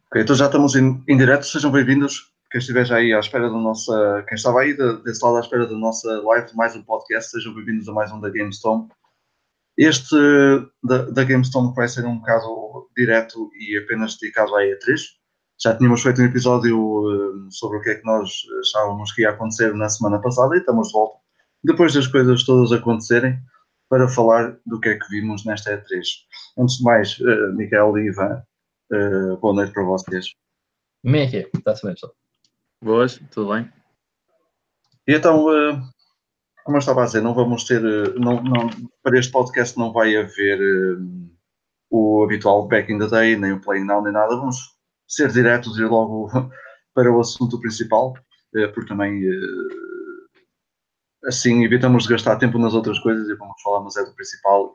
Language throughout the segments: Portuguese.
Ok, então já estamos em direto, sejam bem-vindos. Quem estiver já aí à espera do nosso. Quem estava aí desse lado à espera da nossa live, mais um podcast, sejam bem-vindos a mais um da GameStone. Este da GameStone vai ser um bocado direto e apenas dedicado à E3. Já tínhamos feito um episódio sobre o que é que nós achávamos que ia acontecer na semana passada e estamos de volta, depois das coisas todas acontecerem, para falar do que é que vimos nesta E3. Antes de mais, Miguel e Ivan, boa noite para vocês. Como é que é? Está-se bem, pessoal? Boas, tudo bem? E então, como eu estava a dizer, não vamos ter, para este podcast não vai haver o habitual Back in the Day, nem o Playing Now, nem nada. Vamos ser diretos e ir logo para o assunto principal, porque também assim evitamos de gastar tempo nas outras coisas e vamos falar mas é do principal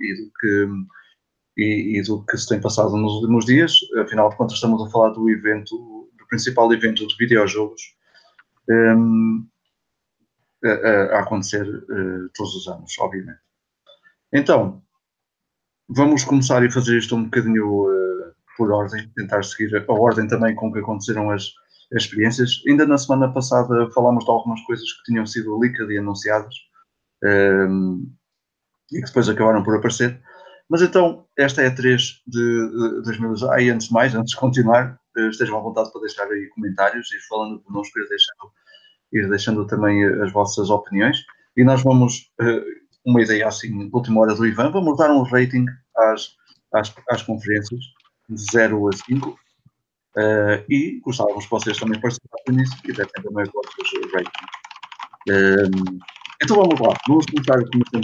e do que se tem passado nos últimos dias. Afinal de contas, estamos a falar do principal evento de videojogos a acontecer todos os anos, obviamente. Então, vamos começar e fazer isto um bocadinho por ordem, tentar seguir a ordem também com que aconteceram as experiências. Ainda na semana passada falámos de algumas coisas que tinham sido leaked e anunciadas e que depois acabaram por aparecer. Mas então, esta é a 3 de 2018. E antes de continuar, estejam à vontade para deixar aí comentários e falando connosco, ir deixando também as vossas opiniões. E nós vamos, uma ideia assim, de última hora do Ivan, vamos dar um rating às conferências, de 0 a 5. E gostávamos que vocês também participassem nisso e dessem também os vossos ratings. Então vamos lá, vamos começar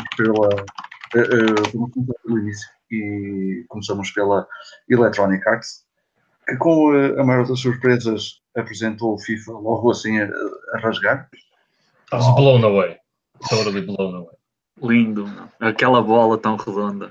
pelo início e começamos pela Electronic Arts, que com a maior das surpresas apresentou o FIFA logo assim a rasgar. I was blown away. Totally blown away. Lindo, aquela bola tão redonda.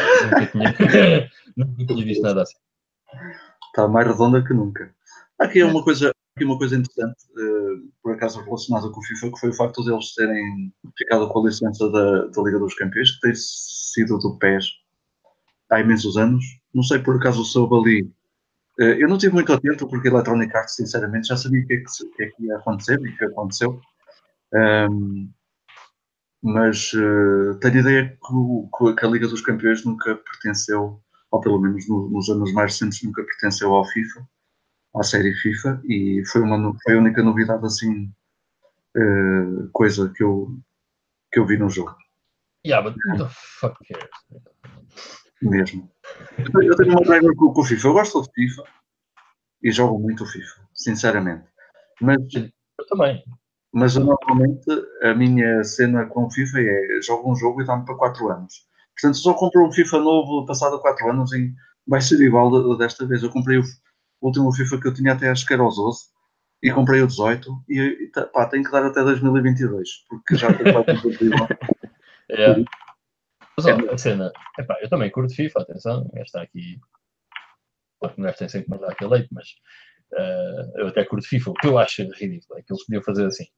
Nunca tinha visto nada assim. Está mais redonda que nunca. Aqui uma coisa interessante, por acaso relacionada com o FIFA, que foi o facto de eles terem ficado com a licença da Liga dos Campeões, que tem sido do PES há imensos anos. Não sei por acaso soube ali. Eu não estive muito atento porque a Electronic Arts, sinceramente, já sabia o que é que ia acontecer e o que aconteceu. Mas tenho ideia que a Liga dos Campeões nunca pertenceu, ou pelo menos nos anos mais recentes, nunca pertenceu ao FIFA, à série FIFA, e foi a única novidade assim, coisa que eu vi no jogo. Yeah, but who the fuck cares? Mesmo. Eu tenho uma regra com o FIFA. Eu gosto de FIFA e jogo muito o FIFA, sinceramente. Mas eu também. Mas normalmente a minha cena com o FIFA é jogo um jogo e dá-me para 4 anos. Portanto, se eu compro um FIFA novo passado 4 anos, vai ser igual desta vez. Eu comprei o último FIFA que eu tinha até acho que era os 12 e comprei o 18 e tenho que dar até 2022 porque já estou quase igual. Yeah. Mas ó, a cena, eu também curto FIFA, atenção, está aqui. Claro que não tem sempre que mandar aquele leite, mas eu até curto FIFA. O que eu acho ridículo é que eles podiam fazer assim: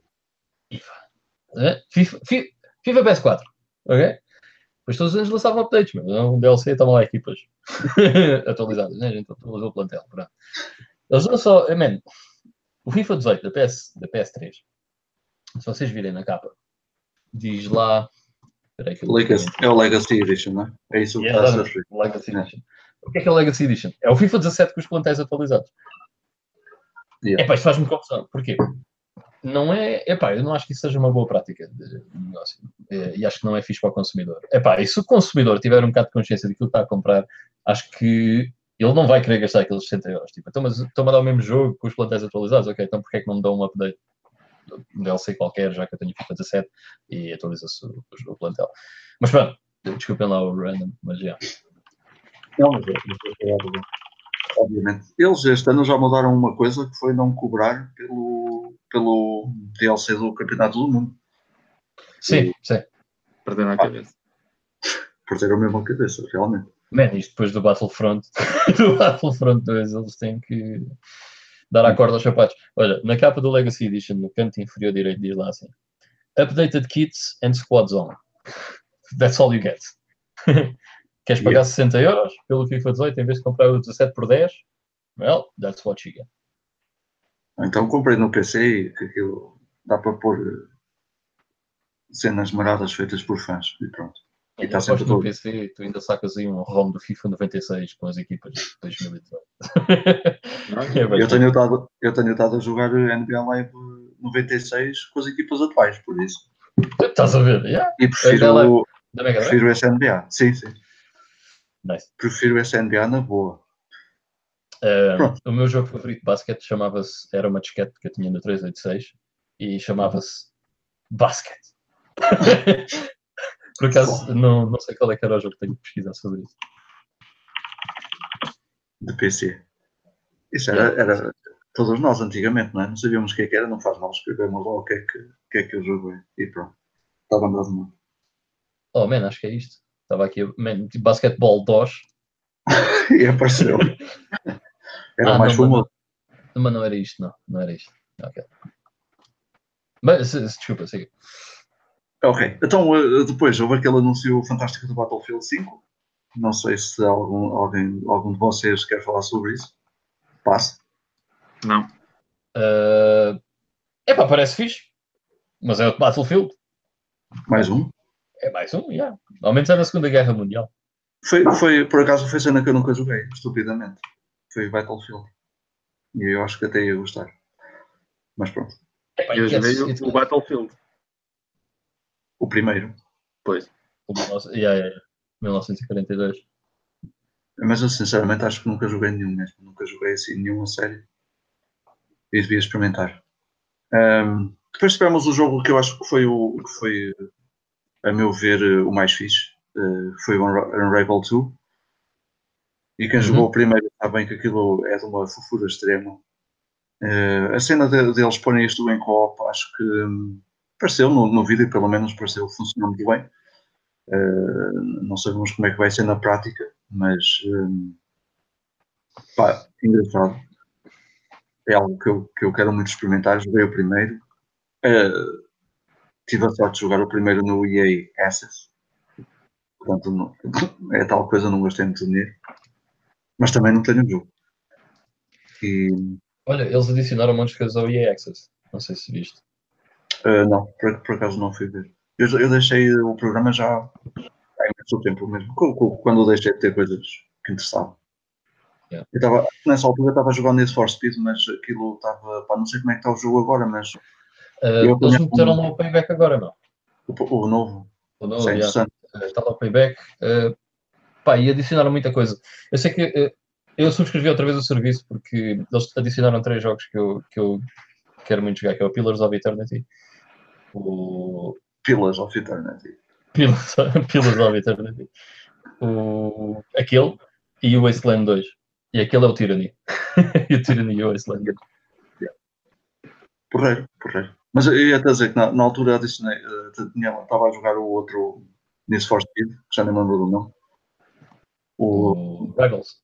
FIFA PS4, ok? Depois todos os anos lançavam updates, mas um DLC estavam lá equipas atualizadas, né? A gente atualizou o plantel. Pronto. Eles não só. O FIFA 18 da PS3, se vocês virem na capa, diz lá. É o Legacy Edition, não é? É isso que está a ser. Legacy Edition. O que é o Legacy Edition? É o FIFA 17 com os plantéis atualizados. Isto faz-me confusão. Porquê? Não é. Eu não acho que isso seja uma boa prática de negócio. E acho que não é fixe para o consumidor. E se o consumidor tiver um bocado de consciência daquilo que está a comprar, acho que ele não vai querer gastar aqueles 60 euros. Tipo, então, mas estou-me a dar o mesmo jogo com os plantéis atualizados. Ok, então porquê é que não me dão um update? Um DLC qualquer, já que eu tenho FIFA 17 e atualiza-se o plantel. Mas pronto, desculpem lá o random, mas já. Não, mas obviamente. Eles este ano já mudaram uma coisa que foi não cobrar pelo DLC do Campeonato do Mundo. Sim. Perderam a cabeça. Perderam mesmo a cabeça, realmente. Isto depois do Battlefront 2, eles têm que dar a corda aos sapatos. Olha, na capa do Legacy Edition, no canto inferior direito, diz lá assim: Updated kits and squads on. That's all you get. Queres pagar 60 euros pelo FIFA 18 em vez de comprar o 17 por 10? Well, that's what you get. Então comprei no PC e que aquilo dá para pôr cenas maradas feitas por fãs e pronto. E está Eu sempre aposto no todo. PC, tu ainda sacas aí um ROM do FIFA 96 com as equipas de 2018. Eu tenho estado a jogar NBA Live 96 com as equipas atuais, por isso. Estás a ver? Yeah. E Da Mega Drive? prefiro esse NBA. Sim. Nice. Prefiro esse NBA na boa. O meu jogo favorito de basquete era uma disquete que eu tinha no 386 e chamava-se Basket. Por acaso, não sei qual é que era o jogo, tenho que pesquisar sobre isso. De PC. Isso era todos nós antigamente, não é? Não sabíamos o que é que era, não faz mal escrevermos lá o que é que o jogo é. E pronto. Estava andando mal. Oh, man, acho que é isto. Estava aqui, man, tipo Basketball DOS. E apareceu. Era o mais famoso. Mas não era isto, não. Não era isto. Ok. Mas, desculpa, siga. Ok. Então, depois, houve aquele anúncio fantástico do Battlefield 5. Não sei se algum de vocês quer falar sobre isso. Passe. Não. Epá, parece fixe. Mas é o Battlefield. Mais um. É mais um, yeah. Ao menos é na Segunda Guerra Mundial. Por acaso, foi cena que eu nunca joguei, estupidamente. Foi Battlefield. E eu acho que até ia gostar. Mas pronto. Epá, Eu joguei o Battlefield. O primeiro. Pois. 1942. Mas eu sinceramente acho que nunca joguei nenhum mesmo. Nunca joguei assim nenhum a sério. E devia experimentar. Depois tivemos o jogo que eu acho que foi a meu ver, o mais fixe. Foi o Unravel 2. E quem jogou o primeiro sabe bem que aquilo é de uma fofura extrema. A cena deles porem isto em co-op, acho que pareceu no vídeo, pelo menos pareceu funcionar muito bem. Não sabemos como é que vai ser na prática, mas pá, engraçado. É algo que eu quero muito experimentar. Joguei o primeiro. Tive a sorte de jogar o primeiro no EA Access. Portanto, é tal coisa, não gostei muito de dinheiro. Mas também não tenho jogo. Olha, eles adicionaram um monte de coisas ao EA Access. Não sei se viste. Não, por acaso não fui ver. Eu deixei o programa já há imenso tempo mesmo. Quando deixei de ter coisas que interessavam. Yeah. Nessa altura eu estava a jogar o Need for Speed, mas aquilo estava. Não sei como é que está o jogo agora, mas. Eles meteram lá o Payback agora, não? O novo. O novo, está lá o Payback. E adicionaram muita coisa. Eu sei que eu subscrevi outra vez o serviço porque eles adicionaram 3 jogos que eu quero muito jogar, que é o Pillars of Eternity. Pillars of Eternity. Pillars of Eternity. Aquele e o Wasteland 2. E aquele é o Tyranny. E o Tyranny e o Wasteland 2. Porreiro. Mas eu ia até dizer que na altura adicionei, estava a jogar o outro Need for Speed, que já nem me lembro do nome. O Rivals.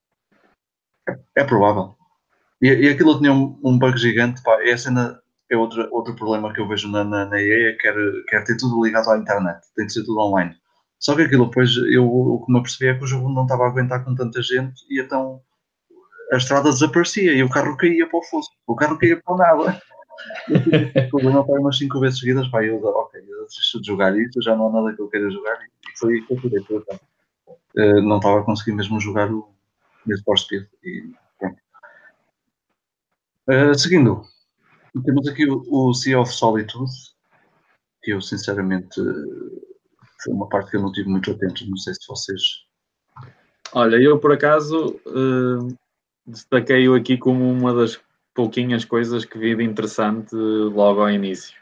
É provável. E aquilo tinha um bug gigante, pá, é a cena, é outro problema que eu vejo na EA, quer ter tudo ligado à internet, tem de ser tudo online. Só que aquilo depois, o que me apercebi é que o jogo não estava a aguentar com tanta gente e então a estrada desaparecia e o carro caía para o fosso, o carro caía para o nada. Eu tive esse problema para umas 5 vezes seguidas, pá, eu desisto de jogar isso, já não há nada que eu queira jogar e foi isso que eu tirei por acaso. Não estava a conseguir mesmo jogar o Need for Speed e pronto. Seguindo, temos aqui o Sea of Solitude, que eu sinceramente foi uma parte que eu não tive muito atento, não sei se vocês. Olha, eu por acaso destaquei-o aqui como uma das pouquinhas coisas que vi de interessante logo ao início.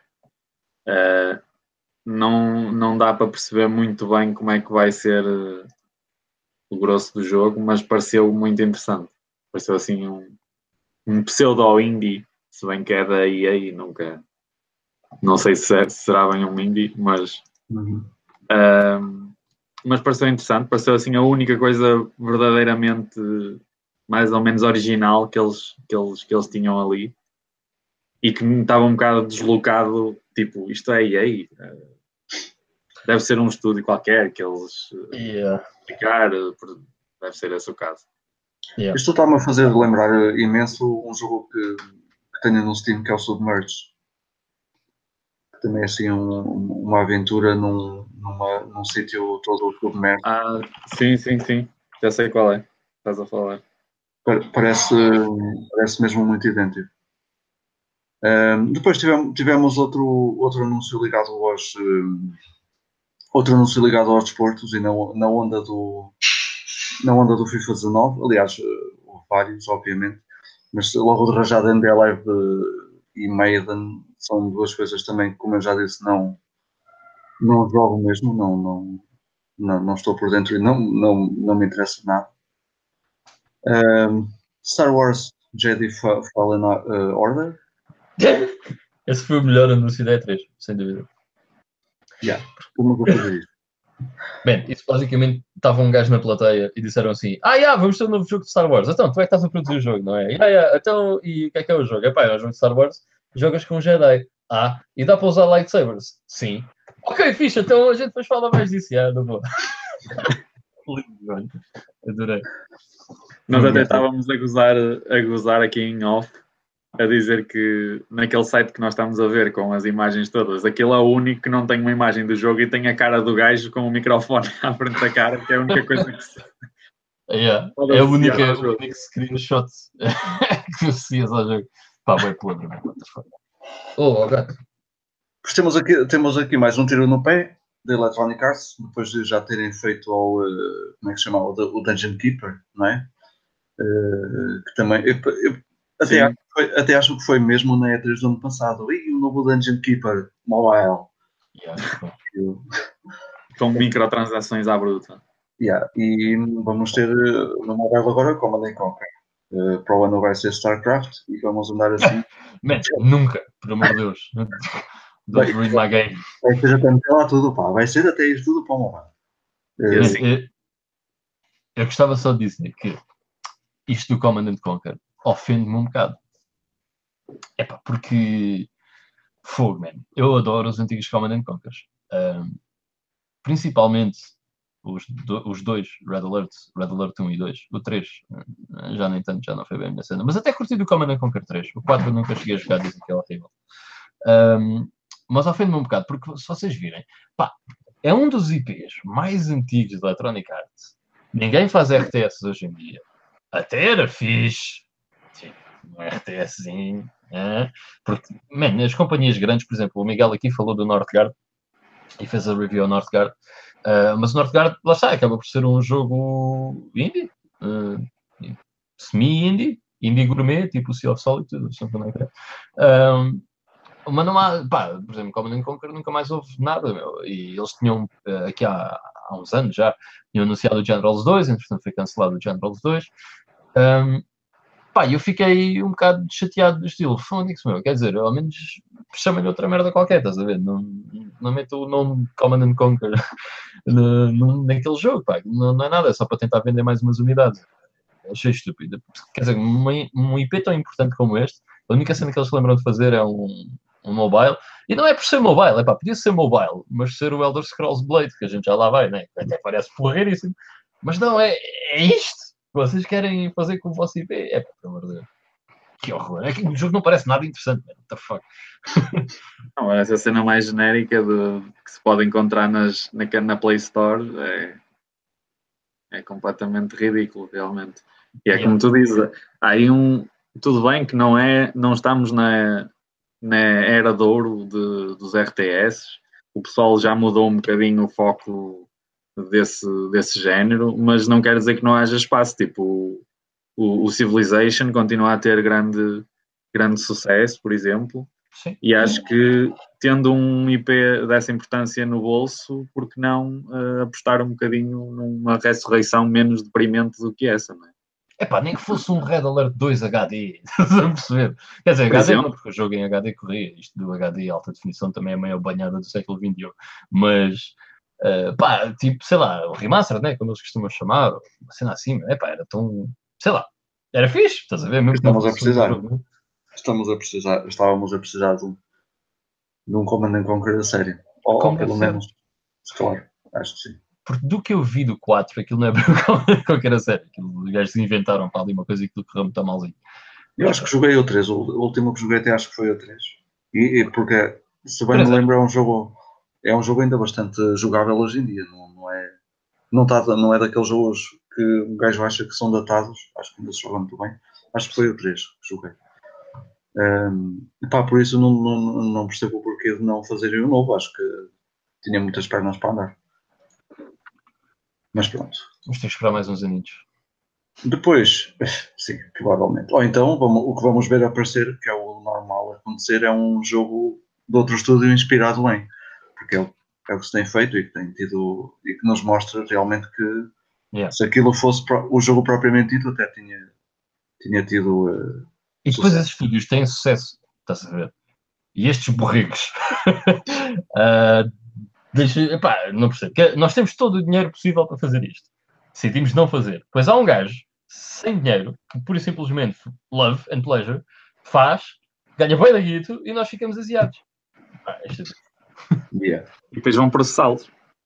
Não dá para perceber muito bem como é que vai ser o grosso do jogo, mas pareceu muito interessante. Pareceu assim um pseudo-indie, se bem que é da EA e nunca. Não sei se será bem um indie, mas. Mas pareceu interessante, pareceu assim a única coisa verdadeiramente mais ou menos original que eles tinham ali e que me estava um bocado deslocado, tipo, isto é EA, deve ser um estúdio qualquer que eles explicar, deve ser esse o caso. Yeah. Isto está-me a fazer lembrar imenso um jogo que tenho no Steam, que é o Submerge. Também é assim uma aventura num sítio todo submerso. Sim. Já sei qual é. Estás a falar. Parece mesmo muito idêntico. Depois tivemos outro anúncio ligado aos desportos e na onda do FIFA 19. Aliás, houve vários, obviamente, mas logo de rajada NBA Live e Maiden são duas coisas também que, como eu já disse, não jogo mesmo, não estou por dentro e não me interessa nada. Star Wars Jedi Fallen Order. Esse foi o melhor anúncio da E3, sem dúvida. Como vou fazer isto? Bem, isso basicamente estava um gajo na plateia e disseram assim: vamos ter um novo jogo de Star Wars. Então, tu é que estás a produzir o jogo, não é? Então, e o que é o jogo? É um jogo de Star Wars, jogas com um Jedi. E dá para usar lightsabers? Sim. Ok, fixe, então a gente depois fala mais disso. Não vou. Adorei. Nós até estávamos a gozar aqui em off, a dizer que naquele site que nós estamos a ver com as imagens todas, aquele é o único que não tem uma imagem do jogo e tem a cara do gajo com o microfone à frente da cara, que é a única coisa que se... É o único screenshot que associas ao jogo. Vai podre, gato. Temos aqui mais um tiro no pé da Electronic Arts, depois de já terem feito como é que se chama? O Dungeon Keeper, não é? Que também... Até acho que foi mesmo na E3 do ano passado. E o novo Dungeon Keeper Mobile. Com microtransações à bruta. E vamos ter no mobile agora Command & Conquer. Para o ano vai ser StarCraft e vamos andar assim. Nunca, por amor de Deus. Don't ruin my game. Vai ser até lá tudo, pá. Vai ser até isso tudo para o mobile. Eu gostava só de dizer que isto do Command & Conquer ofende-me um bocado. Porque fogo, man. Eu adoro os antigos Command & Conquers. Principalmente os dois, Red Alert 1 e 2. O 3, já nem tanto, já não foi bem a minha cena. Mas até curti do Command & Conquer 3. O 4 eu nunca cheguei a jogar, dizem que é horrível. Mas ofende-me um bocado, porque se vocês virem, é um dos IPs mais antigos da Electronic Arts. Ninguém faz RTS hoje em dia. Até era fixe. Um RTSzinho. Porque, as companhias grandes, por exemplo, o Miguel aqui falou do Northgard e fez a review ao Northgard. Mas o Northgard, lá está, acaba por ser um jogo indie. Semi-indie. Indie gourmet, tipo o Sea of Solitude. Mas não há, por exemplo, Command & Conquer nunca mais houve nada, meu. E eles tinham, aqui há uns anos já, tinham anunciado o Generals 2, entretanto foi cancelado o Generals 2. Eu fiquei um bocado chateado do estilo, Phonics, meu, quer dizer, ao menos chama-lhe outra merda qualquer, estás a ver? Não meto o nome Command & Conquer naquele jogo, não é nada, é só para tentar vender mais umas unidades. Achei estúpido. Quer dizer, um IP tão importante como este, a única cena que eles lembram de fazer é um mobile, e não é por ser mobile, podia ser mobile, mas ser o Elder Scrolls Blade, que a gente já lá vai, né? Até parece porreiríssimo, mas não, é isto que vocês querem fazer com o vosso IP, pelo amor de Deus, que horror, é que o jogo não parece nada interessante, man. What the fuck. Não, essa cena mais genérica que se pode encontrar na Play Store é completamente ridículo, realmente. E é como tu dizes, há aí tudo bem que não estamos na era de ouro dos RTS, o pessoal já mudou um bocadinho o foco desse género, mas não quer dizer que não haja espaço, tipo o Civilization continua a ter grande sucesso, por exemplo. Sim. E acho que tendo um IP dessa importância no bolso, por que não apostar um bocadinho numa ressurreição menos deprimente do que essa, não é? Nem que fosse um Red Alert 2 HD, estás a perceber? Quer dizer, HD não, porque o jogo em HD corria, isto do HD alta definição também é a maior banhada do século XXI, mas tipo, sei lá, o remaster, né, como eles costumam chamar, uma cena assim, era tão, sei lá, era fixe, estás a ver? Mesmo Estávamos a precisar de um Command & Conquer da série. Ou pelo menos, claro, acho que sim. Porque do que eu vi do 4, aquilo não é bem qualquer série. Os gajos inventaram para ali uma coisa que correu muito malzinho. Eu acho que joguei o 3. O último que joguei até acho que foi o 3. E porque, se bem me lembro, é um jogo ainda bastante jogável hoje em dia. Não é daqueles jogos que um gajo acha que são datados. Acho que ainda se joga muito bem. Acho que foi o 3 que joguei. Por isso não percebo o porquê de não fazerem um novo. Acho que tinha muitas pernas para andar. Mas pronto. Vamos ter que esperar mais uns aninhos. Depois, sim, provavelmente. Ou então, o que vamos ver aparecer, que é o normal acontecer, é um jogo de outro estúdio inspirado em. Porque é o que se tem feito e que tem tido, e que nos mostra realmente que se aquilo fosse o jogo propriamente dito, até tinha tido. E depois esses estúdios têm sucesso, estás a ver? E estes borregos. Não percebo. Nós temos todo o dinheiro possível para fazer isto. Decidimos não fazer. Pois há um gajo sem dinheiro que pura e simplesmente love and pleasure faz, ganha bem da guito e nós ficamos asiados. E depois vão processá-los.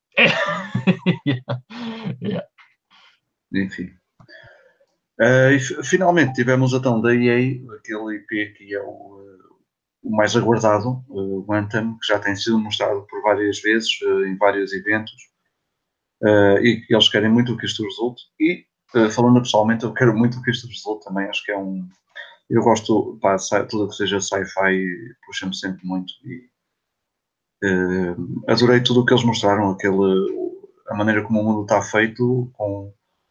Yeah. Enfim. E finalmente tivemos então da EA aquele IP que é o mais aguardado, o Anthem, que já tem sido mostrado por várias vezes em vários eventos, e que eles querem muito que isto resulte. E falando pessoalmente, eu quero muito que isto resulte também. Acho que é eu gosto, tudo que seja sci-fi puxa-me sempre muito e adorei tudo o que eles mostraram, a maneira como o mundo está feito, com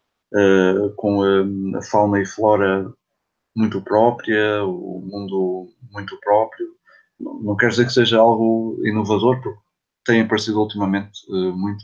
a fauna e flora muito própria, o mundo muito próprio. Não quer dizer que seja algo inovador, porque tem aparecido ultimamente muito.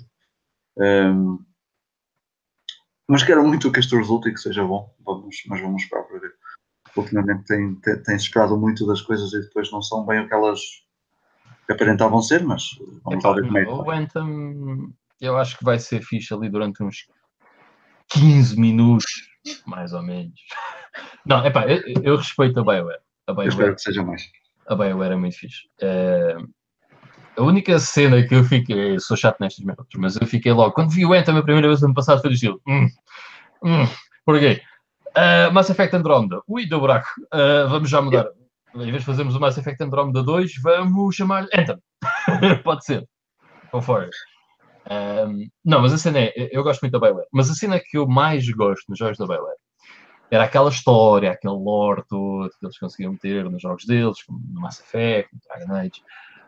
Mas quero muito que isto resulte e que seja bom. Mas vamos esperar para ver. Ultimamente tem esperado muito das coisas e depois não são bem aquelas que aparentavam ser, mas vamos lá ver como é que o Anthem, eu acho que vai ser fixe ali durante uns 15 minutos, mais ou menos. Não, eu respeito a BioWare. Eu espero que seja mais. A BioWare é muito fixe. A única cena que eu fiquei... Eu sou chato nestas merdas, mas eu fiquei logo... Quando vi o Anthem a primeira vez no ano passado, foi do estilo... Porquê? Mass Effect Andromeda. Ui, deu buraco. Vamos já mudar. Em vez de fazermos o Mass Effect Andromeda 2, vamos chamar Anthem. Pode ser. Go for it. Não, mas a cena é... Eu gosto muito da BioWare. Mas a cena que eu mais gosto nos jogos da BioWare era aquela história, aquele lore todo que eles conseguiam meter nos jogos deles, como no Mass Effect, no Dragon Age.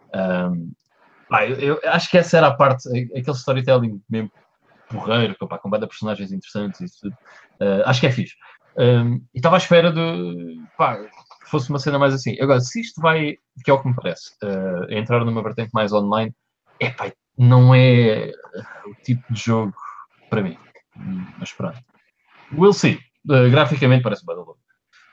Eu acho que essa era a parte, aquele storytelling mesmo porreiro, com banda de personagens interessantes e isso tudo. Acho que é fixe. E estava à espera de que fosse uma cena mais assim. Agora, se isto vai, que é o que me parece, entrar numa vertente mais online, não é o tipo de jogo para mim. Mas pronto. We'll see. Graficamente parece bem louco.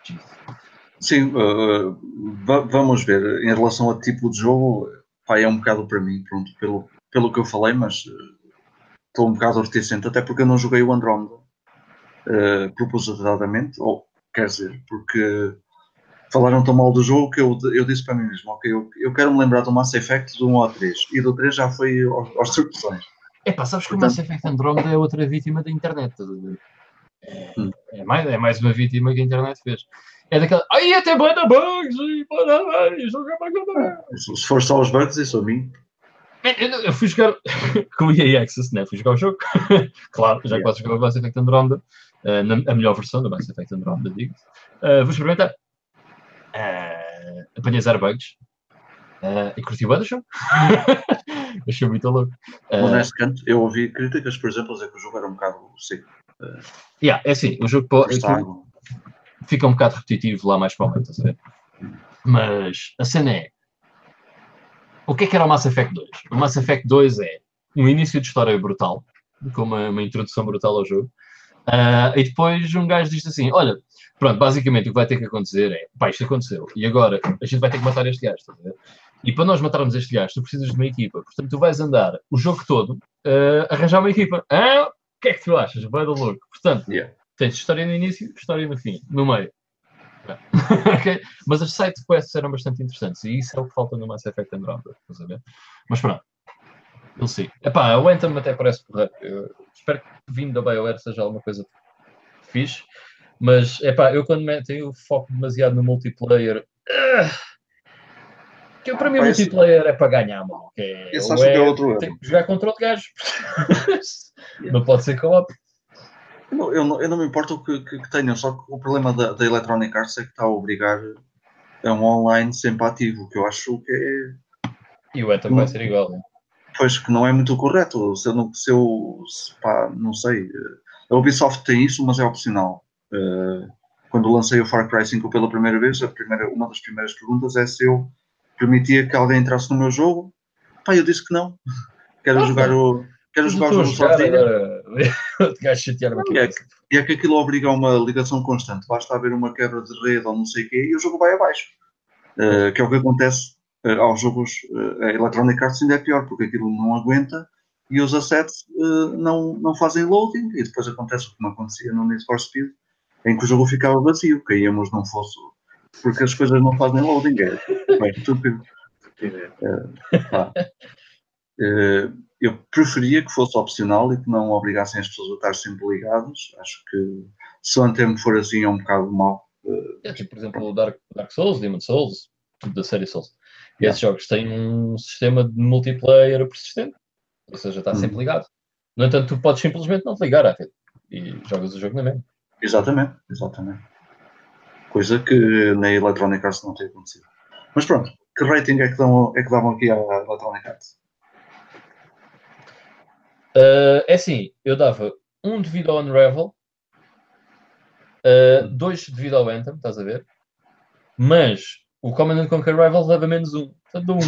Sim, vamos ver. Em relação ao tipo de jogo, é um bocado para mim, pronto, pelo que eu falei, mas estou um bocado reticente, até porque eu não joguei o Andromeda propositadamente, ou quer dizer, porque falaram tão mal do jogo que eu disse para mim mesmo, ok, eu quero me lembrar do Mass Effect do 1 ao 3, e do 3 já foi aos truques. Sabes que o Mass Effect Andromeda é outra vítima da internet, estás a ver? É mais uma vítima que a internet fez. É daquela. Ai, até banda bugs! Joga Se for só os bugs, isso a mim. Eu fui jogar com o EA Access, né? Fui jogar o jogo. Claro, já que posso jogar o Mass Effect Andromeda, a melhor versão do Mass Effect Andromeda, digo. Vou experimentar. Apanhei 0 bugs. E curti bem do jogo. Achei muito louco. Nesse canto, eu ouvi críticas, por exemplo, a dizer que o jogo era um bocado seco. É assim, o jogo fica um bocado repetitivo lá mais para o meio, estás a ver? Mas a cena é... O que era o Mass Effect 2? O Mass Effect 2 é um início de história brutal, com uma introdução brutal ao jogo, e depois um gajo diz assim, olha, pronto, basicamente o que vai ter que acontecer é, isto aconteceu, e agora a gente vai ter que matar este gajo, estás a ver? E para nós matarmos este gajo, tu precisas de uma equipa, portanto tu vais andar o jogo todo arranjar uma equipa. O que é que tu achas? Vai do louco. Portanto, tens história no início, história no fim, no meio. Okay? Mas as side quests eram bastante interessantes e isso é o que falta no Mass Effect Andromeda, estás a ver? Mas pronto. Ele sim. Epá, o Anthem até parece correto. Eu espero que vindo da BioWare seja alguma coisa fixe. Mas, epá, eu quando metem o foco demasiado no multiplayer... que para mim o multiplayer é para ganhar, mano. Esse acho que é outro tem erro. que jogar contra outro gajo. Não pode ser co-op. Eu não me importo que tenham, só que o problema da Electronic Arts é que está a obrigar a um online sempre ativo, que eu acho que é... E o Anthem vai ser igual, né? Pois, que não é muito correto. Pá, não sei. A Ubisoft tem isso, mas é opcional. Quando lancei o Far Cry 5 pela primeira vez, uma das primeiras perguntas é se eu permitia que alguém entrasse no meu jogo. Pá, eu disse que não. Quero jogar o jogo sozinho. O gajo chatear-me aqui. E é que aquilo obriga a uma ligação constante. Basta haver uma quebra de rede ou não sei o quê e o jogo vai abaixo. Que é o que acontece aos jogos. A Electronic Arts ainda é pior, porque aquilo não aguenta e os assets não fazem loading. E depois acontece o que não acontecia no Need for Speed, em que o jogo ficava vazio, caíamos num fosso, porque as coisas não fazem loading. É estúpido. Eu preferia que fosse opcional e que não obrigassem as pessoas a estar sempre ligados. Acho que se o Anthem for assim é um bocado mau. Tipo, por exemplo, o Dark Souls, Demon Souls, tudo da série Souls. E esses jogos têm um sistema de multiplayer persistente, ou seja, está sempre ligado. No entanto, tu podes simplesmente não te ligar à rede e jogas o jogo na mesma. Exatamente. Coisa que na Electronic Arts não tem acontecido. Mas pronto, que rating é que davam aqui à Electronic Arts? É assim, eu dava 1 devido ao Unravel, 2 devido ao Anthem, estás a ver? Mas o Command & Conquer Rivals leva menos 1. Portanto, dou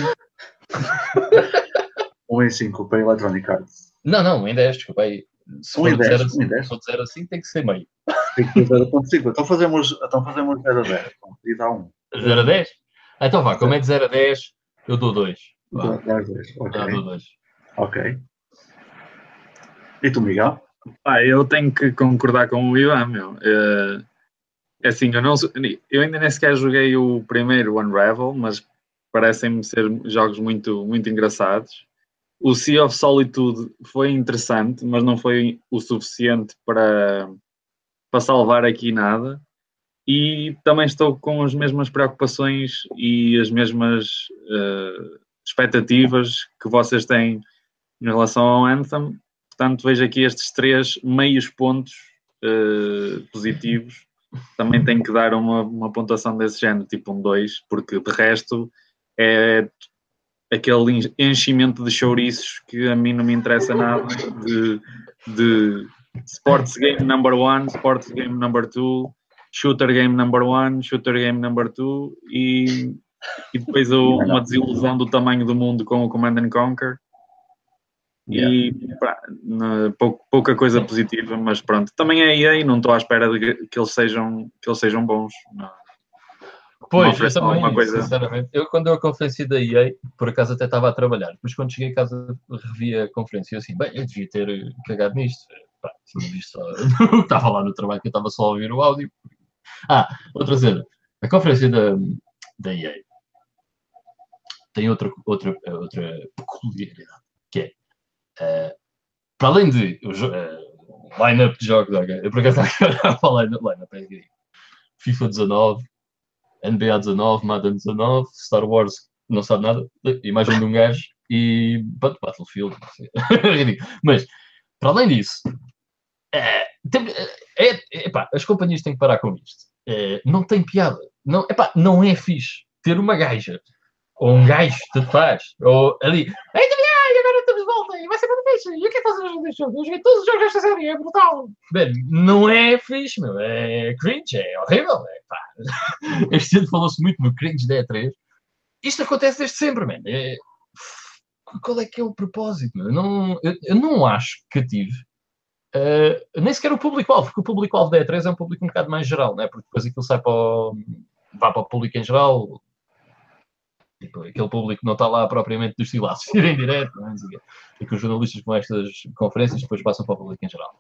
1. 1 em 5 para a Electronic Arts. Não, em 10, desculpa aí. Se for de 0 assim, tem que ser meio. Tem que ser 0.5. Então fazemos 0 a 10. E dá 1. 0 a 10? Então vá, como é de 0 a 10, eu dou 2. Dá 2. Ok. Dou 2. Ok. E tu, Miguel? Eu tenho que concordar com o Ivan, meu. É assim, eu ainda nem sequer joguei o primeiro Unravel, mas parecem-me ser jogos muito, muito engraçados. O Sea of Solitude foi interessante, mas não foi o suficiente para salvar aqui nada. E também estou com as mesmas preocupações e as mesmas expectativas que vocês têm em relação ao Anthem. Portanto, vejo aqui estes 3 meios pontos positivos. Também tenho que dar uma pontuação desse género, tipo um 2, porque de resto é aquele enchimento de chouriços que a mim não me interessa nada, de sports game number 1, sports game number 2, shooter game number 1, shooter game number 2 e depois uma desilusão do tamanho do mundo com o Command & Conquer. E pouca coisa positiva, mas pronto, também é EA, não estou à espera de que eles sejam bons. Não. Pois, eu também, coisa... sinceramente, quando eu a conferência da EA, por acaso até estava a trabalhar, mas quando cheguei a casa revi a conferência e assim, bem, eu devia ter cagado nisto. Tinha visto só... estava lá no trabalho que eu estava só a ouvir o áudio. Outra cena, a conferência da EA tem outra peculiaridade, que é para além de line-up de jogos, eu por acaso estava a falar line-up, FIFA 19, NBA 19, Madden 19, Star Wars não sabe nada, imagem de um gajo e Battlefield, mas para além disso as companhias têm que parar com isto. Não tem piada, não é fixe ter uma gaja ou um gajo, tanto faz, ou ali, agora estamos de volta e vai ser muito fixe. E o que é que fazes neste jogo? Eu joguei todos os jogos desta série, é brutal. Bem, não é fixe, meu, é cringe, é horrível. Este ano falou-se muito no cringe da E3. Isto acontece desde sempre, man. Qual é que é o propósito, meu? Eu não acho que tive nem sequer o público-alvo, porque o público-alvo da E3 é um público um bocado mais geral, né? Porque depois aquilo vai para o público em geral. Tipo, aquele público que não está lá propriamente dos estilados ir em direto, não é? E que os jornalistas com estas conferências depois passam para o público em geral.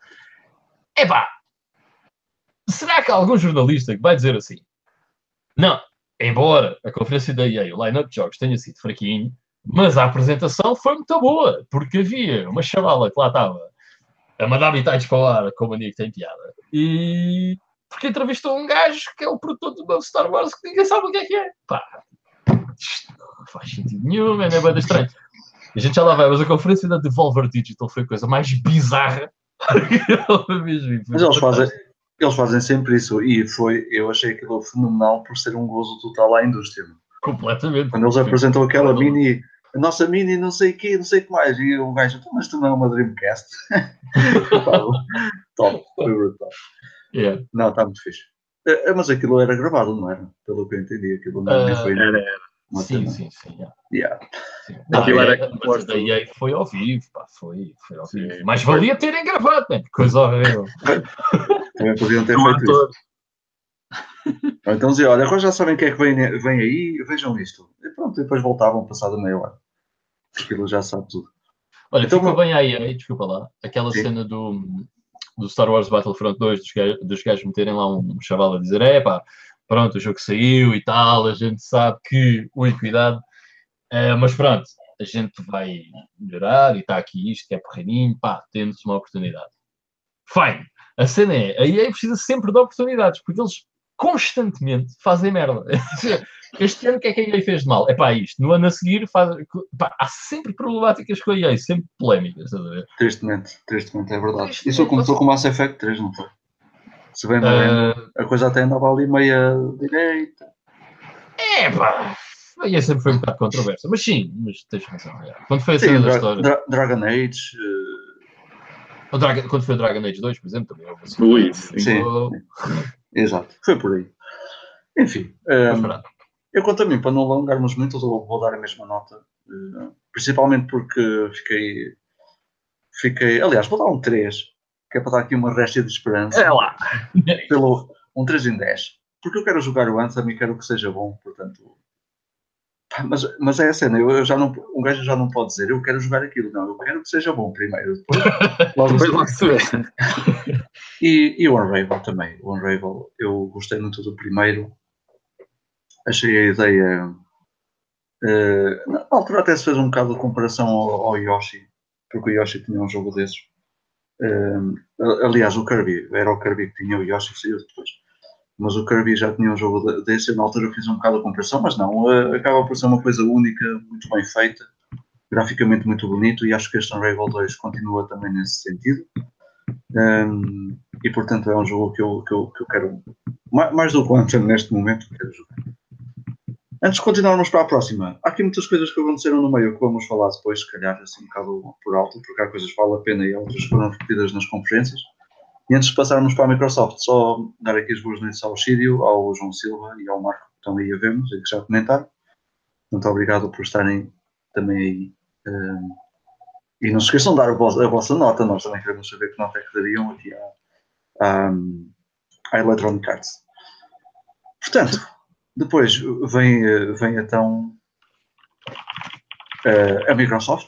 Será que há algum jornalista que vai dizer assim, não, embora a conferência da EA, o line-up de jogos tenha sido fraquinho, Mas a apresentação foi muito boa, porque havia uma chavala que lá estava a mandar bitites para o ar, com a mania que tem piada, e porque entrevistou um gajo que é o produtor do novo Star Wars que ninguém sabe o que é. Pá, isto não faz sentido nenhum, é bem estranho. A gente já lá vai, mas a conferência da Devolver Digital foi a coisa mais bizarra Mas eles fazem sempre isso, e eu achei aquilo fenomenal por ser um gozo total à indústria. Completamente. Quando eles apresentam aquela mini, a nossa mini não sei o que mais, e o gajo, mas tu não é uma Dreamcast? Top, foi brutal. Yeah. Não, está muito fixe. Mas aquilo era gravado, não era? Pelo que eu entendi, aquilo não foi. Era. Sim. Yeah. Sim. Aquilo era mas a EA foi ao vivo, pá, foi ao vivo. Sim. Mas valia terem gravado, né? Coisa horrível. Também podiam ter feito isso. Então dizia, olha, agora já sabem o que é que vem aí, vejam isto. E pronto, depois voltavam passado meia hora. Aquilo já sabe tudo. Olha, então, ficou bem a EA, desculpa lá, aquela sim. cena do Star Wars Battlefront 2, dos gajos meterem lá um chaval a dizer, pá, pronto, o jogo saiu e tal, a gente sabe que, ui, cuidado, mas pronto, a gente vai melhorar e está aqui isto, que é porreirinho, pá, temos uma oportunidade. Fine. A cena é, a EA precisa sempre de oportunidades, porque eles constantemente fazem merda. Este ano o que é que a EA fez de mal? É pá, isto. No ano a seguir há sempre problemáticas com a EA, sempre polémicas. Estás a ver? Tristemente, é verdade. Isso começou com o Mass Effect 3, não foi? Se bem me lembro, a coisa até andava ali meia direita. Pá, a EA sempre foi um bocado controversa, mas sim, mas tens razão. Quando foi a cena da história... Dragon Age... Quando foi o Dragon Age 2, por exemplo, também houve assim. Sim. Exato, foi por aí. Enfim, eu quanto a mim, para não alongarmos muito, vou dar a mesma nota. Principalmente porque fiquei... Aliás, vou dar um 3, que é para dar aqui uma réstia de esperança. É lá. Pelo um 3 em 10. Porque eu quero jogar o Anthem e quero que seja bom, portanto... Mas é a cena, um gajo já não pode dizer eu quero jogar aquilo, não, eu quero que seja bom primeiro, depois logo se vê. E o Unravel também, eu gostei muito do primeiro, achei a ideia, na altura até se fez um bocado de comparação ao Yoshi, porque o Yoshi tinha um jogo desses, aliás o Kirby, era o Kirby que tinha, o Yoshi saiu depois. Mas o Kirby já tinha um jogo desse, eu na altura fiz um bocado de comparação, mas não, acaba por ser uma coisa única, muito bem feita, graficamente muito bonito, e acho que este Unravel 2 continua também nesse sentido. E portanto é um jogo que eu quero, mais do que antes neste momento, quero jogar. Antes de continuarmos para a próxima, há aqui muitas coisas que aconteceram no meio que vamos falar depois, se calhar assim um bocado por alto, porque há coisas que valem a pena e outras foram repetidas nas conferências. E antes de passarmos para a Microsoft, só dar aqui as boas noites ao Sírio, ao João Silva e ao Marco, que estão aí a vermos e que já comentaram. Muito obrigado por estarem também aí. E não se esqueçam de dar a vossa nota, nós também queremos saber que nota é que dariam aqui à Electronic Arts. Portanto, depois vem então a Microsoft.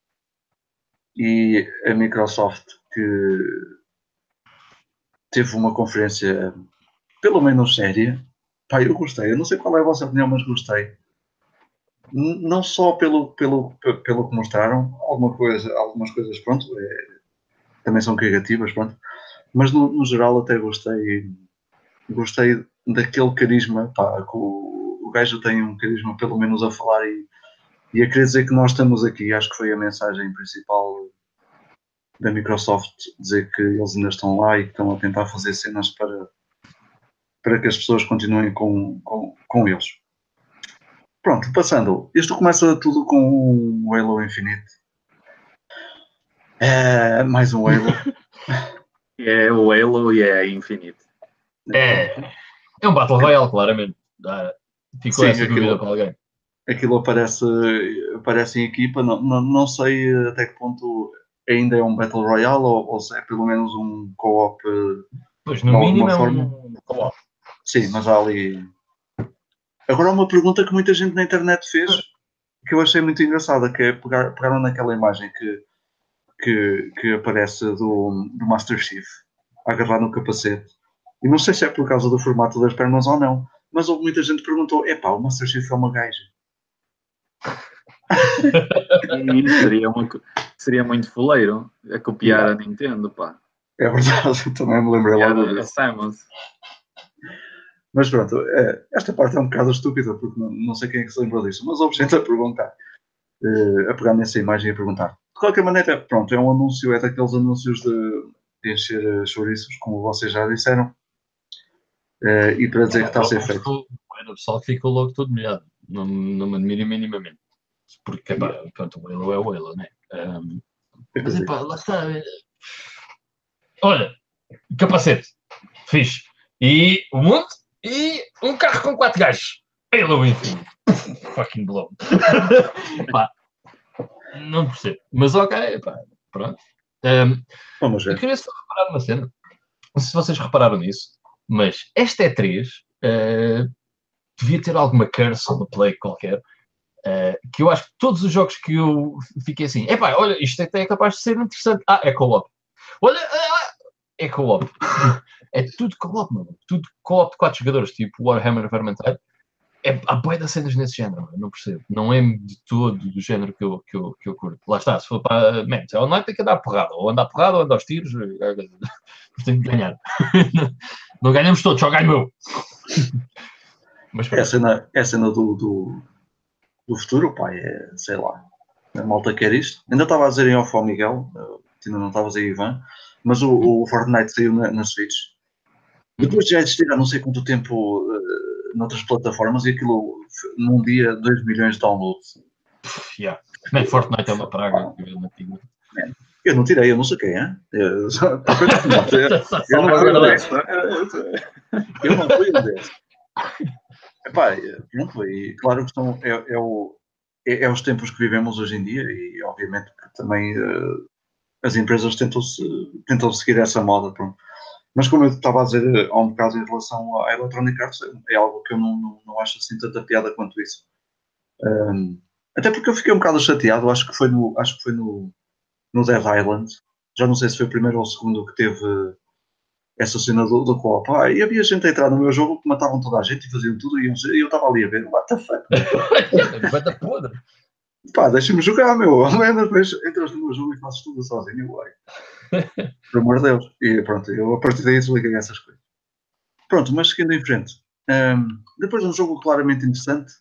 E a Microsoft que teve uma conferência pelo menos séria. Pá, eu gostei. Eu não sei qual é a vossa opinião, mas gostei. Não só pelo que mostraram, algumas coisas, pronto, também são criativas, pronto. Mas no geral até gostei daquele carisma, pá, que o gajo tem um carisma pelo menos a falar e a querer dizer que nós estamos aqui. Acho que foi a mensagem principal da Microsoft, dizer que eles ainda estão lá e que estão a tentar fazer cenas para que as pessoas continuem com eles. Pronto, passando. Isto começa tudo com o Halo Infinite. Mais um Halo. É o Halo e é Infinite. É um Battle Royale, claramente. Ficou essa dúvida para alguém. Aquilo aparece em equipa, não sei até que ponto ainda é um Battle Royale ou se é pelo menos um co-op. Pois, no mínimo é um co-op. Sim, mas há ali... Agora há uma pergunta que muita gente na internet fez, que eu achei muito engraçada, que é pegaram naquela imagem que aparece do Master Chief, agarrado no capacete. E não sei se é por causa do formato das pernas ou não, mas houve muita gente que perguntou, o Master Chief é uma gaja. Seria muito fuleiro a copiar a Nintendo, pá. É verdade, também me lembrei logo disso. Mas pronto, esta parte é um bocado estúpida, porque não sei quem é que se lembrou disso, mas houve gente a perguntar, a pegar nessa imagem e a perguntar. De qualquer maneira, pronto, é um anúncio, é daqueles anúncios de encher chouriços, como vocês já disseram, e para dizer que está a ser feito. O pessoal ficou logo todo molhado, não me admira minimamente, porque pronto, o Halo é o Halo, né? Mas epá, lá está. Olha, capacete, fixe, e o mundo. E um carro com 4 gajos. Halo Infinite. Fucking blow. Pá, não percebo. Mas ok, pá, pronto. Vamos ver. Eu queria só reparar uma cena. Não sei se vocês repararam nisso, mas esta E3 devia ter alguma curse ou uma play qualquer. Que eu acho que todos os jogos que eu fiquei assim, epá, olha, isto até é capaz de ser interessante. É co-op. Olha, é co-op. É tudo co-op, mano. Tudo co-op de 4 jogadores, tipo Warhammer Vermintide. Há bué de cenas nesse género, eu não percebo. Não é de todo do género que eu curto. Lá está, se for para. Man, se é online tem que andar porrada. Ou andar porrada ou andar aos tiros. Tem que ganhar. Não ganhamos todos, só ganho eu. Mas, é a cena do futuro, pá, sei lá. A malta quer isto. Ainda estava a dizer em off ao Miguel, ainda não estavas aí, Ivan, mas o Fortnite saiu na Switch. Depois de já existir há não sei quanto tempo noutras plataformas e aquilo num dia 2 milhões de downloads. Yeah. Man, Fortnite é uma praga. Eu não tirei, eu não saquei, hein? Eu não fui um desses. Epá, pronto, e claro que é os tempos que vivemos hoje em dia e obviamente que também as empresas tentam seguir essa moda, pronto. Mas como eu estava a dizer há um bocado em relação à Electronic Arts, é algo que eu não acho assim tanta piada quanto isso. Até porque eu fiquei um bocado chateado, acho que foi no Dead Island, já não sei se foi o primeiro ou o segundo que teve essa cena do co-op. E havia gente a entrar no meu jogo que matavam toda a gente e faziam tudo e eu estava ali a ver, what the fuck? Vai dar podre. Pá, deixa-me jogar, meu. Depois entras no meu jogo e fazes tudo sozinho, uai. Por amor de Deus. E pronto, eu a partir daí desliguei essas coisas. Pronto, mas seguindo em frente. Depois de um jogo claramente interessante,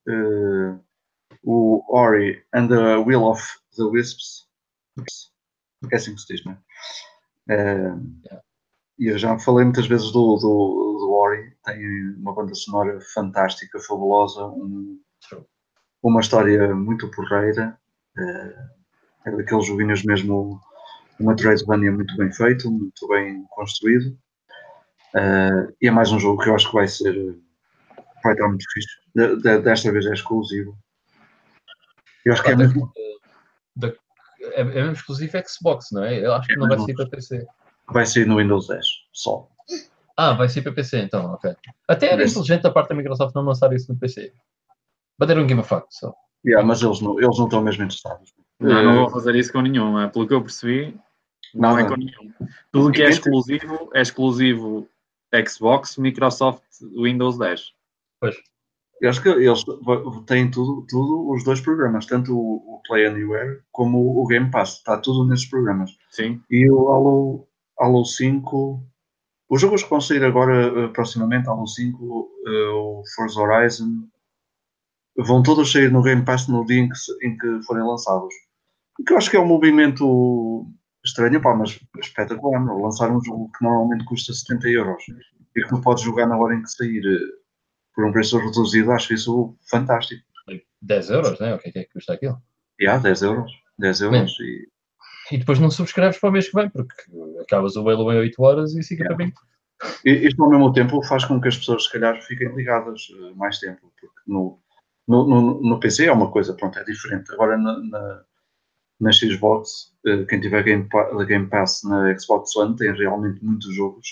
o Ori and the Will of the Wisps. É assim que se diz, não é? E eu já falei muitas vezes do Ori. Tem uma banda sonora fantástica, fabulosa, uma história muito porreira. É daqueles joguinhos mesmo, uma Metroidvania muito bem feito, muito bem construído. E é mais um jogo que eu acho que vai estar muito fixe. Desta vez é exclusivo. Eu acho que é mesmo. É mesmo exclusivo Xbox, não é? Eu acho que não vai sair para PC. Vai sair no Windows 10 só. Vai ser para PC então, ok. Até era inteligente da parte da Microsoft não lançar isso no PC. But they don't give a fuck, so. Mas eles não estão mesmo interessados. Não vão fazer isso com nenhum, pelo que eu percebi, não é com nenhum. Tudo que é exclusivo Xbox, Microsoft, Windows 10. Pois. Eu acho que eles têm tudo os dois programas, tanto o Play Anywhere como o Game Pass, está tudo nesses programas. Sim. E o Halo 5, os jogos que vão sair agora proximamente, Halo 5, o Forza Horizon, vão todos sair no Game Pass no dia em que forem lançados. O que eu acho que é um movimento estranho, mas espetacular. Lançar um jogo que normalmente custa 70 euros e que tu podes jogar na hora em que sair por um preço reduzido, acho isso fantástico. 10 euros, né? O que é que custa aquilo? 10 euros. 10 euros e depois não subscreves para o mês que vem, porque acabas o Halo em 8 horas e fica para mim. Isto ao mesmo tempo faz com que as pessoas se calhar fiquem ligadas mais tempo, porque no PC é uma coisa, pronto, é diferente. Agora na Xbox, quem tiver Game Pass na Xbox One tem realmente muitos jogos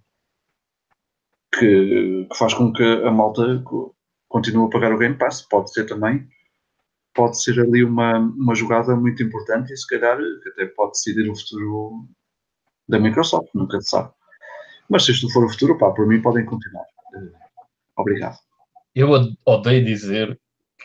que faz com que a malta continue a pagar o Game Pass. Pode ser ali uma jogada muito importante e se calhar até pode decidir o futuro da Microsoft, nunca se sabe. Mas se isto for o futuro, por mim podem continuar. Obrigado. Eu odeio dizer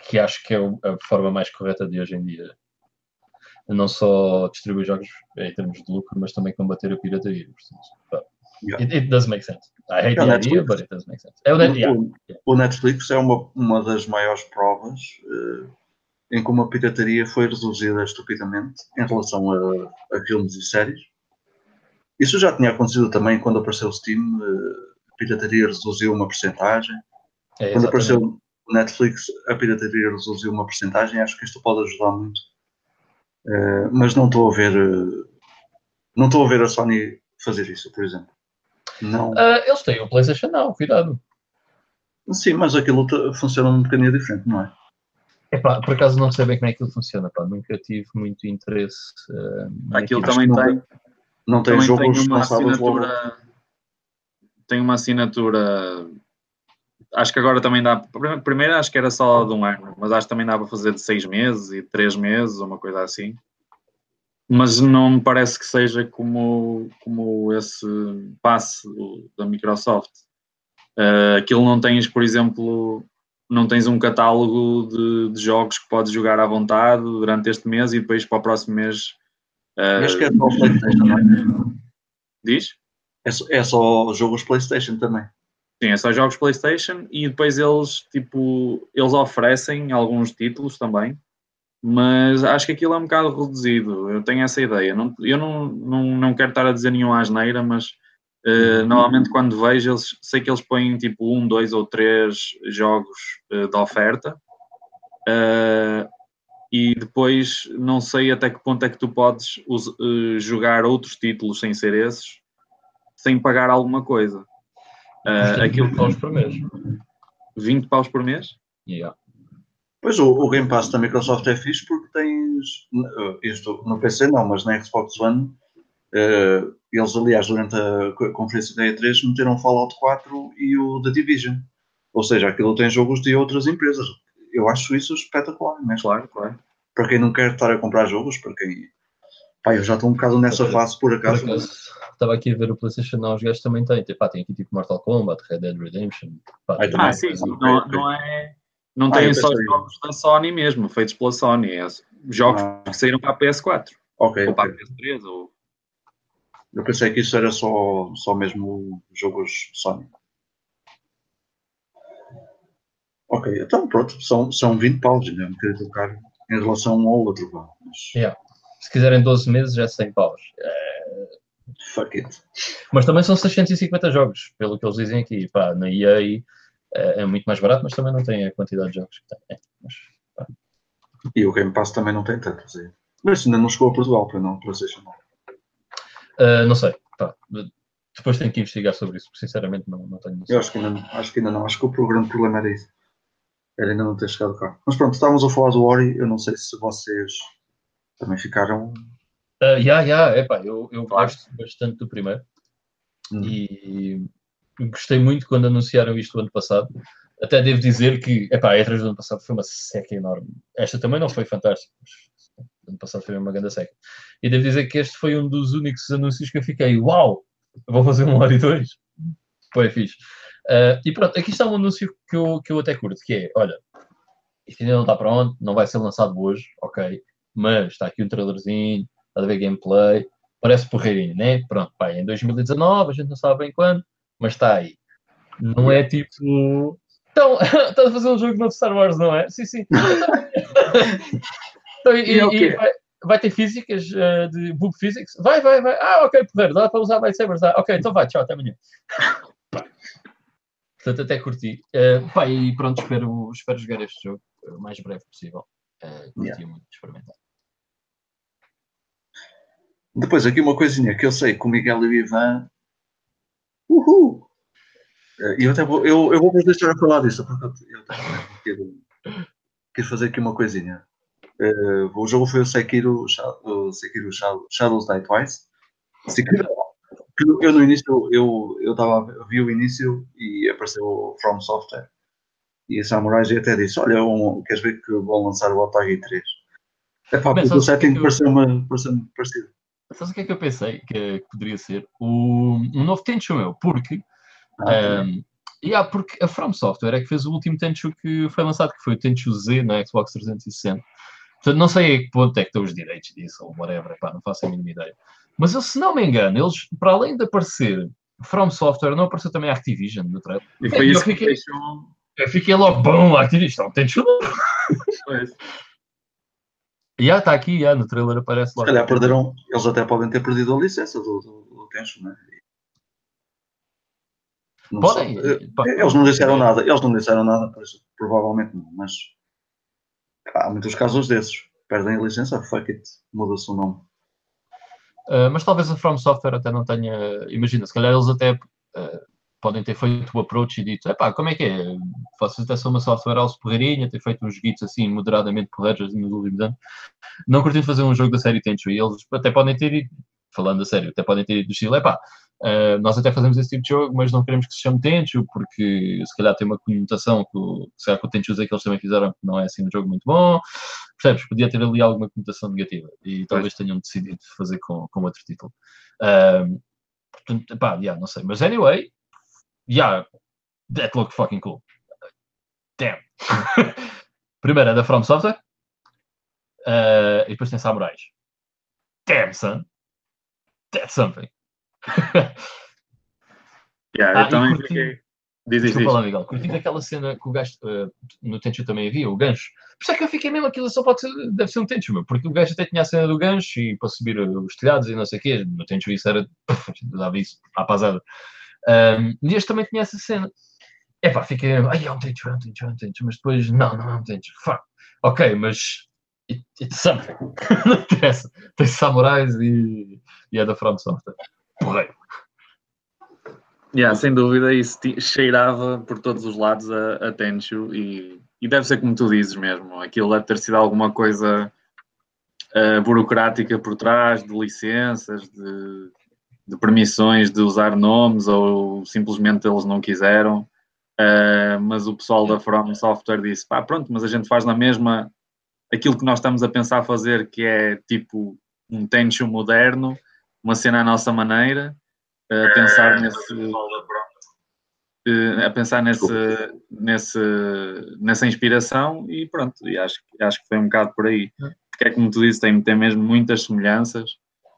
que acho que é a forma mais correta de hoje em dia. Não só distribuir jogos em termos de lucro, mas também combater a pirataria. Portanto, it does make sense. I hate the idea, but it does make sense. O Netflix é uma das maiores provas em como a pirataria foi reduzida estupidamente em relação a filmes e séries. Isso já tinha acontecido também quando apareceu o Steam. A pirataria reduziu uma percentagem. Quando apareceu o Netflix, a pirataria reduziu uma percentagem. Acho que isto pode ajudar muito. Mas não estou a ver a Sony fazer isso, por exemplo. Não. Eles têm o PlayStation Now, cuidado. Sim, mas aquilo funciona um bocadinho diferente, não é? Por acaso não sei bem como é que aquilo funciona, nunca tive muito interesse. Aquilo também tem. Não tem jogos lançados logo. Tem uma assinatura. Acho que agora também dá. Primeiro acho que era só de 1 ano, mas acho que também dá para fazer de 6 meses e 3 meses, ou uma coisa assim. Mas não me parece que seja como esse passe da Microsoft. Aquilo não tens, por exemplo, não tens um catálogo de jogos que podes jogar à vontade durante este mês e depois para o próximo mês. Mas que é só o PlayStation, não é? Diz? É só jogos PlayStation também. Sim, é só jogos PlayStation e depois eles oferecem alguns títulos também, mas acho que aquilo é um bocado reduzido. Eu tenho essa ideia. Eu não quero estar a dizer nenhuma asneira, mas normalmente quando vejo, sei que eles põem tipo 1, 2 ou 3 jogos de oferta. E depois não sei até que ponto é que tu podes jogar outros títulos sem ser esses, sem pagar alguma coisa. Custa 20 paus por mês. 20 paus por mês? Yeah. Pois o Game Pass da Microsoft é fixe porque tens, isto no PC não, mas na Xbox One, eles aliás durante a conferência da E3 meteram Fallout 4 e o The Division. Ou seja, aquilo tem jogos de outras empresas. Eu acho isso espetacular, não é? Claro. Para quem não quer estar a comprar jogos, para quem... Pá, eu já estou um bocado nessa fase, por acaso. Estava aqui a ver o PlayStation Now, os gajos também têm. Tem aqui tipo Mortal Kombat, Red Dead Redemption. Sim. Não tem só jogos da Sony mesmo, feitos pela Sony. É jogos que saíram para a PS4. Ou para a PS3. Eu pensei que isso era só mesmo jogos Sony. Ok, então pronto, são 20 paus, né? Um bocadinho caro em relação a um ou outro. Mas... Se quiserem 12 meses, é 100 paus. Fuck it. Mas também são 650 jogos, pelo que eles dizem aqui. Na EA é muito mais barato, mas também não tem a quantidade de jogos que tem. E o Game Pass também não tem tanto. Mas ainda não chegou a Portugal, para não PlayStation. Não sei. Depois tenho que investigar sobre isso, porque sinceramente não tenho noção. Eu acho que ainda não. Acho que o grande problema era isso. Era ainda não ter chegado cá. Mas pronto, estávamos a falar do Ori. Eu não sei se vocês também ficaram... Eu gosto bastante do primeiro. E gostei muito quando anunciaram isto o ano passado. Até devo dizer que a E3 do ano passado foi uma seca enorme. Esta também não foi fantástica, mas o ano passado foi uma grande seca. E devo dizer que este foi um dos únicos anúncios que eu fiquei, uau, vou fazer um Ori 2. Foi fixe. E pronto, aqui está um anúncio que eu até curto, que é, olha, isto ainda não está pronto, não vai ser lançado hoje, ok, mas está aqui um trailerzinho, está a ver gameplay, parece porreirinho, né? Pronto, em 2019, a gente não sabe bem quando, mas está aí. Não é tipo... Então, estás a fazer um jogo novo de Star Wars, não é? Sim. Então, vai ter físicas de Book Physics? Vai. Ok, porreiro, dá para usar lightsabers. Ok, então vai, tchau, até amanhã. Portanto, até curti. E pronto, espero jogar este jogo o mais breve possível. Curti muito de experimentar. Depois, aqui uma coisinha que eu sei que o Miguel e o Ivan... Uhul! E eu vou deixar a falar disso, porque eu quero fazer aqui uma coisinha. O jogo foi o Sekiro Shadows Die Twice. Eu no início, eu vi o início e apareceu o From Software. E a Samurai G até disse, olha, queres ver que vou lançar o Otage 3? Porque o setting pareceu-me parecido. Sabes o que é que eu pensei que poderia ser? Um novo Tenchu, meu, porque Porque a From Software é que fez o último Tenchu que foi lançado, que foi o Tenchu Z na Xbox 360. Portanto, não sei a que ponto é que estão os direitos disso, ou whatever, pá, não faço a mínima ideia. Mas eu, se não me engano, eles, para além de aparecer From Software, não apareceu também a Activision no trailer. E foi isso que eu fiquei logo, bom, Activision, Tenchu. Está aqui, no trailer aparece logo. Se calhar perderam, eles até podem ter perdido a licença do Tenchu, não é? Podem. Eles não disseram nada, provavelmente não, mas há muitos casos desses. Perdem a licença, fuck it, muda-se o nome. Mas talvez a From Software até não tenha. Imagina, se calhar eles até podem ter feito o approach e dito: como é que é? Vocês até são uma software house porreirinha, ter feito uns guitos assim moderadamente porreiros nos últimos anos. Não curtindo fazer um jogo da série Tenchu, e eles até podem ter ido, falando a sério, até podem ter ido do estilo: nós até fazemos esse tipo de jogo, mas não queremos que se chame Tenchu, porque se calhar tem uma conotação que se calhar com o Tenchu é que eles também fizeram, que não é assim um jogo muito bom. Percebes? Podia ter ali alguma conotação negativa e talvez tenham decidido fazer com outro título. Portanto, não sei. Mas anyway, that looked fucking cool. Damn. Primeiro é da From Software e depois tem Samurais. Damn, son. That's something. Eu também fiquei. Desculpa lá, Miguel. Curti aquela cena que o gajo no Tenchu também havia, o gancho. Por isso é que eu fiquei mesmo, aquilo só deve ser um Tenchu, meu, porque o gajo até tinha a cena do gancho e para subir os telhados e não sei o quê. No Tenchu isso era. Dava isso à pasada. E este também tinha essa cena. Fiquei. É um Tenchu, mas depois. Não é um Tenchu. Fuck. Ok, mas. It's something. Não interessa. Tem samurais e é da From Software. Porreiro. Sem dúvida, isso cheirava por todos os lados a Tenchu e deve ser como tu dizes mesmo. Aquilo deve ter sido alguma coisa burocrática por trás, de licenças, de permissões de usar nomes, ou simplesmente eles não quiseram. Mas o pessoal da From Software disse: pronto, mas a gente faz na mesma aquilo que nós estamos a pensar fazer, que é tipo um Tenchu moderno, uma cena à nossa maneira. A pensar nessa inspiração e pronto, e acho que foi um bocado por aí, porque é como tu disse, tem mesmo muitas semelhanças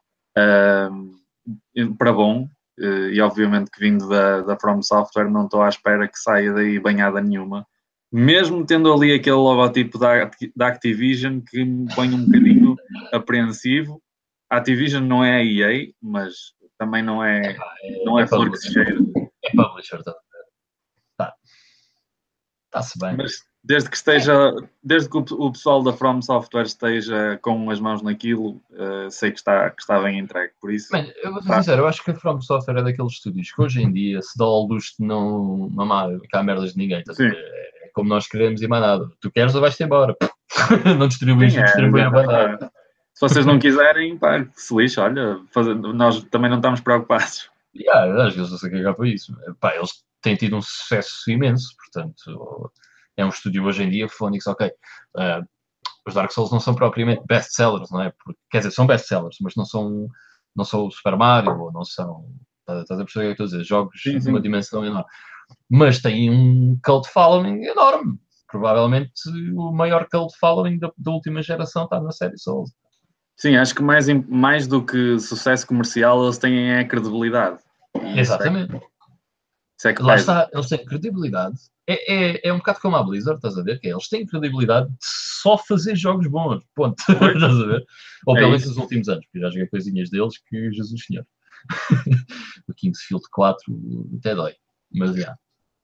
para bom, e obviamente que vindo da From Software não estou à espera que saia daí banhada nenhuma, mesmo tendo ali aquele logotipo da Activision que me põe um bocadinho apreensivo. A Activision não é a EA, mas também não é flor que se cheira. É publisher, está-se bem. Mas desde que o pessoal da From Software esteja com as mãos naquilo, sei que está bem entregue, por isso. Bem, eu vou ser sincero, eu acho que a From Software é daqueles estúdios que hoje em dia se dá ao luxo de não mamar cá merdas de ninguém, é como nós queremos e mais nada. Tu queres ou vais-te embora. Não distribuís a bandada. Se vocês não quiserem, se lixa, olha, nós também não estamos preocupados. Às vezes eu sei cagar para isso. Eles têm tido um sucesso imenso, portanto, é um estúdio hoje em dia, Phoenix, ok. Os Dark Souls não são propriamente best-sellers, não é? Porque, quer dizer, são best-sellers, mas não são o Super Mario, ou não são... Estás a perceber o que eu estou a dizer? Jogos de uma dimensão enorme. Mas têm um cult following enorme. Provavelmente o maior cult following da última geração está na série Souls. Sim, acho que mais do que sucesso comercial, eles têm a credibilidade. Exatamente. Lá está, eles têm credibilidade. É um bocado como a Blizzard, estás a ver? Que eles têm credibilidade de só fazer jogos bons. Ponto. Estás a ver? Ou pelo menos nos últimos anos, porque já joguei coisinhas deles que Jesus Senhor. O Kingsfield 4 até dói. Mas já.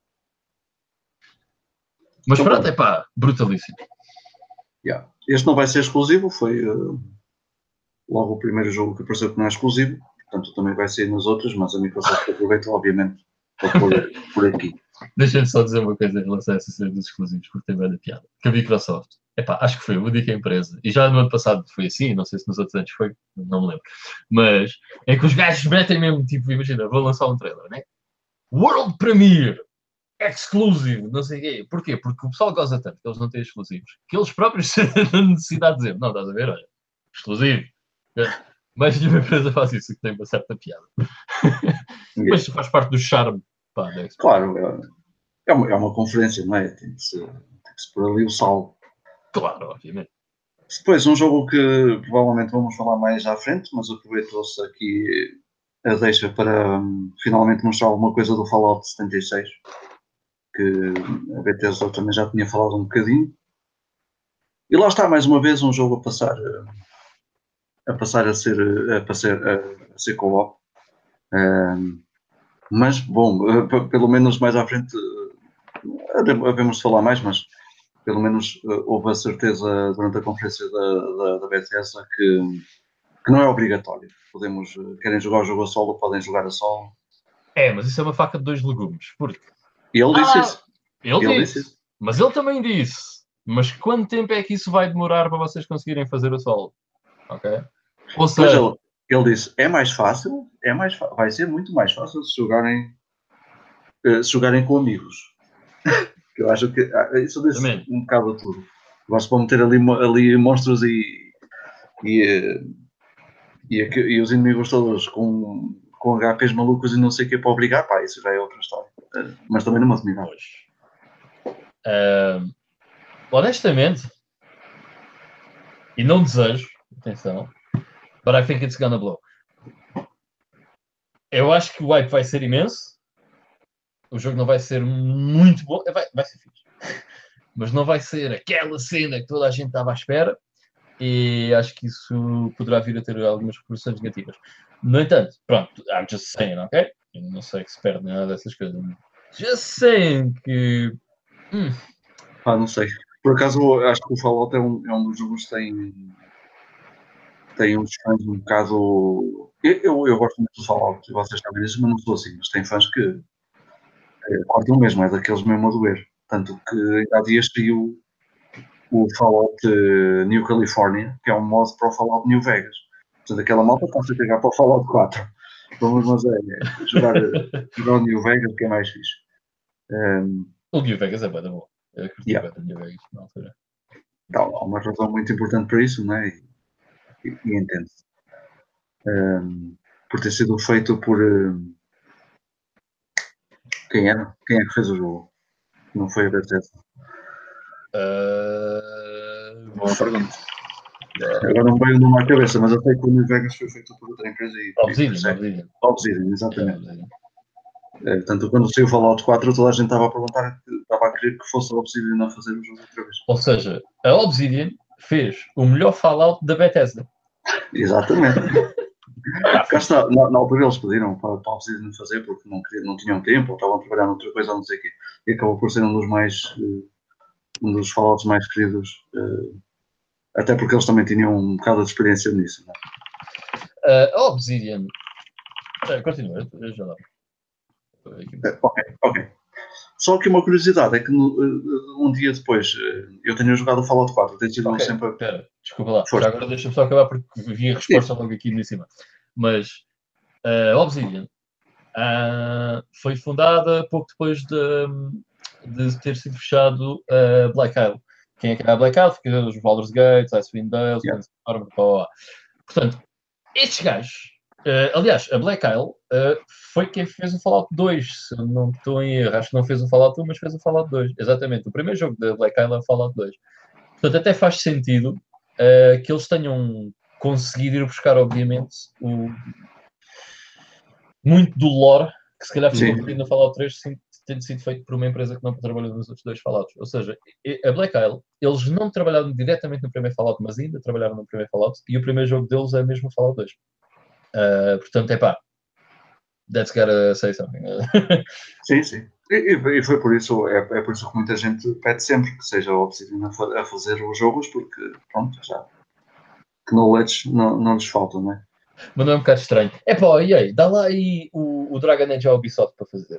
Mas pronto, brutalíssimo. Este não vai ser exclusivo, foi logo o primeiro jogo que apareceu que não é exclusivo, portanto também vai ser nas outras, mas a Microsoft aproveita, obviamente, para pôr por aqui. Deixa-me só dizer uma coisa em relação a essa série dos exclusivos, porque tem bem a piada. Que a Microsoft, acho que foi a única empresa, e já no ano passado foi assim, não sei se nos outros anos foi, não me lembro, mas é que os gajos metem mesmo, tipo, imagina, vou lançar um trailer, né? World Premiere! Exclusive, não sei o quê. Porquê? Porque o pessoal goza tanto que eles não têm exclusivos, que eles próprios têm a necessidade de dizer, não, estás a ver, olha, exclusivo. Mais de uma empresa faz isso, que tem uma certa piada. Mas faz parte do charme. Claro, É uma conferência, não é? Tem que se pôr ali o sal. Claro, obviamente. Depois, um jogo que provavelmente vamos falar mais à frente, mas aproveitou-se aqui a deixa para finalmente mostrar alguma coisa do Fallout 76, que a Bethesda também já tinha falado um bocadinho. E lá está, mais uma vez, um jogo a passar a ser co-op. Mas, bom, pelo menos mais à frente havemos de falar mais, mas pelo menos houve a certeza durante a conferência da Bethesda que não é obrigatório. Querem jogar o jogo a solo, podem jogar a solo. Mas isso é uma faca de dois legumes. Porque... E ele disse isso. Ele disse isso. Mas ele também disse. Mas quanto tempo é que isso vai demorar para vocês conseguirem fazer o solo? Ok? Ou seja... Ele disse, é mais fácil, vai ser muito mais fácil se jogarem com amigos. Eu acho que isso disse um bocado de tudo. Gosto de meter ali monstros e os inimigos todos com HPs malucos e não sei o que para obrigar, pá, isso já é outra história. Mas também não me admirava. Honestamente, e não desejo, atenção, but I think it's gonna blow. Eu acho que o hype vai ser imenso. O jogo não vai ser muito bom. Vai ser fixe. Mas não vai ser aquela cena que toda a gente estava à espera. E acho que isso poderá vir a ter algumas repercussões negativas. No entanto, pronto, I'm just saying, ok? Eu não sei que se perde nada dessas coisas. Just saying que... não sei. Por acaso, acho que o Fallout é um dos jogos que tem uns fãs um bocado... Eu gosto muito do Fallout, e vocês sabem disso, mas não sou assim. Mas tem fãs que cortam mesmo, é daqueles mesmo a doer. Tanto que há dias saiu o Fallout New California, que é um mod para o Fallout New Vegas. Portanto, aquela malta está-se a pegar para o Fallout 4. Mas jogar o New Vegas, que é mais fixe. O New Vegas é bem bom. Eu curti bem o New Vegas na altura. Há uma razão muito importante para isso, não é? E entende-se. Por ter sido feito por... Quem é que fez o jogo? Não foi a Bethesda? Boa pergunta. Agora não veio numa cabeça, mas eu sei que o New Vegas foi feito por outra empresa. Obsidian, exatamente. Portanto, quando saiu o Fallout 4, toda a gente estava a perguntar, estava a querer que fosse a Obsidian a fazer o jogo outra vez. Ou seja, a Obsidian fez o melhor Fallout da Bethesda. Exatamente. Cá está, na altura eles pediram para a Obsidian fazer porque não tinham tempo ou estavam a trabalhar noutra coisa, não sei o quê. E acabou por ser um dos Fallouts mais queridos, até porque eles também tinham um bocado de experiência nisso. Não é? A Obsidian... Continua, eu já lá. Ok. Só que uma curiosidade é que um dia depois eu tenho jogado o Fallout 4, tenho sido sempre... Pera, desculpa lá. Já agora deixa-me só acabar porque vi a resposta logo aqui em cima. Mas a Obsidian foi fundada pouco depois de ter sido fechado a Black Isle. Quem é que era a Black Isle? Porque os Baldur's Gate, Icewind Dale, Portanto, estes gajos... aliás, a Black Isle foi quem fez o Fallout 2, se eu não estou em erro. Acho que não fez o Fallout 1, mas fez o Fallout 2. Exatamente, o primeiro jogo da Black Isle é o Fallout 2. Portanto, até faz sentido que eles tenham conseguido ir buscar, obviamente, muito do lore, que se calhar ficou perdido no Fallout 3, tendo sido feito por uma empresa que não trabalhou nos outros dois Fallouts. Ou seja, a Black Isle, eles não trabalharam diretamente no primeiro Fallout, mas ainda trabalharam no primeiro Fallout, e o primeiro jogo deles é mesmo o Fallout 2. Portanto, that's gotta say something. Sim. E foi por isso, é por isso que muita gente pede sempre que seja o Obsidian a fazer os jogos, porque, pronto, já que knowledge não lhes falta, não é? Mas não é um bocado estranho. E aí, dá lá aí o Dragon Age ao Ubisoft para fazer.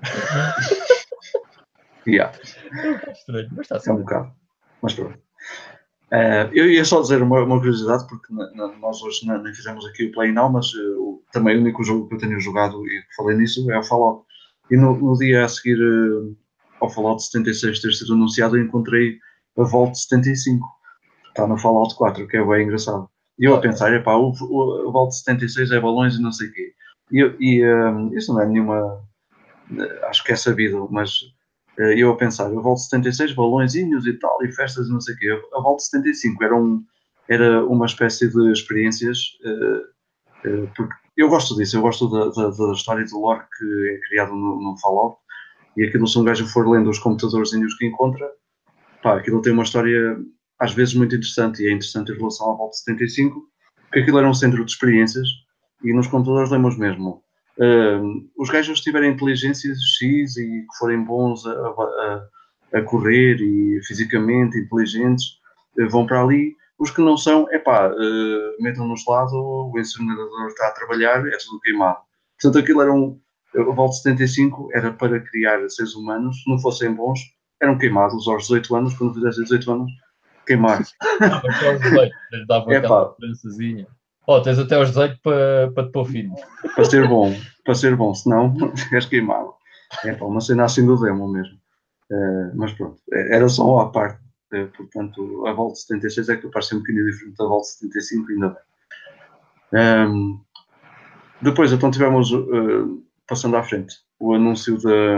Yeah. É um bocado estranho, mas está certo. É um bocado, mas pronto. Eu ia só dizer uma curiosidade, porque nós hoje não fizemos aqui o Play Now, mas também o único jogo que eu tenho jogado e falei nisso é o Fallout. E no dia a seguir ao Fallout 76 ter sido anunciado, eu encontrei a Vault 75. Está no Fallout 4, que é bem engraçado. E eu a pensar, o Vault 76 é balões e não sei o quê. E isso não é nenhuma... acho que é sabido, mas E eu a pensar, a Vault 76, balõezinhos e tal, e festas e não sei o quê. A Vault 75 era uma espécie de experiências, porque eu gosto disso, eu gosto da história do lore que é criado no Fallout, e aquilo, se um gajo for lendo os computadorzinhos que encontra, pá, aquilo tem uma história às vezes muito interessante, e é interessante em relação à Vault 75, porque aquilo era um centro de experiências, e nos computadores lemos mesmo. Os gajos que tiverem inteligência X e que forem bons a correr e fisicamente inteligentes, vão para ali. Os que não são, metam-nos lado, o incinerador está a trabalhar, é tudo queimado. Portanto, aquilo era o Vault 75 era para criar seres humanos, se não fossem bons, eram queimados aos 18 anos, quando fizessem 18 anos, queimar. Dava aquela diferençazinha. Tens até os 18 para te pôr fino. Para ser bom, senão és queimado. Uma cena assim do demo mesmo. Mas pronto, era só à parte. Portanto, a Vault 76 é que parece um bocadinho diferente da Vault 75, ainda bem. Depois, então, tivemos, passando à frente, o anúncio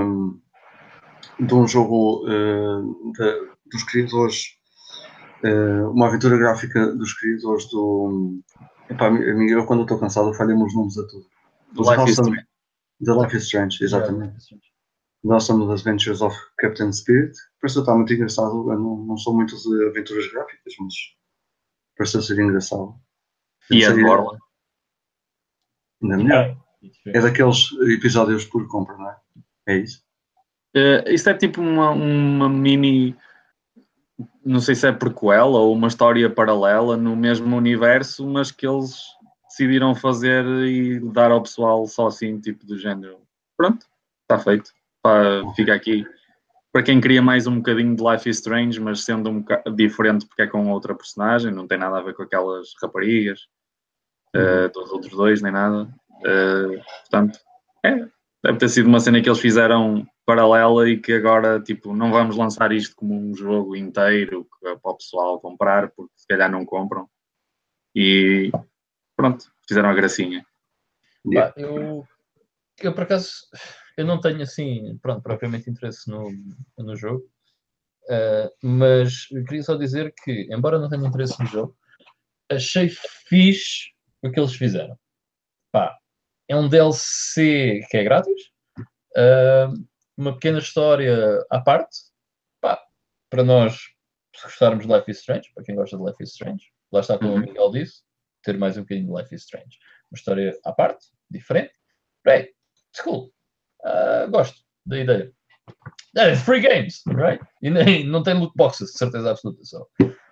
de um jogo dos criadores, uma aventura gráfica dos criadores do... eu quando estou cansado falho-me os nomes a tudo. The Life is Strange, exatamente. The Awesome Adventures of Captain Spirit. Parece que está muito engraçado. Eu não sou muito de aventuras gráficas, mas parece ser engraçado. E é de Borla. Ainda melhor. É daqueles episódios por compra, não é? É isso? Isto é tipo uma mini... Não sei se é prequela ou uma história paralela no mesmo universo, mas que eles decidiram fazer e dar ao pessoal só assim, tipo do género. Pronto, está feito. Fica aqui. Para quem queria mais um bocadinho de Life is Strange, mas sendo um bocado diferente porque é com outra personagem, não tem nada a ver com aquelas raparigas dos outros dois, nem nada. Portanto, deve ter sido uma cena que eles fizeram paralela e que agora, tipo, não vamos lançar isto como um jogo inteiro para o pessoal comprar, porque se calhar não compram. E pronto, fizeram a gracinha. Eu por acaso, eu não tenho assim, propriamente interesse no jogo, mas queria só dizer que, embora não tenha interesse no jogo, achei fixe o que eles fizeram. É um DLC que é grátis, uma pequena história à parte, para nós, se gostarmos de Life is Strange, para quem gosta de Life is Strange, lá está como o Miguel disse, ter mais um bocadinho de Life is Strange. Uma história à parte, diferente. It's cool. Gosto da ideia. Free games, right? E não tem loot boxes, de certeza absoluta só.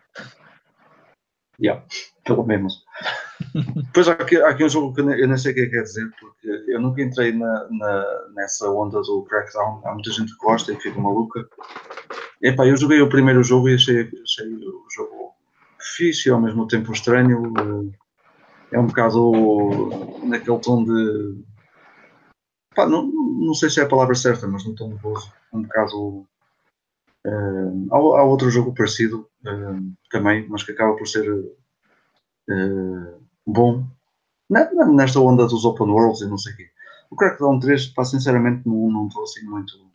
Pelo menos. Depois há aqui um jogo que eu nem sei o que quer dizer, porque eu nunca entrei nessa onda do Crackdown. Há muita gente que gosta e fica maluca. Eu joguei o primeiro jogo e achei o jogo fixe e ao mesmo tempo estranho. É um bocado naquele tom de... não sei se é a palavra certa, mas num tom nervoso. Um bocado... há outro jogo parecido também, mas que acaba por ser bom nesta onda dos open worlds e não sei o quê. O Crackdown 3, sinceramente, não estou assim muito...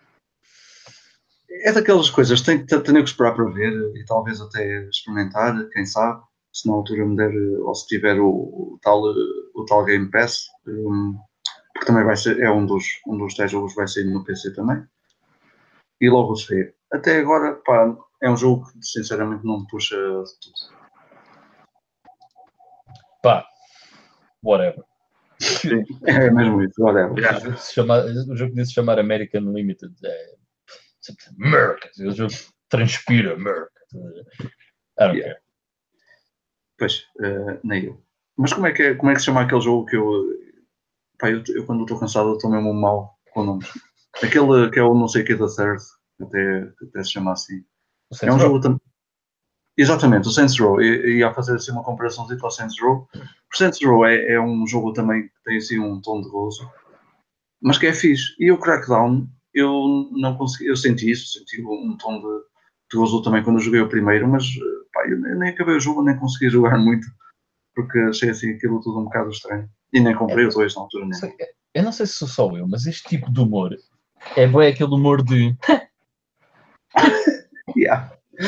É daquelas coisas, tenho que esperar para ver e talvez até experimentar, quem sabe, se na altura me der, ou se tiver o tal Game Pass, porque também vai ser, um dos 10 jogos vai sair no PC também, e logo se vê. Até agora, é um jogo que sinceramente não me puxa de tudo. Whatever. É mesmo isso, whatever. O jogo disse chamar American Limited. America. O jogo transpira America. I don't care. Pois, nem eu. Mas como é que se chama aquele jogo que eu quando estou cansado estou mesmo mal com nomes. Aquele que é o não sei o que da Third, até se chama assim. É um jogo também. Exatamente, o Saints Row. E ia fazer assim uma comparação com o Saints Row. O Saints Row é um jogo também que tem assim um tom de gozo, mas que é fixe. E o Crackdown, eu não consegui, eu senti um tom de gozo também quando eu joguei o primeiro, mas eu nem acabei o jogo, nem consegui jogar muito, porque achei assim aquilo tudo um bocado estranho. E nem comprei os dois na altura. Eu não sei se sou só eu, mas este tipo de humor É bem aquele humor de... Yeah.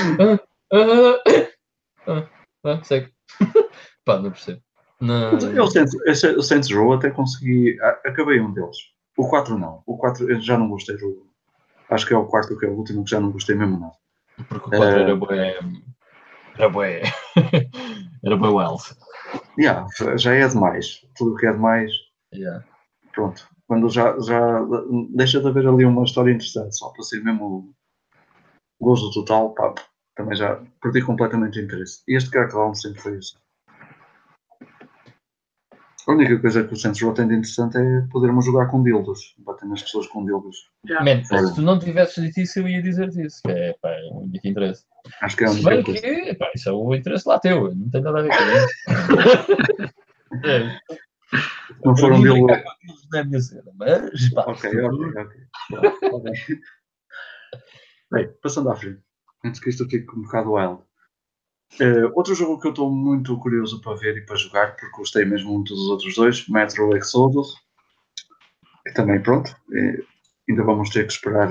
Segue. Pá, não percebo. Não. O Saints Row até consegui. Acabei um deles. O 4 não. O 4 eu já não gostei do. Acho que é o quarto que é o último que já não gostei mesmo nada. Porque o 4 era bué. Era bué. Era bué wild. Yeah, já é demais. Tudo o que é demais. Yeah. Pronto. Quando já deixa de haver ali uma história interessante, só para ser mesmo o gozo total, pá, também já perdi completamente o interesse. E este Crackdown sempre foi isso. A única coisa que o Saints Row tem de interessante é podermos jogar com dildos. Bater nas pessoas com dildos. Man, se tu não tivesses dito isso, eu ia dizer-te isso. Que é, pá, é um único interesse. Acho que é a Se única bem coisa. que, pá, isso é o interesse lá teu. Não tem nada a ver com isso. Não foram dildos. Não é a minha cena, mas pá. Ok. Bem, passando à frente. Antes que isto fique um bocado wild. Outro jogo que eu estou muito curioso para ver e para jogar, porque gostei mesmo muito dos outros dois, Metro Exodus, que também, pronto, ainda vamos ter que esperar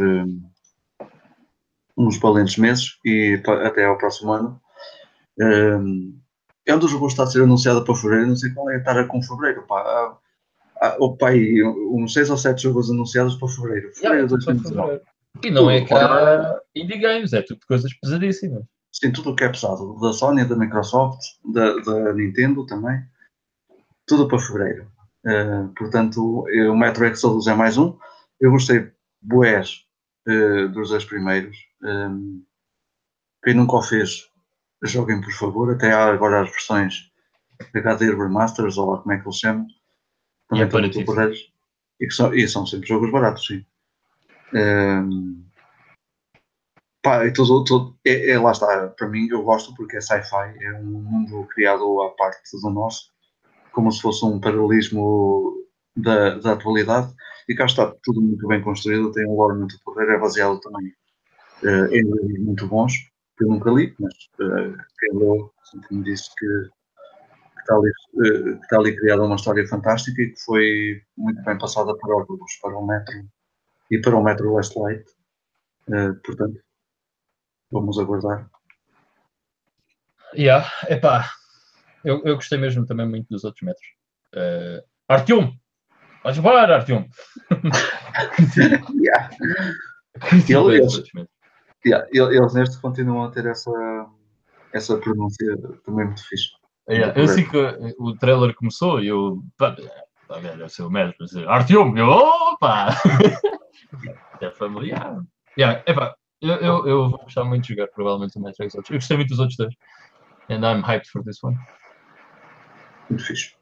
uns valentes meses e até ao próximo ano. É um dos jogos que está a ser anunciado para fevereiro, não sei qual é a tara com fevereiro, pá. O pai, uns 6 ou 7 jogos anunciados para fevereiro. Fevereiro de 2019. E não é cá indie games, é tudo coisas pesadíssimas. Sim, tudo o que é pesado. Da Sony, da Microsoft, da Nintendo também. Tudo para fevereiro. Portanto, o Metro Exodus é mais um. Eu gostei bués dos 2 primeiros. Quem nunca o fez, joguem por favor. Até há agora as versões HD Remasters, ou como é que eles chamam. Também estão muito porreiros. E são sempre jogos baratos, sim. Pá, e lá está, para mim eu gosto porque é sci-fi, é um mundo criado à parte do nosso, como se fosse um paralelismo da atualidade, e cá está tudo muito bem construído, tem um lore muito porreiro, é baseado também em livros muito bons, que eu nunca li, mas quem leu sempre me disse que está ali criada uma história fantástica e que foi muito bem passada para os jogos, para o Metro e para o Metro Westlight, portanto vamos aguardar. Epá, eu gostei mesmo também muito dos outros metros. Artyom! Vais embora, Artyom! Eles neste continuam a ter essa pronúncia também muito fixe. Eu sei que o trailer começou e eu... Deve ser o mesmo. Artyom! Opa! É familiar. Epá, eu vou gostar muito de jogar provavelmente o Metro Exodus. Eu gostei muito dos outros dois. And I'm hyped for this one. Muito fixe.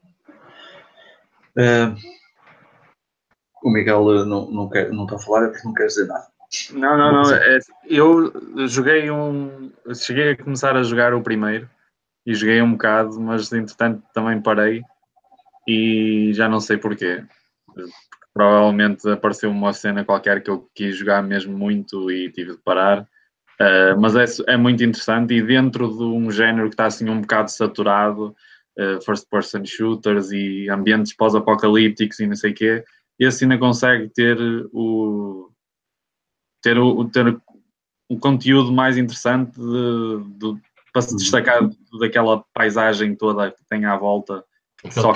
O Miguel não está a falar, é porque não quer dizer nada. Não. Eu joguei cheguei a começar a jogar o primeiro e joguei um bocado, mas entretanto também parei e já não sei porquê. Provavelmente apareceu uma cena qualquer que eu quis jogar mesmo muito e tive de parar. Mas é muito interessante e dentro de um género que está assim um bocado saturado, first person shooters e ambientes pós-apocalípticos e não sei o quê, esse ainda consegue ter o conteúdo mais interessante para se destacar daquela paisagem toda que tem à volta, que só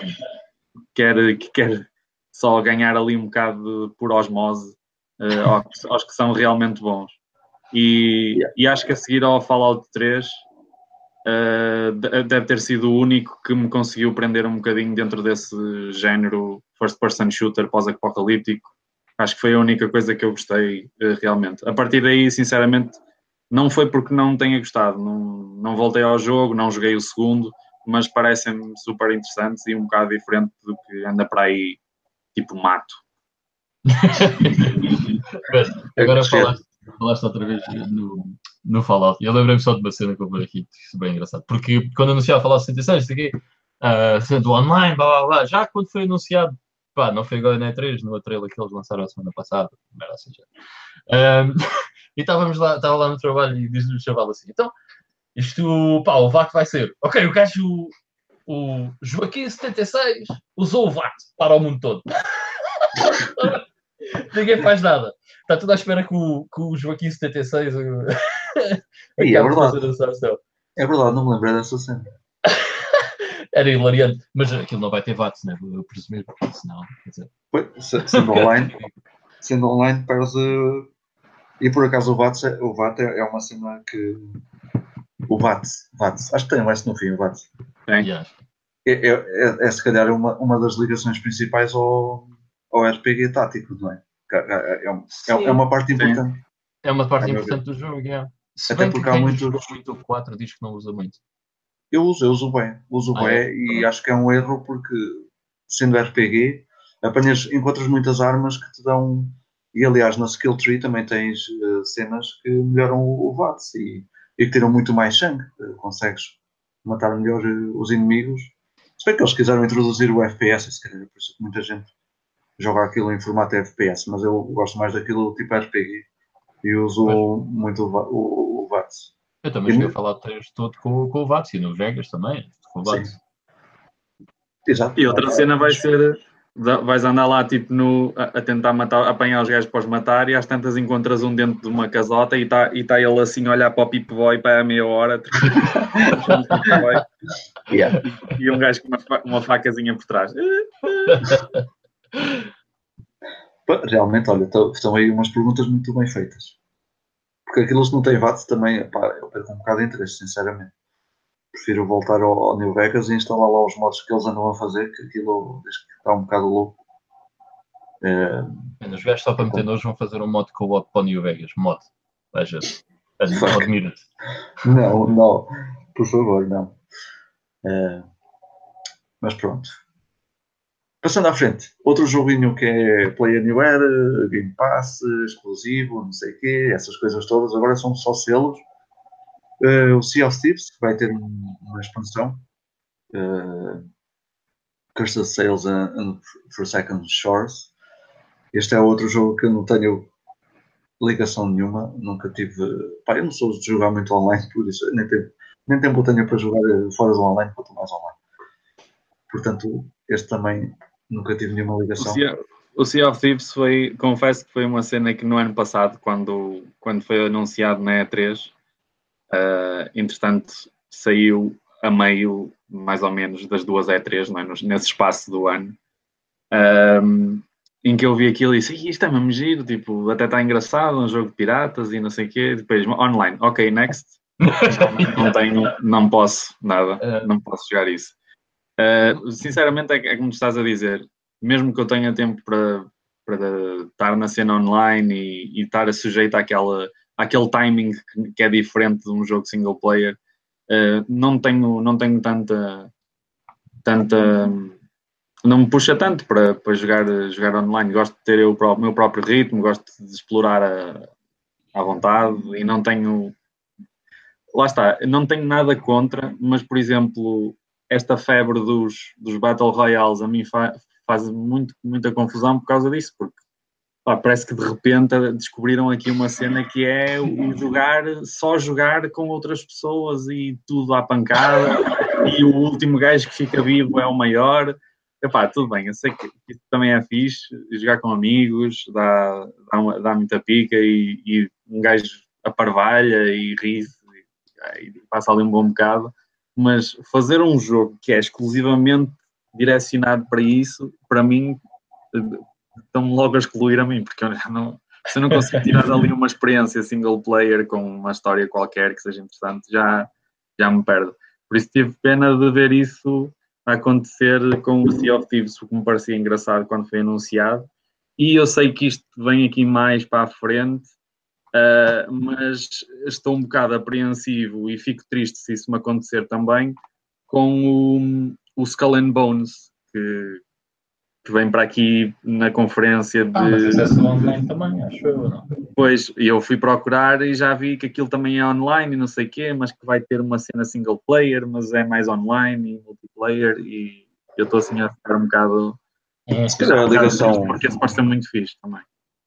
quer só ganhar ali um bocado por osmose aos que são realmente bons. E acho que a seguir ao Fallout 3 deve ter sido o único que me conseguiu prender um bocadinho dentro desse género first person shooter pós-apocalíptico. Acho que foi a única coisa que eu gostei realmente. A partir daí, sinceramente, não foi porque não tenha gostado. Não voltei ao jogo, não joguei o segundo, mas parecem-me super interessantes e um bocado diferente do que anda para aí, tipo mato. Agora falaste outra vez no Fallout. Eu lembrei-me só de uma cena que eu vi aqui, isso é bem engraçado. Porque quando anunciaram Fallout 76, do online, blá blá blá, já quando foi anunciado, pá, não foi agora na E3, no trailer que eles lançaram a semana passada, assim já. E estava lá no trabalho e diz-lhe o chaval assim: então, isto, pá, o VAT vai ser, ok, o gajo, o Joaquim 76 usou o VAT para o mundo todo. Ninguém faz nada. Está tudo à espera que o Joaquim 76 É acabe de verdade. fazer a seleção. É verdade, não me lembrei dessa cena. Era hilariante, mas aquilo não vai ter VATs, né? Eu presumir, porque senão, quer dizer... Pois, sendo online, perdes. E por acaso o VAT é uma cena que. O VAT, acho que tem um S no fim, o VAT. Yeah. É se calhar uma das ligações principais ao RPG tático, não é? É uma parte importante. É uma parte importante do jogo, yeah. Se Até bem porque que há quem muitos... jogou muito o 4 diz que não usa muito. Eu uso bem. E acho que é um erro porque, sendo RPG, encontras muitas armas que te dão... E aliás, na Skill Tree também tens cenas que melhoram o VATS e que tiram muito mais sangue. Consegues matar melhor os inimigos. Se bem que eles quiseram introduzir o FPS, se calhar, por isso que muita gente joga aquilo em formato FPS, mas eu gosto mais daquilo tipo RPG e uso muito o VATS. Eu também cheguei a falar de texto todo com o VATS e no Vegas também, com o VATS. Exato. E outra cena vai ser, vais andar lá tipo a tentar apanhar os gajos para os matar e às tantas encontras um dentro de uma casota e tá ele assim a olhar para o Pip Boy para a meia hora e um gajo com uma facazinha por trás. Realmente, olha, estão aí umas perguntas muito bem feitas. Porque aquilo que não tem VAT também, pá, eu perco um bocado de interesse, sinceramente. Prefiro voltar ao New Vegas e instalar lá os mods que eles andam a fazer, que aquilo está um bocado louco. Os gajos só para meter nojo vão fazer um mod co-op para o New Vegas. Mod. Veja. Admira-te. Não. Por favor, não. Mas pronto. Passando à frente, outro joguinho que é Play Anywhere, Game Pass, exclusivo, não sei o quê, essas coisas todas, agora são só selos. O Sea of Thieves, que vai ter uma expansão. Cursed Sails and Forsaken Shores. Este é outro jogo que eu não tenho ligação nenhuma, nunca tive... Pá, eu não sou de jogar muito online, por isso nem tempo eu tenho para jogar fora do online, quanto mais online. Portanto, este também nunca tive nenhuma ligação. O Sea of Thieves confesso que foi uma cena que no ano passado, quando foi anunciado na E3, entretanto saiu a meio, mais ou menos, das duas E3, não é? Nesse espaço do ano, em que eu vi aquilo e disse, isto é mesmo giro, tipo, até está engraçado, um jogo de piratas e não sei o quê, depois online, ok, next. Não posso nada, não posso jogar isso. Sinceramente é como estás a dizer, mesmo que eu tenha tempo para estar na cena online e estar sujeito àquele timing que é diferente de um jogo single player, não tenho tanta não me puxa tanto para jogar online. Gosto de ter o meu próprio ritmo, gosto de explorar à vontade e não tenho... Lá está, não tenho nada contra, mas, por exemplo, esta febre dos Battle Royales a mim faz muita confusão por causa disso, porque parece que de repente descobriram aqui uma cena que é o só jogar com outras pessoas e tudo à pancada e o último gajo que fica vivo é o maior. Epá, tudo bem, eu sei que isso também é fixe, jogar com amigos, dá muita pica e um gajo aparvalha e ri-se e passa ali um bom bocado, mas fazer um jogo que é exclusivamente direcionado para isso, para mim, estão-me logo a excluir a mim, porque se eu não consigo tirar dali uma experiência single player com uma história qualquer que seja interessante, já me perdo. Por isso tive pena de ver isso acontecer com o Sea of Thieves, o que me parecia engraçado quando foi anunciado, e eu sei que isto vem aqui mais para a frente, mas estou um bocado apreensivo e fico triste se isso me acontecer também com o Skull and Bones, que vem para aqui na conferência de... mas isso é só online também, acho eu, não? Pois, eu fui procurar e já vi que aquilo também é online e não sei o quê, mas que vai ter uma cena single player, mas é mais online e multiplayer, e eu estou assim a ficar um bocado... Se calhar a ligação... Porque isso parece muito fixe também.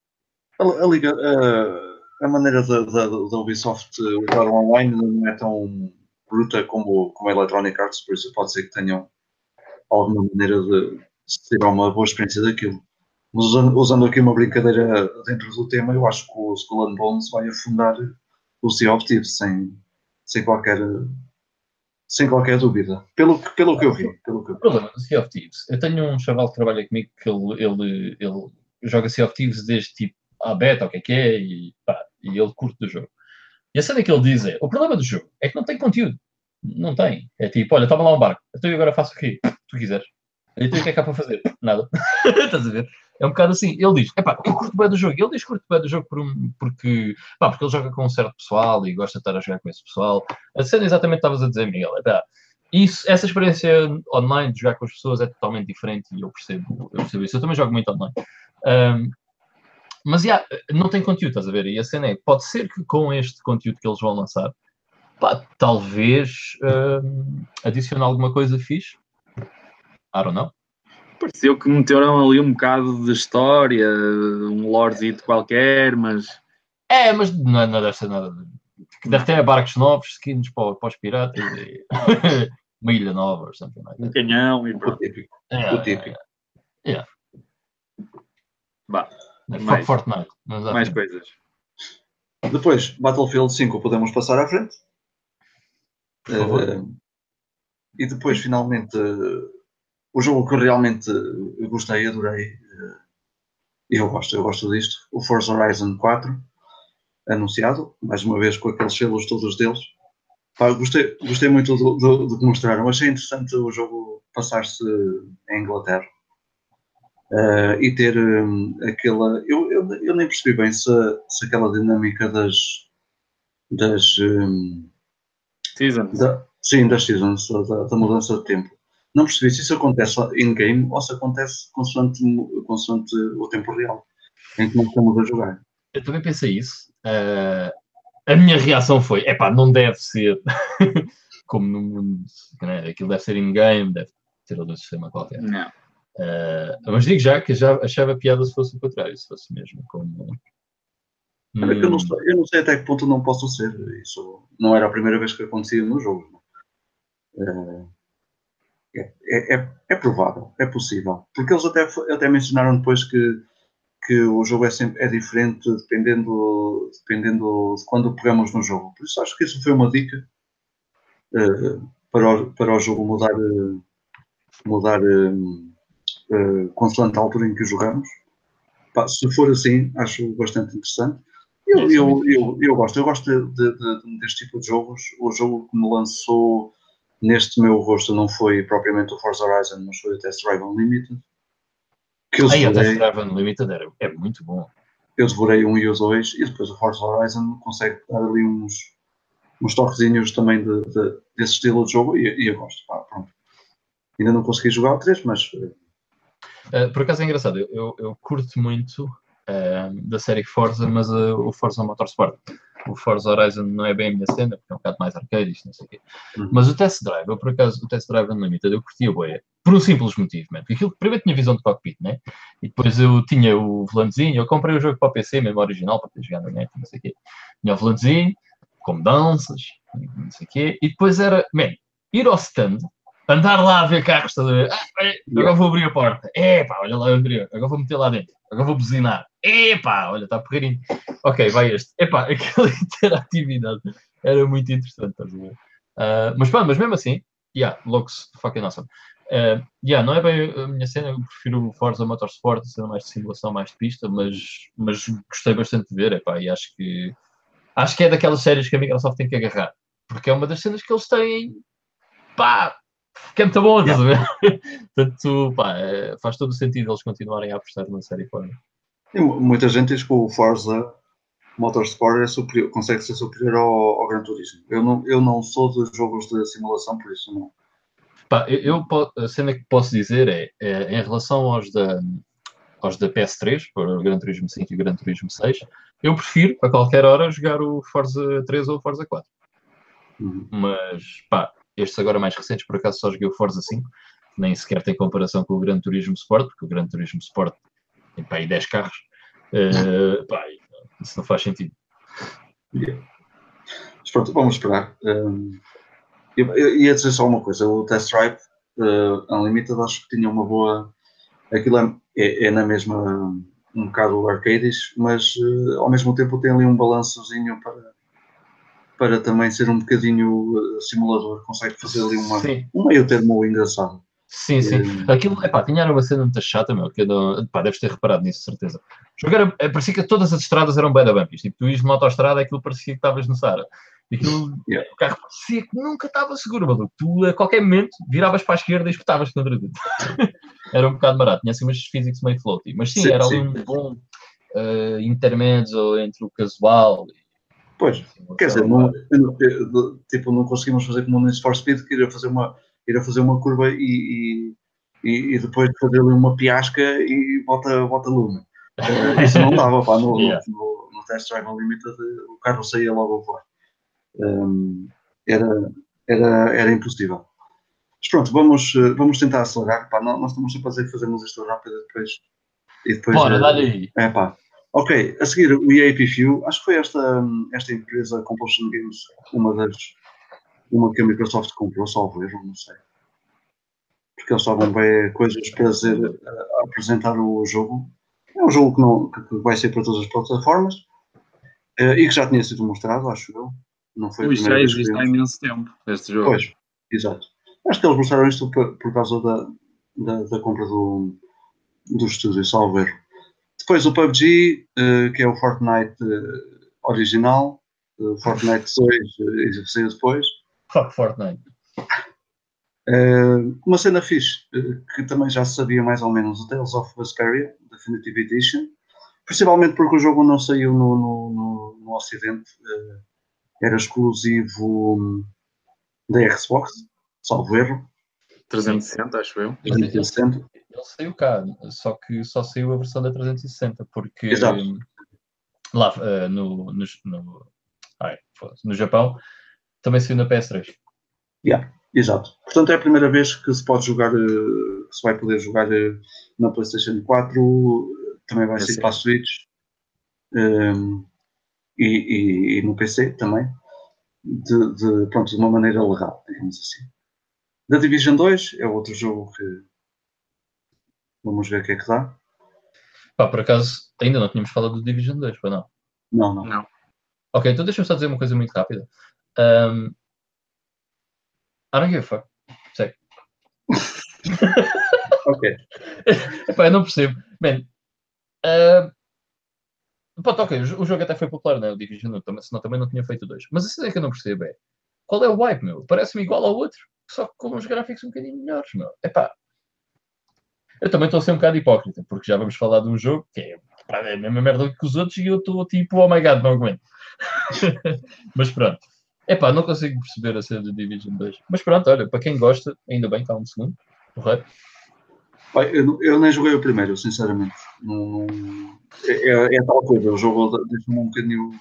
A maneira da Ubisoft usar o online não é tão bruta como a Electronic Arts, por isso pode ser que tenham alguma maneira de tirar uma boa experiência daquilo. Mas usando aqui uma brincadeira dentro do tema, eu acho que o Skull and Bones vai afundar o Sea of Thieves sem qualquer dúvida. Pelo que eu vi. O problema do Sea of Thieves, eu tenho um chaval que trabalha comigo que ele joga Sea of Thieves desde tipo a beta, o que é, e ele curte do jogo. E a cena que ele diz é, o problema do jogo é que não tem conteúdo. Não tem. É tipo, olha, toma lá um barco. Então eu agora faço o quê? Tu quiseres. Então o que é que há para fazer? Nada. Estás a ver? É um bocado assim. Ele diz, eu curto bem do jogo. Ele diz que curto bem do jogo porque ele joga com um certo pessoal e gosta de estar a jogar com esse pessoal. A cena exatamente estavas a dizer, Miguel. Essa experiência online de jogar com as pessoas é totalmente diferente e eu percebo isso. Eu também jogo muito online. Mas não tem conteúdo, estás a ver? E a cena é, pode ser que com este conteúdo que eles vão lançar, talvez adicione alguma coisa fixe. I don't know. Pareceu que meteram ali um bocado de história, um lorezito qualquer, mas... Mas não deve ser nada. Deve ter barcos novos, skins para os piratas e uma ilha nova ou something like that. Um canhão e pronto. O típico. Fortnite. Mais coisas. Depois, Battlefield 5 podemos passar à frente. Por favor. E depois, finalmente, o jogo que realmente gostei, adorei, e eu gosto disto, o Forza Horizon 4, anunciado, mais uma vez com aqueles selos todos deles. Gostei muito do que mostraram. Achei interessante o jogo passar-se em Inglaterra. E ter aquela... Eu nem percebi bem se aquela dinâmica das Seasons. Das seasons, da mudança de tempo. Não percebi se isso acontece in-game ou se acontece consoante o tempo real em que nós estamos a jogar. Eu também pensei isso. A minha reação foi, não deve ser como no mundo, né? Aquilo deve ser in-game, deve ter outro sistema qualquer. Não. Mas digo já que já achava piada se fosse o contrário, se fosse mesmo como... Eu não sei até que ponto não posso ser. Isso não era a primeira vez que acontecia no jogo. É provável, é possível. Porque eles até mencionaram depois que o jogo é diferente dependendo de quando pegamos no jogo. Por isso acho que isso foi uma dica para o jogo mudar consoante a altura em que o jogamos. Se for assim, acho bastante interessante. Eu gosto deste tipo de jogos. O jogo que me lançou neste meu rosto não foi propriamente o Forza Horizon, mas foi o Test Drive Unlimited. O Test Drive Unlimited é muito bom. Eu devorei 1 e o 2 e depois o Forza Horizon consegue dar ali uns toquezinhos também desse estilo de jogo e eu gosto. Pronto. Ainda não consegui jogar o 3, mas... por acaso é engraçado, eu curto muito da série Forza, mas o Forza Motorsport. O Forza Horizon não é bem a minha cena, porque é um bocado mais arcade, isto não sei o quê. Mas o Test Drive, o Test Drive Unlimited, eu curti a boia. Por um simples motivo, man. Porque aquilo primeiro tinha visão de cockpit, né? E depois eu tinha o volantezinho, eu comprei o jogo para o PC, mesmo original, para ter jogado na net, não sei o quê. Tinha o volantezinho, como danças, não sei o quê. E depois era, ir ao stand, andar lá a ver carros, agora vou abrir a porta. Olha lá, André, agora vou meter lá dentro. Agora vou buzinar. Olha, está porreirinho. Ok, vai este. Aquela interatividade era muito interessante, estás a ver? Mas mesmo assim, looks fucking awesome. Não é bem a minha cena, eu prefiro o Forza Motorsport, ser mais de simulação, mais de pista, mas gostei bastante de ver, e acho que é daquelas séries que a Microsoft tem que agarrar, porque é uma das cenas que eles têm, que é muito bom, estás a ver? Portanto, faz todo o sentido eles continuarem a apostar numa série Forza. Muita gente diz que o Forza Motorsport consegue ser superior ao Gran Turismo. Eu não sou dos jogos de simulação, por isso não. A cena que posso dizer é em relação aos da PS3, para o Gran Turismo 5 e o Gran Turismo 6, eu prefiro, a qualquer hora, jogar o Forza 3 ou o Forza 4. Mas, estes agora mais recentes, por acaso só joguei o Forza 5, que nem sequer tem comparação com o Gran Turismo Sport, porque o Gran Turismo Sport tem aí 10 carros. Isso não faz sentido. Mas pronto, vamos esperar. Eu ia dizer só uma coisa, o Test Drive Unlimited acho que tinha uma boa aquilo é na mesma um bocado arcades, mas ao mesmo tempo tem ali um balançozinho para também ser um bocadinho simulador, consegue fazer ali um meio termo engraçado. Sim. Aquilo, tinha uma cena muito chata, meu, que deves ter reparado nisso, certeza. O jogo parecia que todas as estradas eram bem da bumpy. Tipo, tu ias numa autoestrada, aquilo parecia que estavas no Sara. O carro parecia que nunca estava seguro, maluco. Tu, a qualquer momento, viravas para a esquerda e espetavas contra tudo. Era um bocado barato, tinha assim umas físicos meio floaty. Mas sim, era ali um bom intermédio entre o casual. Pois, quer dizer, não conseguimos fazer como no Need for Speed, que ir a fazer uma curva e depois fazer ali uma piasca e bota lume. Isso não dava, pá, no Test Drive Unlimited o carro saía logo a voar. Era impossível. Mas pronto, vamos tentar acelerar, pá, nós estamos sempre a dizer que fazemos isto rápido e depois... Bora, dá-lhe aí. Pá. Ok, a seguir o EA PFU, acho que foi esta empresa Compulsion Games, uma que a Microsoft comprou, salvo erro, não sei. Porque eles estavam bem coisas para apresentar o jogo. É um jogo que vai ser para todas as plataformas e que já tinha sido mostrado, acho eu. Não foi a primeira vez que existe há imenso tempo, este jogo. Pois, exato. Acho que eles mostraram isto por causa da compra do estúdio, salvo erro. Depois o PUBG, que é o Fortnite original, Fortnite 2 saiu depois. Fuck Fortnite. Uma cena fixe, que também já se sabia mais ou menos, o Tales of Vesperia, Definitive Edition, principalmente porque o jogo não saiu no Ocidente, era exclusivo da Xbox, salvo erro. 360, acho eu. 360. Ele saiu cá, só que só saiu a versão da 360, porque Exato. lá no Japão também saiu na PS3. Exato. Portanto, é a primeira vez que se pode jogar, que se vai poder jogar na PlayStation 4, também vai ser para a Switch e no PC também, de uma maneira legal, digamos assim. The Division 2 é outro jogo que vamos ver o que é que dá. Por acaso, ainda não tínhamos falado do Division 2, para não? Não. Ok, então deixa-me só dizer uma coisa muito rápida. I don't give a fuck. Sei. Ok. Eu não percebo. Man, ok, o jogo até foi popular, né? O Division 1, senão também não tinha feito 2. Mas a cena é que eu não percebo qual é o hype, meu? Parece-me igual ao outro, só que com uns gráficos um bocadinho melhores, meu. Eu também estou a ser um bocado hipócrita, porque já vamos falar de um jogo que é a mesma merda que os outros e eu estou tipo, oh my god, não aguento. Mas pronto. Não consigo perceber a cena do Division 2. Mas pronto, olha, para quem gosta, ainda bem que há um segundo, correto? Eu nem joguei o primeiro, sinceramente. É tal coisa, o jogo deixa-me um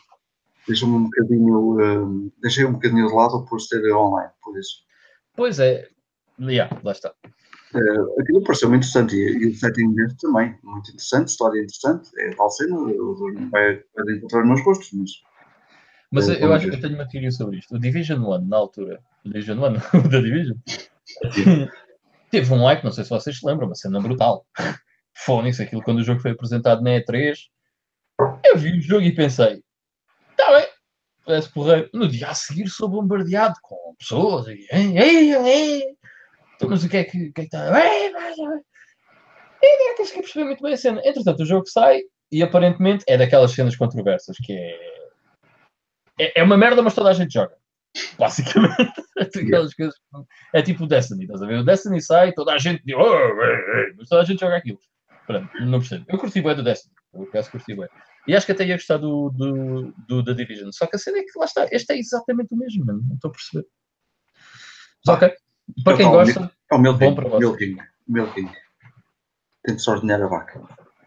bocadinho deixei um bocadinho de lado por ser online, por isso. Pois é, lá está. Aquilo pareceu-me interessante e o setting deste também, muito interessante, história interessante, é tal cena, vai encontrar os meus gostos, mas eu acho que eu tenho uma teoria sobre isto. O Division 1, na altura, o Division 1, da Division, teve um hype, não sei se vocês se lembram, uma cena brutal. Fónix, aquilo quando o jogo foi apresentado na E3, eu vi o jogo e pensei, está bem, parece porreiro. No dia a seguir sou bombardeado com pessoas então, mas o que é que está? E nem consegui perceber muito bem a cena. Entretanto, o jogo sai e aparentemente é daquelas cenas controversas que é uma merda, mas toda a gente joga. Basicamente, aquelas coisas. É tipo o Destiny, estás a ver? O Destiny sai, toda a gente diz, mas toda a gente joga aquilo. Pronto, não percebo. Eu curti bem do Destiny, eu curti bem. E acho que até ia gostar do The Division. Só que a cena é que lá está, este é exatamente o mesmo, mano. Não estou a perceber. Mas ok, para quem gosta, é o bom para vocês. Milking. Tem de se ordenhar a vaca.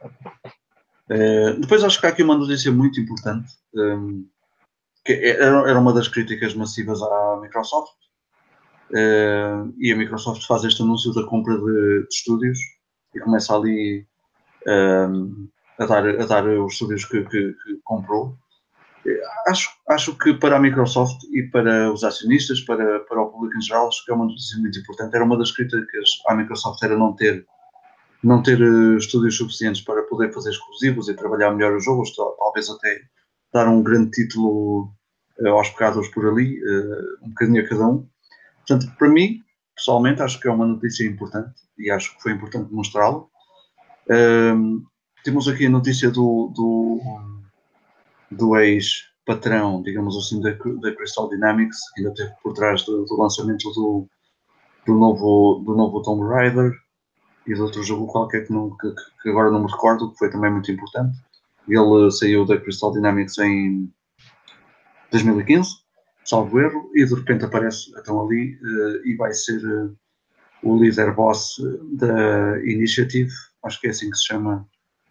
Depois acho que há aqui uma notícia muito importante. Que era uma das críticas massivas à Microsoft. E a Microsoft faz este anúncio da compra de estúdios e começa ali a dar os estúdios que comprou. Acho que para a Microsoft e para os acionistas, para o público em geral, acho que é uma notícia muito importante. Era uma das críticas à Microsoft, era não ter não ter estúdios suficientes para poder fazer exclusivos e trabalhar melhor os jogos, talvez até dar um grande título aos pecados por ali, um bocadinho a cada um. Portanto, para mim, pessoalmente, acho que é uma notícia importante e acho que foi importante mostrá-lo. Temos aqui a notícia do ex-patrão, digamos assim, da Crystal Dynamics, que ainda esteve por trás do lançamento do novo Tomb Raider e de outro jogo qualquer que agora não me recordo, que foi também muito importante. Ele saiu da Crystal Dynamics em 2015, salvo erro, e de repente aparece então ali e vai ser o líder boss da Initiative, acho que é assim que se chama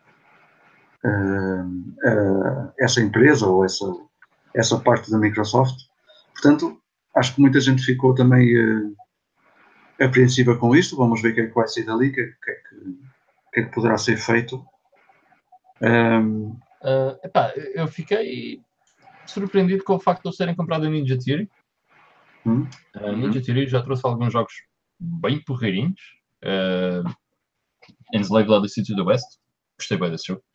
essa empresa ou essa parte da Microsoft. Portanto, acho que muita gente ficou também apreensiva com isto. Vamos ver o que é que vai sair dali, o que é que poderá ser feito. Eu fiquei surpreendido com o facto de eles terem comprado a Ninja Theory. Ninja Theory já trouxe alguns jogos bem porreirinhos. Enslaved Odyssey to the West. Gostei bem desse jogo.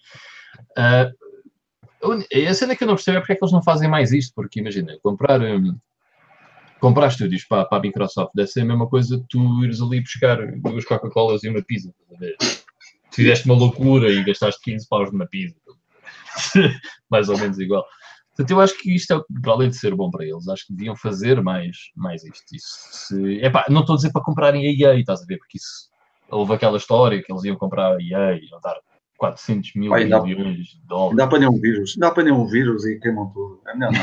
A cena que eu não percebo é porque é que eles não fazem mais isto, porque imagina, comprar estúdios para a Microsoft deve ser a mesma coisa que tu ires ali buscar 2 Coca-Colas e uma pizza. Fizeste uma loucura e gastaste 15 paus numa pizza. Mais ou menos igual. Portanto, eu acho que isto é, para além de ser bom para eles, acho que deviam fazer mais isto. Não estou a dizer para comprarem a EA, estás a ver? Porque isso, houve aquela história que eles iam comprar a EA e iam dar 400 mil milhões de dólares. Dá para nenhum vírus e queimam tudo. É melhor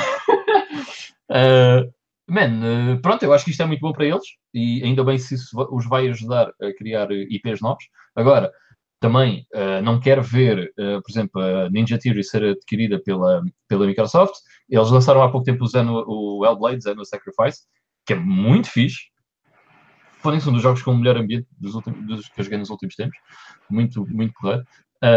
não. Pronto, eu acho que isto é muito bom para eles e ainda bem se isso os vai ajudar a criar IPs novos. Agora, também não quero ver, por exemplo, a Ninja Theory ser adquirida pela Microsoft. Eles lançaram há pouco tempo o Hellblade, Senua Sacrifice, que é muito fixe. Foram um dos jogos com o melhor ambiente dos que eu joguei nos últimos tempos. Muito, muito correto.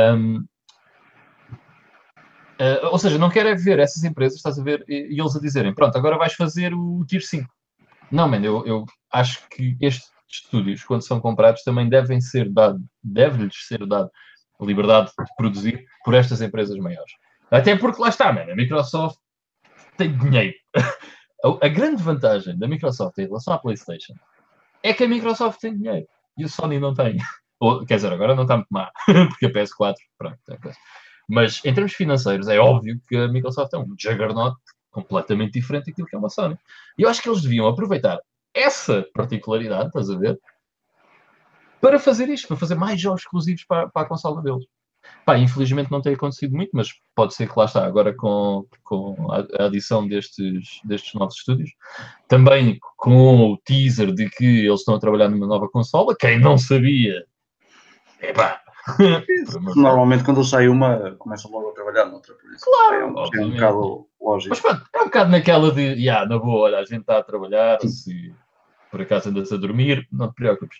Ou seja, não quero é ver essas empresas, estás a ver, e eles a dizerem, pronto, agora vais fazer o Tier 5. Não, mano, eu acho que estes estúdios, quando são comprados, também deve-lhes ser dado a liberdade de produzir por estas empresas maiores. Até porque lá está, mano, a Microsoft tem dinheiro. A grande vantagem da Microsoft em relação à PlayStation é que a Microsoft tem dinheiro e a Sony não tem. Quer dizer, agora não está muito má, porque a PS4, pronto, é coisa. Mas em termos financeiros, é óbvio que a Microsoft é um juggernaut completamente diferente daquilo que é uma Sony. E eu acho que eles deviam aproveitar essa particularidade, estás a ver, para fazer isto, para fazer mais jogos exclusivos para a consola deles. Infelizmente não tem acontecido muito, mas pode ser que lá está, agora com a adição destes novos estúdios, também com o teaser de que eles estão a trabalhar numa nova consola, quem não sabia, normalmente quando sai uma, começa logo a trabalhar noutra, por isso claro, é um bocado lógico. Mas pronto, é um bocado naquela de, na boa, olha, a gente está a trabalhar, se por acaso andas a dormir, não te preocupes.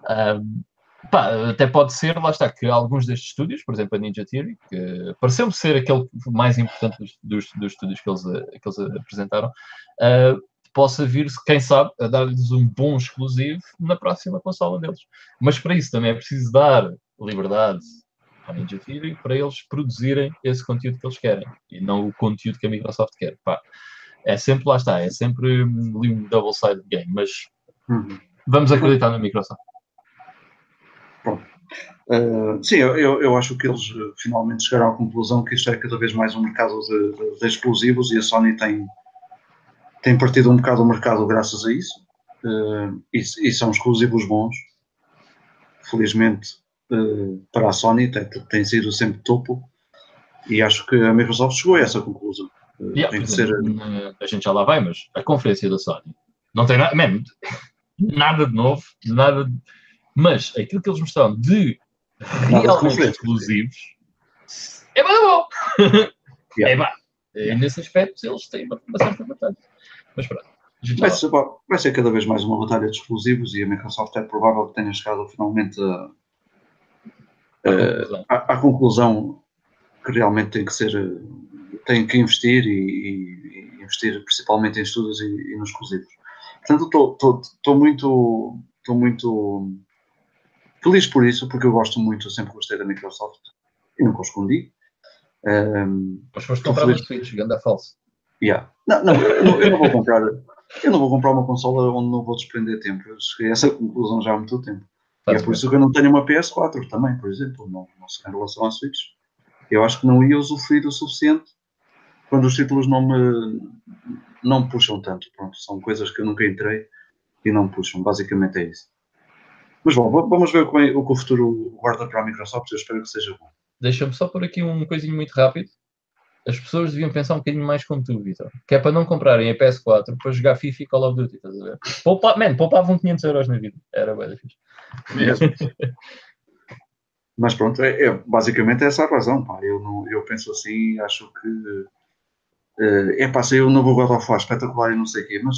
Até pode ser, lá está, que alguns destes estúdios, por exemplo a Ninja Theory, que pareceu-me ser aquele mais importante dos estúdios que eles apresentaram, possa vir, quem sabe, a dar-lhes um bom exclusivo na próxima consola deles. Mas para isso também é preciso dar liberdade à Ninja Theory para eles produzirem esse conteúdo que eles querem e não o conteúdo que a Microsoft quer. É sempre, lá está, é sempre um double-sided game, mas vamos acreditar na Microsoft. Pronto. Sim, eu acho que eles finalmente chegaram à conclusão que isto é cada vez mais um mercado de explosivos e a Sony tem partido um bocado o mercado graças a isso, e são exclusivos bons. Felizmente para a Sony tem sido sempre topo e acho que a Microsoft chegou a essa conclusão. Tem que ser... A gente já lá vai, mas a conferência da Sony não tem nada de novo, mas aquilo que eles mostraram de realmente exclusivos é bom. Nesse aspecto eles têm uma certa vantagem. Mas pronto. Vai ser cada vez mais uma batalha de explosivos e a Microsoft é provável que tenha chegado finalmente à conclusão que realmente tem que investir e investir principalmente em estudos e nos exclusivos. Portanto, estou muito Feliz por isso, porque eu gosto muito, eu sempre gostei da Microsoft e nunca o escondi. Mas foste comprar uma Switch, ganda falso. Yeah. Não, eu não vou comprar. Eu não vou comprar uma consola onde não vou despender tempo. Eu cheguei a essa conclusão já há muito tempo. E é por isso que eu não tenho uma PS4 também, por exemplo, não em relação à Switch. Eu acho que não ia usufruir o suficiente quando os títulos não me puxam tanto. Pronto, são coisas que eu nunca entrei e não me puxam. Basicamente é isso. Mas bom, vamos ver o que o futuro guarda para a Microsoft. Eu espero que seja bom. Deixa-me só pôr aqui um coisinho muito rápido. As pessoas deviam pensar um bocadinho mais como tu, Vitor. Que é para não comprarem a PS4 para jogar FIFA e Call of Duty, estás a ver? Poupavam 500 euros na vida. Era bem difícil. Mesmo. Mas pronto, basicamente essa a razão. Pá. Eu penso assim, acho que saiu o novo God of War espetacular e não sei o quê, mas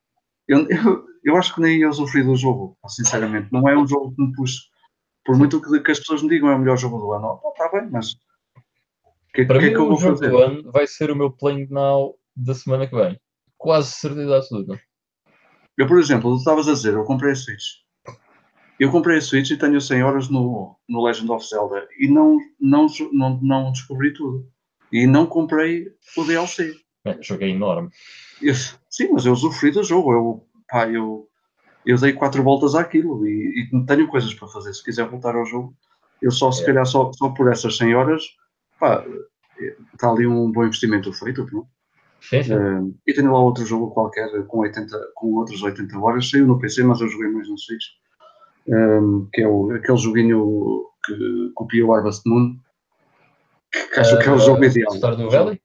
eu acho que nem ia usufruir do jogo, sinceramente. Não é um jogo que me puxe. Por muito que as pessoas me digam é o melhor jogo do ano. Está bem, mas para mim, que eu vou o jogo fazer? do ano vai ser o meu Playing Now da semana que vem. Quase certeza absoluta. Eu, por exemplo, tu estavas a dizer, eu comprei a Switch. Eu comprei a Switch e tenho 100 horas no Legend of Zelda e não descobri tudo. E não comprei o DLC. O jogo é enorme. Sim, mas eu usufruí do jogo. Eu dei 4 voltas àquilo e tenho coisas para fazer. Se quiser voltar ao jogo, eu se calhar, só por essas 100 horas, está ali um bom investimento feito. Não? Sim. E tenho lá outro jogo qualquer com outras 80 horas. Saiu no PC, mas eu joguei mais no Switch. Que é aquele joguinho que copia o Harvest Moon. Que acho que é o jogo ideal. Stardew Valley?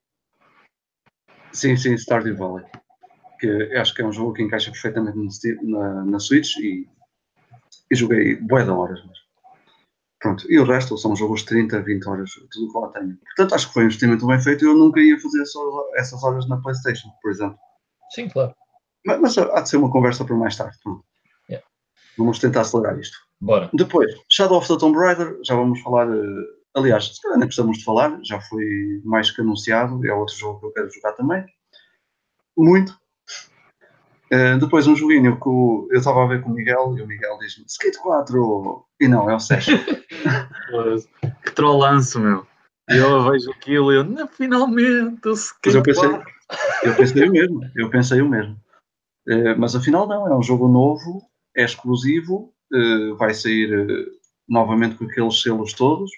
Sim, Stardew Valley. Que acho que é um jogo que encaixa perfeitamente na Switch e joguei bué de horas. Mas pronto, e o resto são jogos de 30, 20 horas, tudo o que lá tenho. Portanto, acho que foi um investimento bem feito e eu nunca ia fazer essas horas na PlayStation, por exemplo. Sim, claro. Mas há de ser uma conversa para mais tarde. Pronto. Yeah. Vamos tentar acelerar isto. Bora. Depois, Shadow of the Tomb Raider, já vamos falar. Aliás, se calhar nem precisamos de falar, já foi mais que anunciado, é outro jogo que eu quero jogar também. Muito. Depois um joguinho que eu estava a ver com o Miguel e o Miguel diz-me Skate 4 e não, é o Session. Que trollanço, meu. E eu vejo aquilo e eu, não, finalmente, o Skate 4. Eu pensei o mesmo. Mas afinal não, é um jogo novo, é exclusivo, vai sair novamente com aqueles selos todos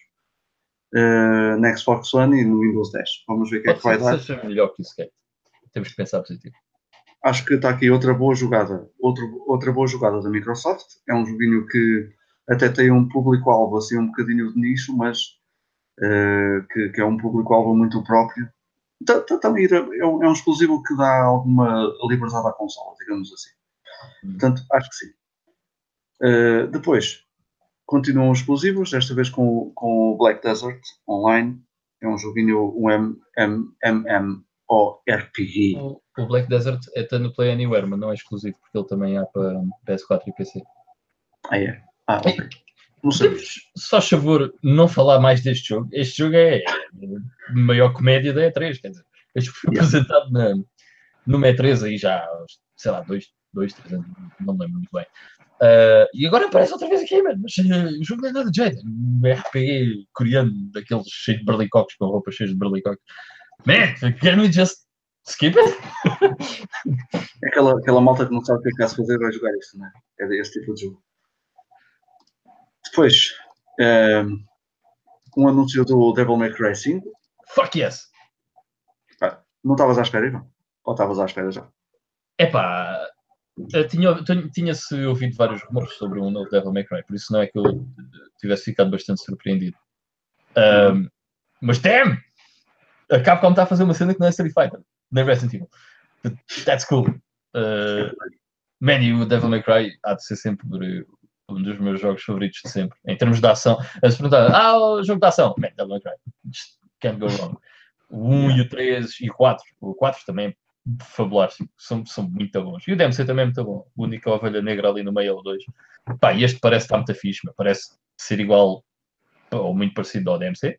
na Xbox One e no Windows 10. Vamos ver o que é que vai dar. Seja melhor que o Skate. Temos que pensar positivo. Acho que está aqui outra boa jogada. Outra boa jogada da Microsoft. É um joguinho que até tem um público-alvo assim um bocadinho de nicho, mas que é um público-alvo muito próprio. Também é um exclusivo que dá alguma liberdade à consola, digamos assim. Portanto, acho que sim. Depois, continuam os exclusivos, desta vez com o Black Desert Online. É um joguinho, um MMORPG. O Black Desert está no Play Anywhere, mas não é exclusivo, porque ele também há para PS4 e PC. É? Ok. Não sei. Só favor, não falar mais deste jogo. Este jogo é a maior comédia da E3, quer dizer. Este foi apresentado no E3 aí já há, sei lá, 2, 3 anos, não me lembro muito bem. E agora aparece outra vez aqui, mano. Mas o jogo não é nada de jeito. Um RPG coreano, daqueles cheios de berlicocos, com roupas cheias de berlicocos. Man, can we just skip it? Aquela malta que não sabe o que é que há de fazer vai jogar isto, não é? É desse tipo de jogo. Depois, um anúncio do Devil May Cry 5. Fuck yes! Não estavas à espera, Ivan? Ou estavas à espera já? Epá, tinha-se ouvido vários rumores sobre um novo Devil May Cry, por isso não é que eu tivesse ficado bastante surpreendido. Mas damn! A Capcom está a fazer uma cena que não é Street Fighter, nem Resident Evil. That's cool. Man, e o Devil May Cry há de ser sempre um dos meus jogos favoritos de sempre. Em termos de ação, a se perguntar, o jogo de ação, man, Devil May Cry. Just can't go wrong. O 1 e o 3 e o 4. O 4 também é fabular, são muito bons. E o DMC também é muito bom. A única ovelha negra ali no meio é o 2. Pá, e este parece estar muito fixe, mas parece ser igual ou muito parecido ao DMC.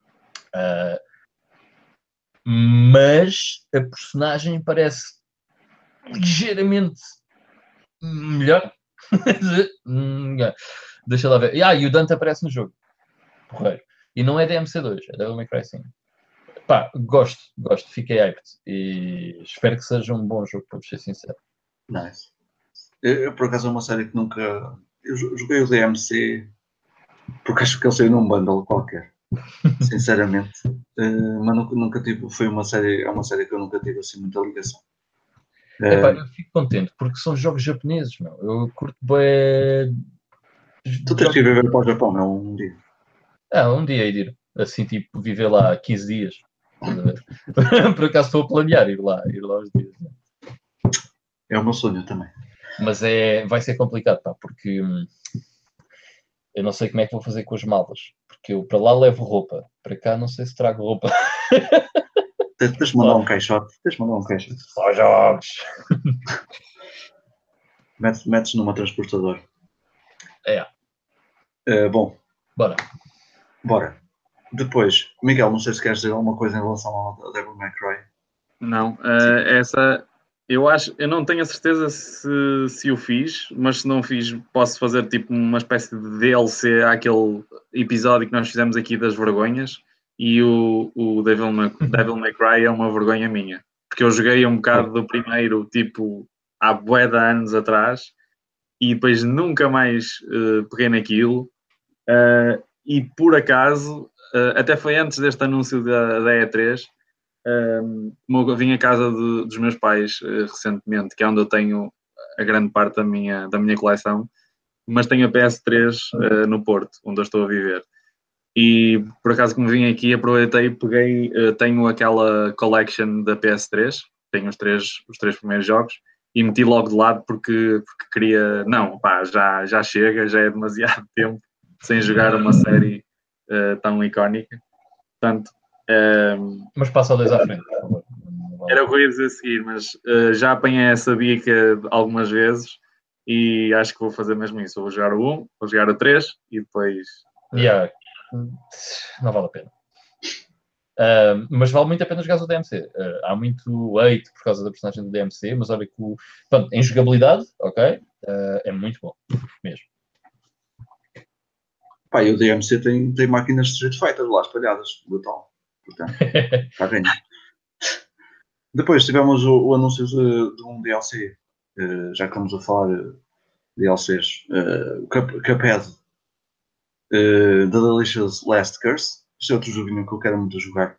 Mas a personagem parece ligeiramente melhor. Deixa lá ver. E o Dante aparece no jogo. Porreiro. E não é DMC2, é Devil May Cry 5. Pá, gosto. Fiquei hyped. E espero que seja um bom jogo, para ser sincero. Nice. Eu, por acaso, é uma série que nunca... Eu joguei o DMC porque acho que ele saiu num bundle qualquer. Sinceramente. Mas nunca tive... É uma série que eu nunca tive assim muita ligação. Eu fico contente, porque são jogos japoneses, meu. Eu curto bem... Tu tens que ir viver para o Japão, não? Um dia. Um dia aí de ir. Assim, tipo, viver lá 15 dias. Por acaso estou a planear ir lá uns dias. Né? É o meu sonho também. Mas vai ser complicado, pá, porque eu não sei como é que vou fazer com as malas. Porque eu para lá levo roupa. Para cá não sei se trago roupa. Tens de mandar um caixote. Só jogos. Metes numa transportadora. Bom. Bora. Depois, Miguel, não sei se queres dizer alguma coisa em relação ao Devil May Cry. Não, essa... Eu não tenho a certeza se o fiz, mas se não fiz, posso fazer tipo uma espécie de DLC àquele episódio que nós fizemos aqui das vergonhas, e o Devil May Cry é uma vergonha minha, porque eu joguei um bocado do primeiro, tipo, há bué de anos atrás, e depois nunca mais peguei naquilo, e por acaso, até foi antes deste anúncio da E3, como eu vim à casa dos meus pais recentemente, que é onde eu tenho a grande parte da minha coleção, mas tenho a PS3 no Porto, onde eu estou a viver. E por acaso, como vim aqui, aproveitei e peguei, tenho aquela collection da PS3, tenho os três primeiros jogos, e meti logo de lado porque queria... Não, pá, já chega, já é demasiado tempo sem jogar uma série tão icónica. Portanto, mas passa o 2 à frente, por favor. Era o que eu ia dizer a seguir, mas já apanhei essa bica algumas vezes e acho que vou fazer mesmo isso. Vou jogar o 1, vou jogar o 3 e depois... Não vale a pena. Mas vale muito a pena jogar o DMC. Há muito hate por causa da personagem do DMC, mas olha que em jogabilidade, ok, é muito bom, mesmo. Pá, e o DMC tem máquinas de Street Fighter lá espalhadas, brutal. Portanto, está bem. Depois tivemos o anúncio de um DLC, já que estamos a falar de DLCs, Cuphead, The Delicious Last Curse. Este é outro joguinho que eu quero muito jogar.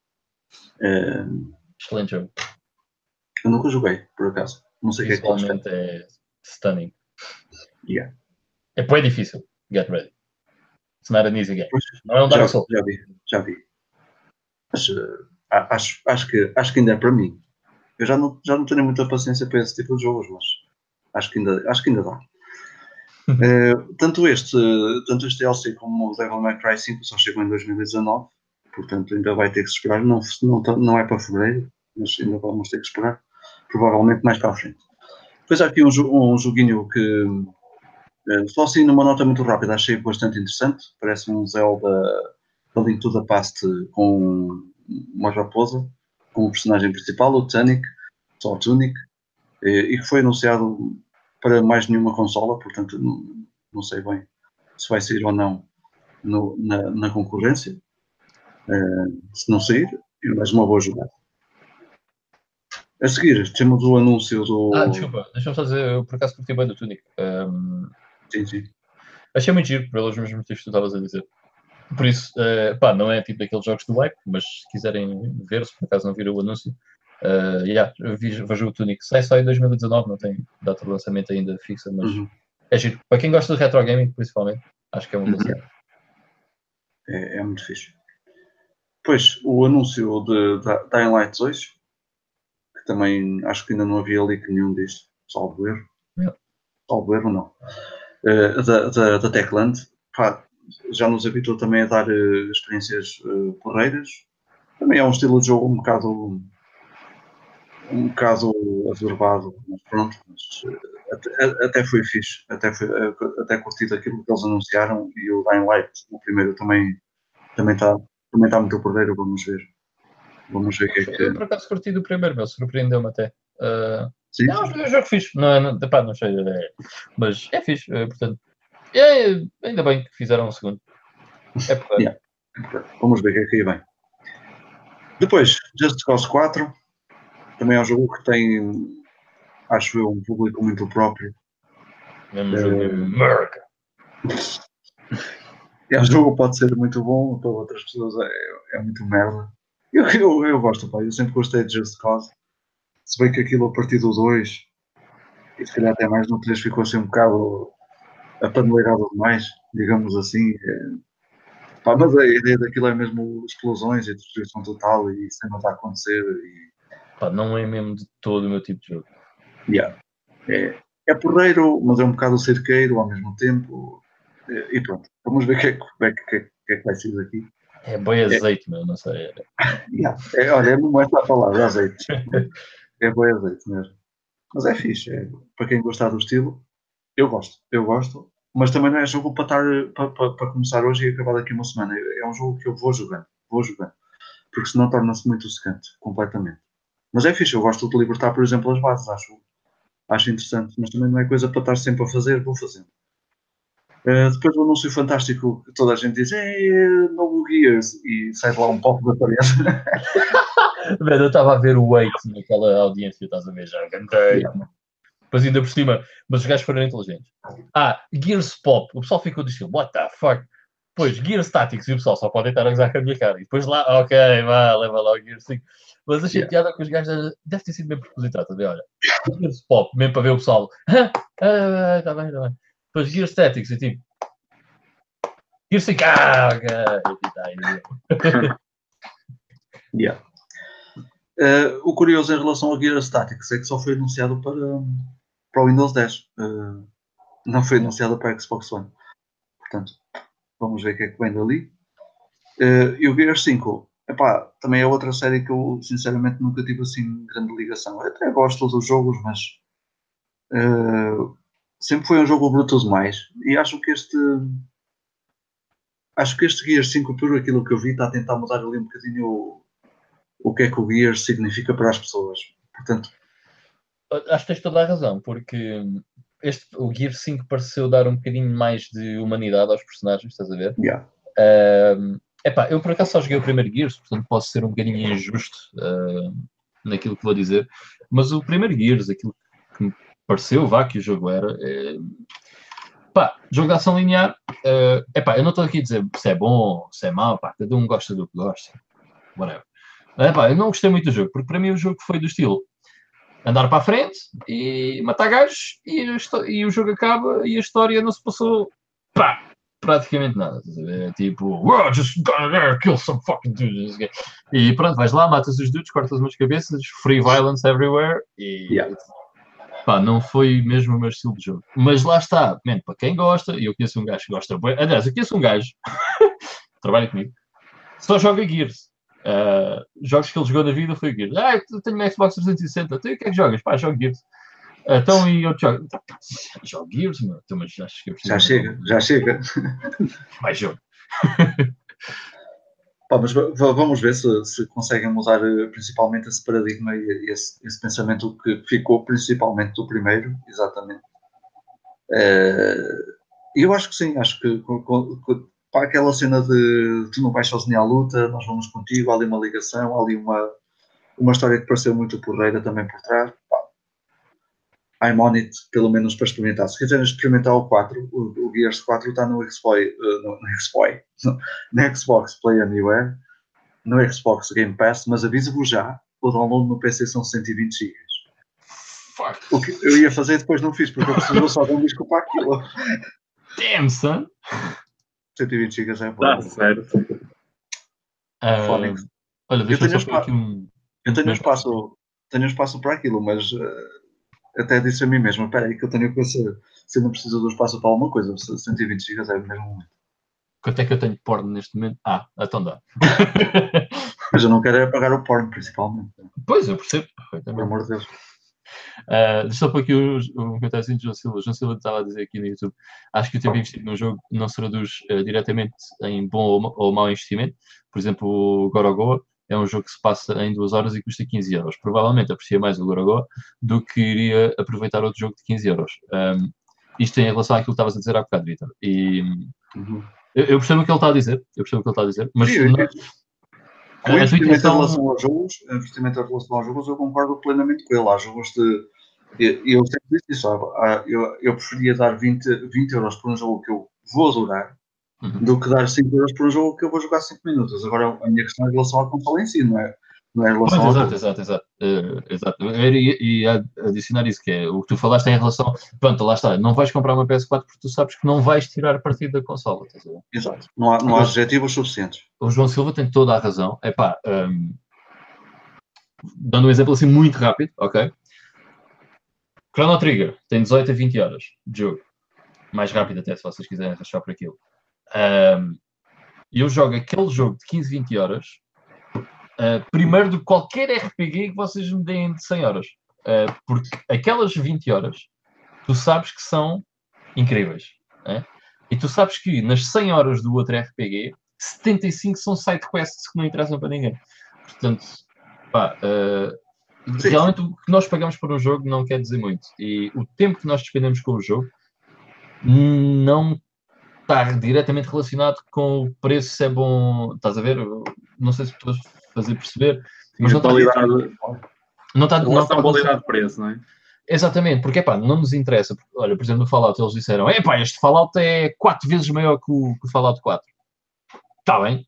Excelente jogo. Eu nunca joguei, por acaso. Não sei o que é que visualmente é stunning. Yeah. É bem difícil. Get ready. It's not an easy game. Não é um Dark Souls. Já vi. Mas acho que ainda é para mim. Eu já não tenho muita paciência para esse tipo de jogos, mas acho que ainda dá. Tanto este DLC como o Devil May Cry 5 só chegou em 2019, portanto ainda vai ter que se esperar. Não é para fevereiro, mas ainda vamos ter que esperar. Provavelmente mais para a frente. Depois há aqui um joguinho que só assim numa nota muito rápida achei bastante interessante. Parece um Zelda A Link to the Past com uma raposa como personagem principal, o Tunic, e que foi anunciado para mais nenhuma consola, portanto não sei bem se vai sair ou não na concorrência. Se não sair, é mais uma boa jogada. A seguir, temos o anúncio do... Desculpa, deixa-me só dizer, eu por acaso curti bem do Tunic. Sim. Achei muito giro, pelos mesmos motivos que tu estavas a dizer. Por isso, não é tipo daqueles jogos do hype, mas se quiserem ver, se por acaso não viram o anúncio, vejo o Tunic. Sai só em 2019, não tem data de lançamento ainda fixa, mas é giro. Para quem gosta de retro gaming, principalmente, acho que é uma boa série. É muito fixe. Depois, o anúncio de Dying Light 2, que também acho que ainda não havia leak nenhum disto, salvo erro. Salvo erro, não. Da Techland. Já nos habituou também a dar experiências porreiras. Também é um estilo de jogo um bocado adorbado, mas pronto. Até foi fixe. Até curtido aquilo que eles anunciaram, e o Dying Light, o primeiro, também está muito porreiro. Vamos ver o que é que... Eu por acaso curti do primeiro, surpreendeu-me até. Sim. É um jogo fixe. Não sei, mas é fixe, portanto. Ainda bem que fizeram um segundo. É porra. Yeah. Vamos ver o que é que aí vem. Depois, Just Cause 4. Também é um jogo que tem, acho eu, um público muito próprio. Mesmo jogo de America. É um jogo que pode ser muito bom, para outras pessoas é muito merda. Eu gosto, pá. Eu sempre gostei de Just Cause. Se bem que aquilo a partir do 2, e se calhar até mais no 3, ficou assim um bocado apaneleirado demais, digamos assim. Pá, mas a ideia daquilo é mesmo explosões e destruição total e isso não está a acontecer. Pá, não é mesmo de todo o meu tipo de jogo. Yeah. É porreiro, mas é um bocado cerqueiro ao mesmo tempo. E pronto, vamos ver o que é que vai ser daqui. É boi azeite, meu, não sei. Yeah. Olha, é mesmo esta a palavra, azeite. É boi azeite mesmo. Mas é fixe, para quem gostar do estilo, eu gosto. Mas também não é jogo para estar para começar hoje e acabar daqui uma semana. É um jogo que eu vou jogando. Porque senão torna-se muito secante, completamente. Mas é fixe, eu gosto de libertar, por exemplo, as bases, acho interessante, mas também não é coisa para estar sempre a fazer, vou fazendo. Depois do anúncio fantástico que toda a gente diz, novo Gears, e sai de lá um pouco da parede. Mano, eu estava a ver o Wait naquela audiência, estás a ver, já cantei. Yeah. Depois ainda por cima, mas os gajos foram inteligentes. Gears Pop, o pessoal ficou do estilo, what the fuck? Depois, Gears Tactics, e o pessoal só pode estar a gozar com a minha cara. E depois lá, ok, vá, leva lá o Gears 5. Mas achei piada que os gajos, deve ter sido mesmo propositado, olha, Gears Pop, mesmo para ver o pessoal, está bem. Depois Gears Tactics, e tipo, Gears 5, ok. Yeah. O curioso em relação ao Gears Tactics é que só foi anunciado para o Windows 10. Não foi anunciado para a Xbox One. Portanto, vamos ver o que é que vem dali. E o Gears 5, também é outra série que eu sinceramente nunca tive assim grande ligação. Eu até gosto dos jogos, mas sempre foi um jogo bruto demais. E acho que este Gears 5, por aquilo que eu vi, está a tentar mudar ali um bocadinho o que é que o Gears significa para as pessoas. Portanto, acho que tens toda a razão, porque o Gears 5 pareceu dar um bocadinho mais de humanidade aos personagens, estás a ver? Yeah. Eu por acaso só joguei o primeiro Gears, portanto posso ser um bocadinho injusto naquilo que vou dizer, mas o primeiro Gears, aquilo que me pareceu, que o jogo era, jogo de ação linear, eu não estou aqui a dizer se é bom, se é mau, cada um gosta do que gosta, whatever. Eu não gostei muito do jogo, porque para mim o jogo foi do estilo andar para a frente e matar gajos e o jogo acaba e a história não se passou praticamente nada. Tipo, just gonna there, kill some fucking dudes. E pronto, vais lá, matas os dudes, cortas umas cabeças, free violence everywhere e não foi mesmo o meu estilo de jogo. Mas lá está, para quem gosta, e eu conheço um gajo que gosta, aliás, eu conheço um gajo trabalha comigo, só joga Gears. Jogos que ele jogou na vida foi Gears. Eu tenho uma Xbox 360. Tu o que é que jogas? Jogo Gears. Então, e outro jogo? Jogo Gears, mano. Então, mas acho que já chega. Mais jogo. Mas vamos ver se conseguem mudar principalmente esse paradigma e esse pensamento que ficou principalmente do primeiro, exatamente. Eu acho que sim, acho que para aquela cena de tu não vais sozinho à luta, nós vamos contigo, há ali uma ligação, há ali uma história que pareceu muito porreira também por trás. I'm on it, pelo menos para experimentar. Se quiserem experimentar o 4, o Gears 4 está no Xbox Play Anywhere, no Xbox Game Pass, mas aviso-vos já, o download no PC são 120 GB. O que eu ia fazer depois não fiz, porque eu preciso só de um disco para aquilo. Damn, son! 120 GB é bom. Tá certo. Olha, deixa eu só aqui eu tenho espaço para aquilo, mas até disse a mim mesmo, espera aí que eu tenho que ser, se eu não preciso do espaço para alguma coisa, 120 GB é o mesmo momento. Quanto é que eu tenho de porno neste momento? Então dá. Mas eu não quero é pagar o porno, principalmente. Pois, eu percebo. Pelo amor de Deus. Deixa eu pôr aqui o comentário de João Silva. João Silva estava a dizer aqui no YouTube: acho que o tempo investido num jogo não se traduz diretamente em bom ou mau investimento. Por exemplo, o Gorogoa é um jogo que se passa em 2 horas e custa 15 euros. Provavelmente aprecia mais o Gorogoa do que iria aproveitar outro jogo de 15 euros. Isto em relação àquilo que estavas a dizer há bocado, Vitor. E eu percebo o que ele está a dizer. Mas sim, o investimento em relação aos jogos, eu concordo plenamente com ele. Há jogos de... Eu sempre disse isso. Eu preferia dar 20 euros por um jogo que eu vou adorar do que dar 5 euros por um jogo que eu vou jogar 5 minutos. Agora, a minha questão é em relação à consola em si, não é em relação ao jogo. Exato. E adicionar isso, que é o que tu falaste em relação... Pronto, lá está. Não vais comprar uma PS4 porque tu sabes que não vais tirar partido da consola. Exato. Não há adjetivos suficientes. O João Silva tem toda a razão. Dando um exemplo assim muito rápido, ok? Chrono Trigger tem 18 a 20 horas de jogo. Mais rápido até, se vocês quiserem rachar por aquilo. Eu jogo aquele jogo de 15, 20 horas primeiro do que qualquer RPG que vocês me deem de 100 horas. Porque aquelas 20 horas, tu sabes que são incríveis. E tu sabes que nas 100 horas do outro RPG, 75 são sidequests que não interessam para ninguém. Portanto, realmente o que nós pagamos por um jogo não quer dizer muito. E o tempo que nós despendemos com o jogo não está diretamente relacionado com o preço, se é bom. Estás a ver? Não sei se estou a fazer perceber. Mas não está qualidade de preço, não é? Exatamente, porque não nos interessa. Olha, por exemplo, no Fallout eles disseram: este Fallout é 4 vezes maior que o Fallout 4. Está bem.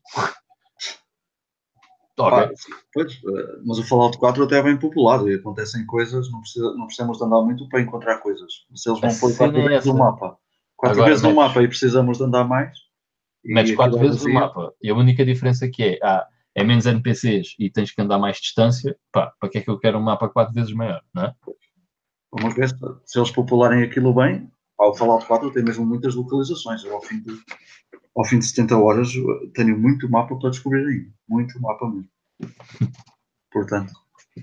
Okay. Mas o Fallout 4 até é bem popular e acontecem coisas, não precisamos de andar muito para encontrar coisas. Se eles vão pôr 4 vezes o mapa, 4 vezes o mapa e precisamos de andar mais, metes 4 vezes o mapa e a única diferença que é menos NPCs e tens que andar mais distância, para que é que eu quero um mapa 4 vezes maior, não é? Vamos ver se eles popularem aquilo bem. O Fallout 4 tem mesmo muitas localizações. Ao fim de 70 horas tenho muito mapa para descobrir ainda. Muito mapa mesmo. Portanto.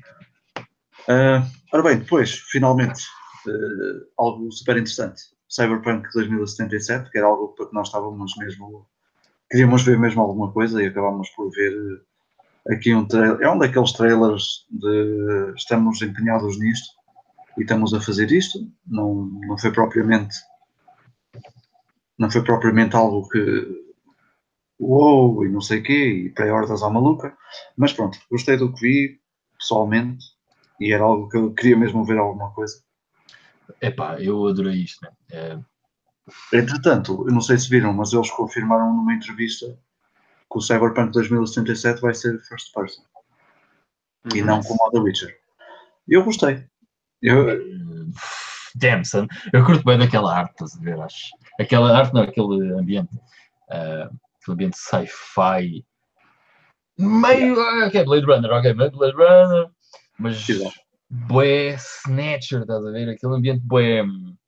Ora bem, depois, finalmente, algo super interessante. Cyberpunk 2077, que era algo para que nós estávamos mesmo... Queríamos ver mesmo alguma coisa e acabámos por ver aqui um trailer. É um daqueles trailers de estamos empenhados nisto e estamos a fazer isto. Não foi propriamente algo que uou, e não sei o quê, e pré-ordens à maluca, mas pronto, gostei do que vi pessoalmente e era algo que eu queria mesmo ver alguma coisa. Eu adorei isto, né? Entretanto, eu não sei se viram, mas eles confirmaram numa entrevista que o Cyberpunk 2077 vai ser first person e não como o The Witcher. E eu gostei. Damn, son. Eu curto bem daquela arte, estás a ver? Acho. Aquela arte, não, aquele ambiente. Aquele ambiente sci-fi. Meio. Blade Runner. Mas. Bué Snatcher, estás a ver? Aquele ambiente bué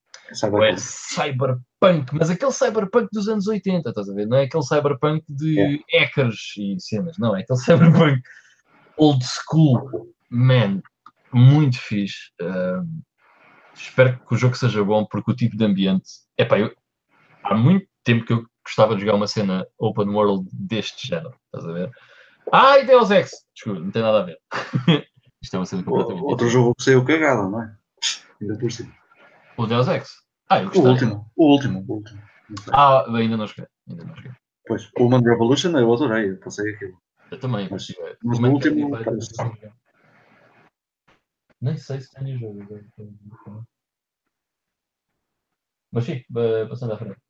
cyberpunk. Mas aquele cyberpunk dos anos 80, estás a ver? Não é aquele cyberpunk de hackers e cenas. Não, é aquele cyberpunk old school. Man, muito fixe. Espero que o jogo seja bom, porque o tipo de ambiente... há muito tempo que eu gostava de jogar uma cena open world deste género, estás a ver? E Deus Ex! Desculpa, não tem nada a ver. Isto é uma cena completamente... Outro jogo que saiu cagado, não é? Ainda por cima. O Deus Ex? Eu gostei. O último. Ainda não joguei. Pois, o Human Revolution eu adorei, eu passei aquilo. Eu também. Mas o último... Nem sei se tem jogo. Mas sim, passando à frente.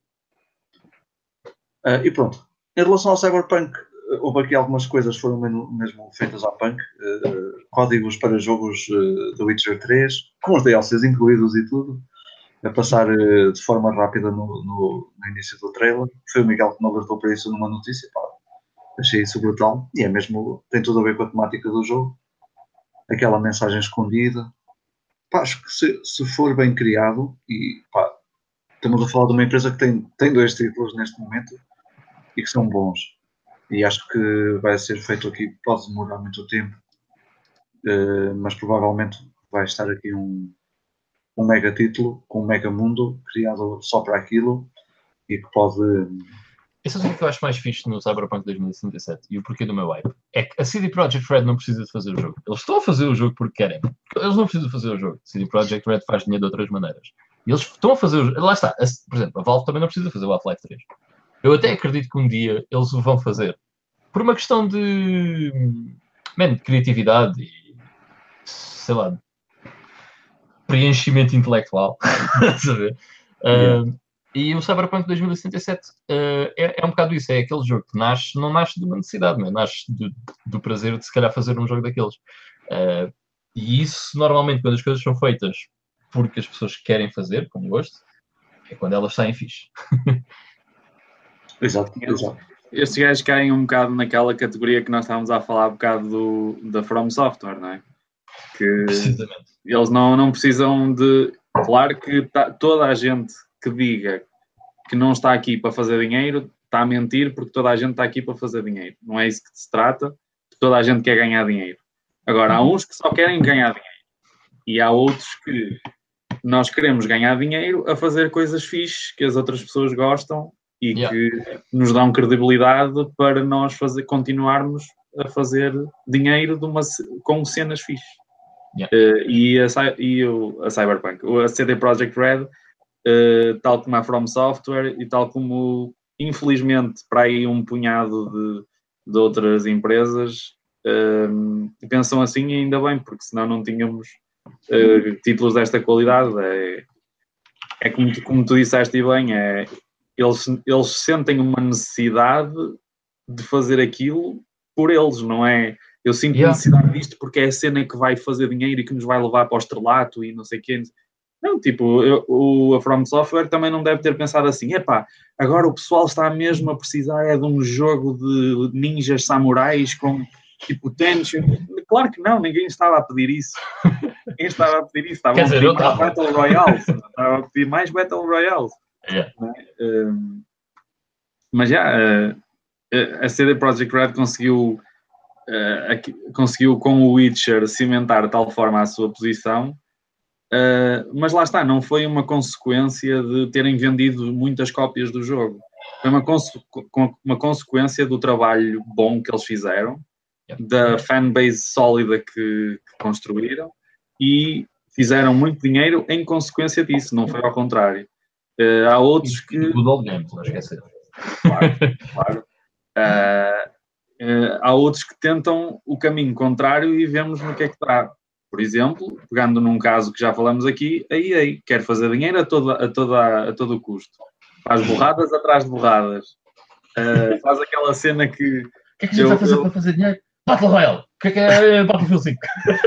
E pronto. Em relação ao Cyberpunk, houve aqui algumas coisas que foram mesmo feitas à punk. Códigos para jogos do Witcher 3, com os DLCs incluídos e tudo. A passar de forma rápida no início do trailer. Foi o Miguel que me alertou para isso numa notícia. Achei isso brutal. E é mesmo, tem tudo a ver com a temática do jogo. Aquela mensagem escondida. Acho que se for bem criado, e estamos a falar de uma empresa que tem 2 títulos neste momento e que são bons. E acho que vai ser feito aqui, pode demorar muito tempo, mas provavelmente vai estar aqui um mega título, com um mega mundo criado só para aquilo e que pode... Isso é o que eu acho mais fixe no Cyberpunk 2077 e o porquê do meu hype. É que a CD Projekt Red não precisa de fazer o jogo. Eles estão a fazer o jogo porque querem. Eles não precisam de fazer o jogo. A CD Projekt Red faz dinheiro de outras maneiras. Eles estão a fazer... Lá está. Por exemplo, a Valve também não precisa fazer o Half-Life 3. Eu até acredito que um dia eles o vão fazer. Por uma questão de criatividade e, sei lá, preenchimento intelectual. Sabe? E o Cyberpunk 2077 é um bocado isso. É aquele jogo que não nasce de uma necessidade, mas nasce do prazer de se calhar fazer um jogo daqueles. E isso, normalmente, quando as coisas são feitas porque as pessoas querem fazer, com gosto, é quando elas saem fixe. Exato. Estes gajos caem um bocado naquela categoria que nós estávamos a falar um bocado da From Software, não é? Que eles não precisam de... Claro que toda a gente que diga que não está aqui para fazer dinheiro está a mentir, porque toda a gente está aqui para fazer dinheiro. Não é isso que se trata. Toda a gente quer ganhar dinheiro. Agora, há uns que só querem ganhar dinheiro. E há outros que nós queremos ganhar dinheiro a fazer coisas fixes que as outras pessoas gostam e que nos dão credibilidade para nós continuarmos a fazer dinheiro com cenas fixes. E a Cyberpunk, a CD Projekt Red, tal como a From Software e tal como, infelizmente, para aí um punhado de outras empresas pensam assim, e ainda bem, porque senão não tínhamos títulos desta qualidade. É como tu disseste e bem, eles sentem uma necessidade de fazer aquilo por eles, não é? Eu sinto necessidade disto porque é a cena que vai fazer dinheiro e que nos vai levar para o estrelato e não sei o quê. Não, tipo, a From Software também não deve ter pensado assim, agora o pessoal está mesmo a precisar de um jogo de ninjas samurais com tipo tension. Claro que não, ninguém estava a pedir isso. Ninguém estava a pedir isso, estava a pedir mais Battle Royales. Estava a pedir mais Battle Royales. Mas a CD Projekt Red conseguiu com o Witcher cimentar de tal forma a sua posição, mas lá está, não foi uma consequência de terem vendido muitas cópias do jogo, foi uma consequência do trabalho bom que eles fizeram, da fanbase sólida que construíram e fizeram muito dinheiro em consequência disso, não foi ao contrário. Há outros que... O Good Old Games, não esquecer. Claro. Há outros que tentam o caminho contrário e vemos no que é que está. Por exemplo, pegando num caso que já falamos aqui, a EA quer fazer dinheiro a todo o custo. Faz borradas atrás de borradas. Faz aquela cena que... O que é que a gente vai fazer para fazer dinheiro? Battle Royale! O que é Battlefield 5?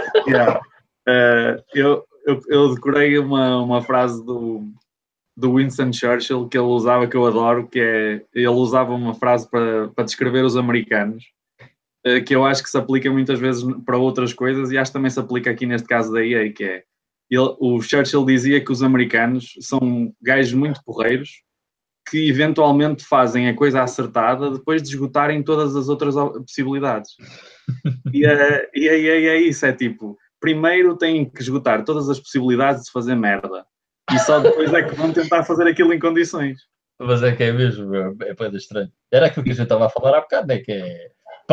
Eu decorei uma frase do Winston Churchill que ele usava, que eu adoro, que é... Ele usava uma frase para descrever os americanos, que eu acho que se aplica muitas vezes para outras coisas e acho que também se aplica aqui neste caso da EA, que é... O Churchill dizia que os americanos são gajos muito porreiros que eventualmente fazem a coisa acertada depois de esgotarem todas as outras possibilidades. E a EA é isso, é tipo... Primeiro têm que esgotar todas as possibilidades de fazer merda. E só depois é que vão tentar fazer aquilo em condições. Mas é que é mesmo, é coisa estranha. Era aquilo que a gente estava a falar há bocado, né? Que é,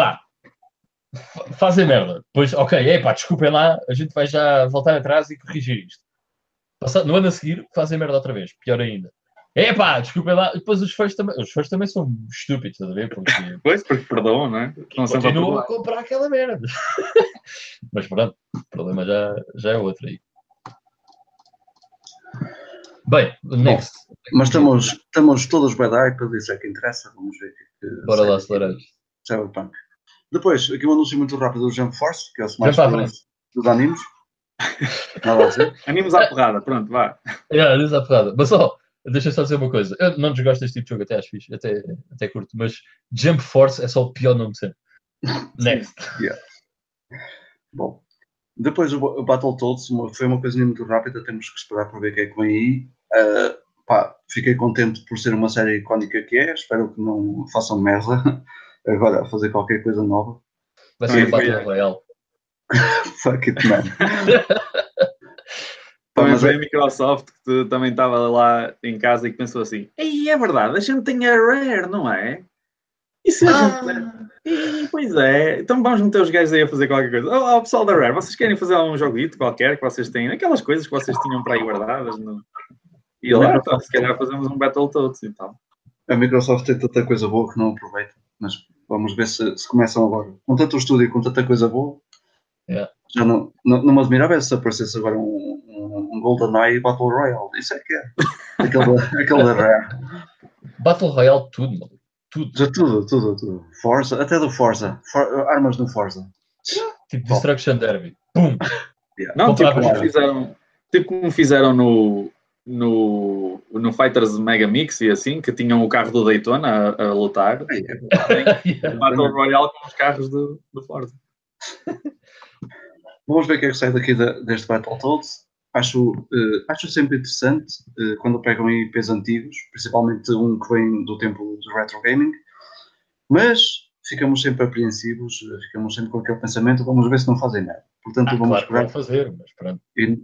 fazem merda. Pois, desculpem lá, a gente vai já voltar atrás e corrigir isto. No ano a seguir, fazem merda outra vez, pior ainda. Desculpem lá. E depois os fãs também são estúpidos, estás a ver? Porque perdoam, não é? Continuam a comprar aquela merda. Mas pronto, o problema já é outro aí. Bem, next. Mas estamos todos bem da hype, isso é que interessa. Vamos ver que bora lá acelerar. Cyberpunk. Depois, aqui um anúncio muito rápido do Jump Force, que é o mais famoso dos animes. Nada a dizer. Animes à porrada, pronto, vá. Animes à porrada. Mas deixa só dizer uma coisa. Eu não desgosto deste tipo de jogo, até acho fixe, até curto, mas Jump Force é só o pior nome de sempre. Next. Bom, depois o Battletoads foi uma coisinha muito rápida, temos que esperar para ver o que é que vem aí. Fiquei contente por ser uma série icónica que é, espero que não façam merda agora a fazer qualquer coisa nova. Vai ser o Battle Royale. Fuck it, man. Também foi a Microsoft que também estava lá em casa e que pensou assim, é verdade, a gente tem a Rare, não é? E se a gente... pois é, então vamos meter os gajos aí a fazer qualquer coisa. Pessoal da Rare, vocês querem fazer um joguito qualquer que vocês têm? Aquelas coisas que vocês tinham para aí guardadas? Não? E lá, tá, se calhar fazemos um Battletoads e tal. A Microsoft tem tanta coisa boa que não aproveita, mas vamos ver se começam agora. Com tanto estúdio e com tanta coisa boa, já não me admirava se aparecesse agora um GoldenEye Battle Royale. Isso é que é. Aquele da Rare. Battle Royale, tudo, mano. Tudo. Já tudo. Forza, até do Forza. Armas do Forza. Tipo Destruction Derby. Pum! Yeah. Não, tipo como fizeram no Fighters Mega Mix e assim, que tinham o carro do Daytona a lutar. Battle Royale com os carros do Forza. Vamos ver o que é que sai daqui deste Battletoads. Acho sempre interessante quando pegam IPs antigos, principalmente um que vem do tempo do retro gaming, mas ficamos sempre apreensivos, ficamos sempre com aquele pensamento, vamos ver se não fazem nada. Portanto, vamos claro esperar. Que vão fazer, mas pronto.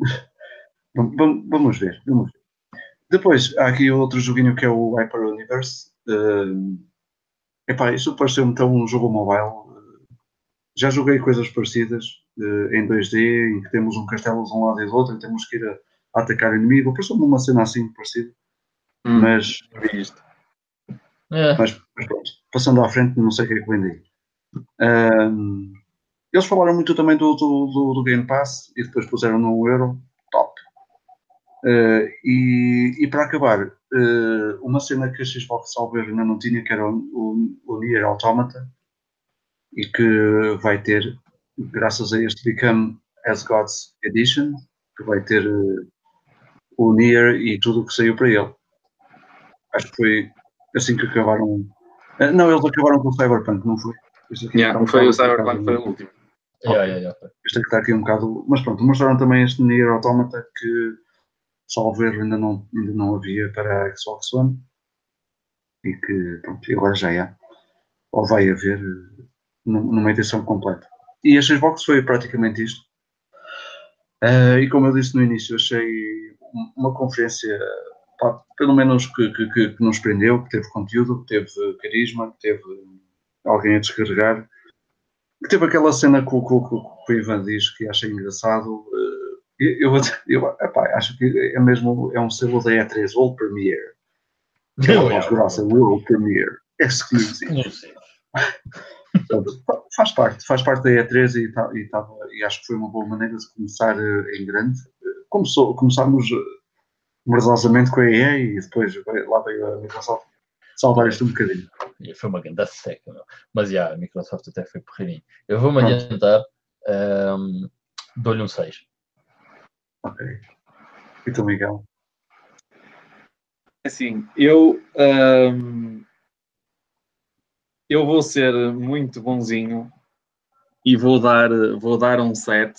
Vamos ver. Depois, há aqui outro joguinho que é o Hyper Universe. Isso pareceu-me tão um jogo mobile. Já joguei coisas parecidas em 2D, em que temos um castelo de um lado e do outro e temos que ir a atacar o inimigo. Pareceu-me uma cena assim parecida. Mas pronto, passando à frente, não sei o que é que vem daí. Eles falaram muito também do Game Pass e depois puseram no euro. Top. E para acabar, uma cena que a Xbox talvez ainda não tinha, que era o Nier Automata, e que vai ter, graças a este Become as Gods Edition, que vai ter o Nier e tudo o que saiu para ele. Acho que foi assim que acabaram. Não, eles acabaram com o Cyberpunk, não foi? Não foi o Cyberpunk, foi o último. Este aqui está aqui um bocado. Mas pronto, mostraram também este Nier Automata que, salvo erro, ainda não havia para a Xbox One. E que, pronto, agora já é. Ou vai haver numa edição completa. E a Xbox foi praticamente isto. E como eu disse no início, achei uma conferência, pelo menos que nos prendeu, que teve conteúdo, que teve carisma, que teve alguém a descarregar, que teve aquela cena que o Ivan diz que achei engraçado. Eu acho que é um selo da E3, World Premiere. World Premiere. Exclusive. Faz parte da E3 e acho que foi uma boa maneira de começar em grande. Começámos merdosamente com a EA e depois lá veio a Microsoft salvar isto um bocadinho. Foi uma grande seca, não? Mas a Microsoft até foi porreirinho. Eu vou-me adiantar, dou-lhe um 6. Ok. E tu, Miguel? Assim, eu vou ser muito bonzinho e vou dar um 7